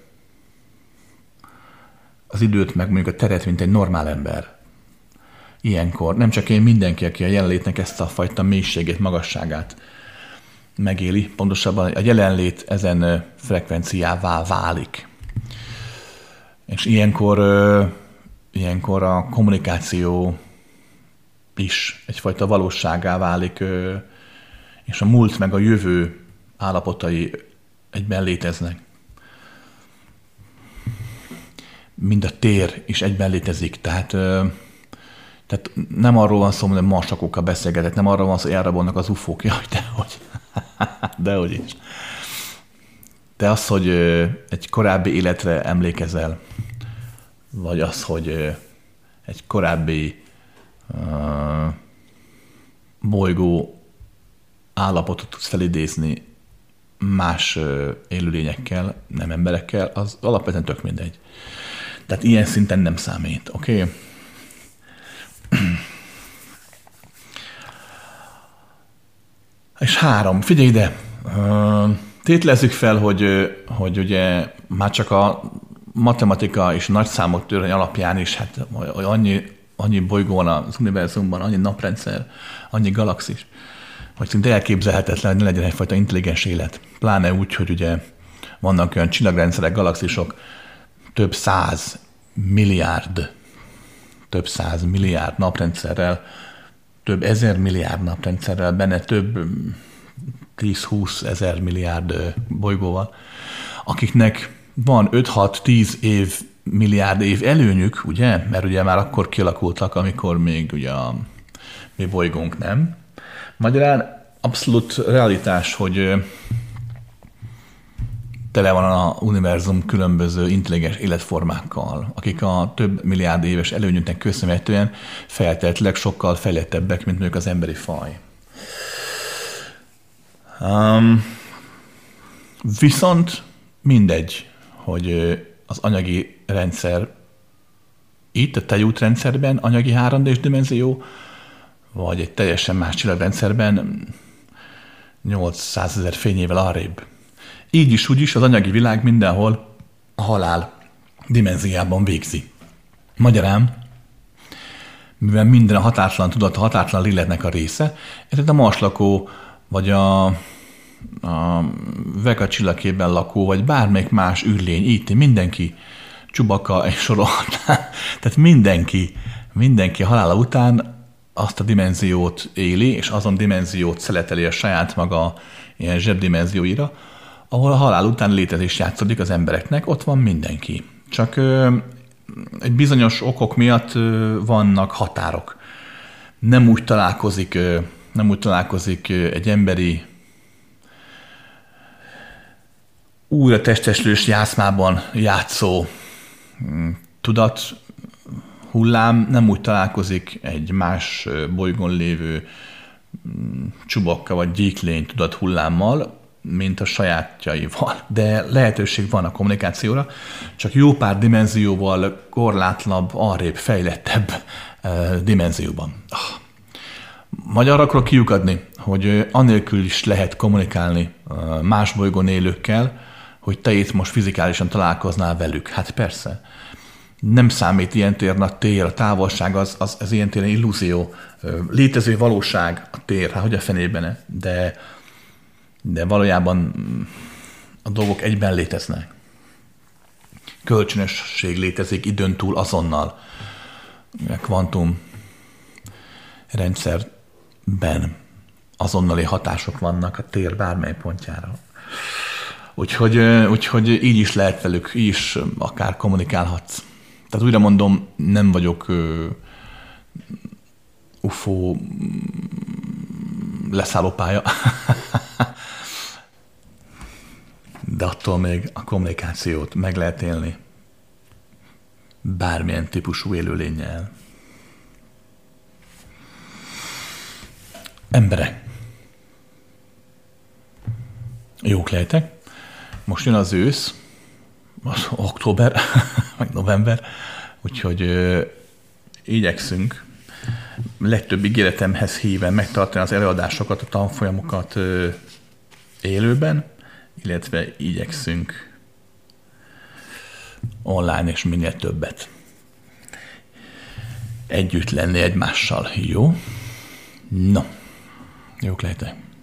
az időt, meg mondjuk a teret, mint egy normál ember. Ilyenkor nem csak én, mindenki, aki a jelenlétnek ezt a fajta mélységét, magasságát megéli, pontosabban a jelenlét ezen frekvenciává válik. És ilyenkor a kommunikáció is egyfajta valóságá válik, és a múlt meg a jövő állapotai egyben léteznek. Mind a tér is egyben létezik, tehát nem arról van szó, hogy marsakokkal beszélgetek, nem arról van szó, hogy elrabolnak az ufók, jaj, dehogy is. De az, hogy egy korábbi életre emlékezel, vagy az, hogy egy korábbi bolygó állapotot tudsz felidézni más élőlényekkel, nem emberekkel, az alapvetően tök mindegy. Tehát ilyen szinten nem számít, oké? Okay? És 3, figyelj ide! Tételezzük fel, hogy ugye már csak a matematika és nagyszámok törvény alapján is, hát annyi bolygó van az univerzumban, annyi naprendszer, annyi galaxis, hogy szinte elképzelhetetlen, hogy ne legyen egyfajta intelligens élet. Pláne úgy, hogy ugye vannak olyan csillagrendszerek, galaxisok, több száz milliárd naprendszerrel, több ezer milliárd naprendszerrel, benne több 10-20 ezer milliárd bolygóval, akiknek van 5-6-10 milliárd év előnyük, ugye? Mert ugye már akkor kialakultak, amikor még ugye a mi bolygónk nem. Magyarán abszolút realitás, hogy tele van a univerzum különböző intelligens életformákkal, akik a több milliárd éves előnyüknek köszönhetően feltétlenül sokkal fejlettebbek, mint mondjuk az emberi faj. Viszont mindegy, hogy az anyagi rendszer itt, a tejútrendszerben anyagi 3D-s dimenzió, vagy egy teljesen más csillagrendszerben 800 000 fényével arrébb. Így is, úgy is az anyagi világ mindenhol a halál dimenziában végzi. Magyarán, mivel minden a határtalan tudat, a határtalan léleknek a része, ezért a marslakó vagy a Vega csillagképben lakó, vagy bármelyik más űrlény, IT, mindenki, Chewbacca, egy sorolhatnám. Tehát mindenki halála után azt a dimenziót éli, és azon dimenziót szeleteli a saját maga ilyen zsebdimenzióira, ahol a halál után létezés játszódik az embereknek, ott van mindenki. Csak egy bizonyos okok miatt vannak határok. Nem úgy találkozik egy emberi újra testeslős játszmában játszó tudat hullám, nem úgy találkozik egy más bolygón lévő Chewbacca vagy gyíklény tudat hullámmal, mint a sajátjaival. De lehetőség van a kommunikációra, csak jó pár dimenzióval korlátlanabb, arrébb, fejlettebb dimenzióban. Magyarra akarok kiukadni, hogy anélkül is lehet kommunikálni más bolygón élőkkel, hogy te itt most fizikálisan találkoznál velük. Hát persze. Nem számít ilyen téren a tér, a távolság, az ilyen téren illúzió. Létező valóság a tér, hát hogy a fenében, de valójában a dolgok egyben léteznek. Kölcsönösség létezik időn túl azonnal. A kvantum rendszerben azonnali hatások vannak a tér bármely pontjára. Úgyhogy így is lehet velük, így is akár kommunikálhatsz. Tehát újra mondom, nem vagyok UFO leszállópálya, de attól még a kommunikációt meg lehet élni bármilyen típusú élőlénnyel. Emberek, jók lehetek. Most jön az ősz, az október, vagy november, úgyhogy igyekszünk legtöbb ígéretemhez híven megtartani az előadásokat, a tanfolyamokat élőben, illetve igyekszünk online és minél többet együtt lenni egymással. Jó? No, jók lehetek.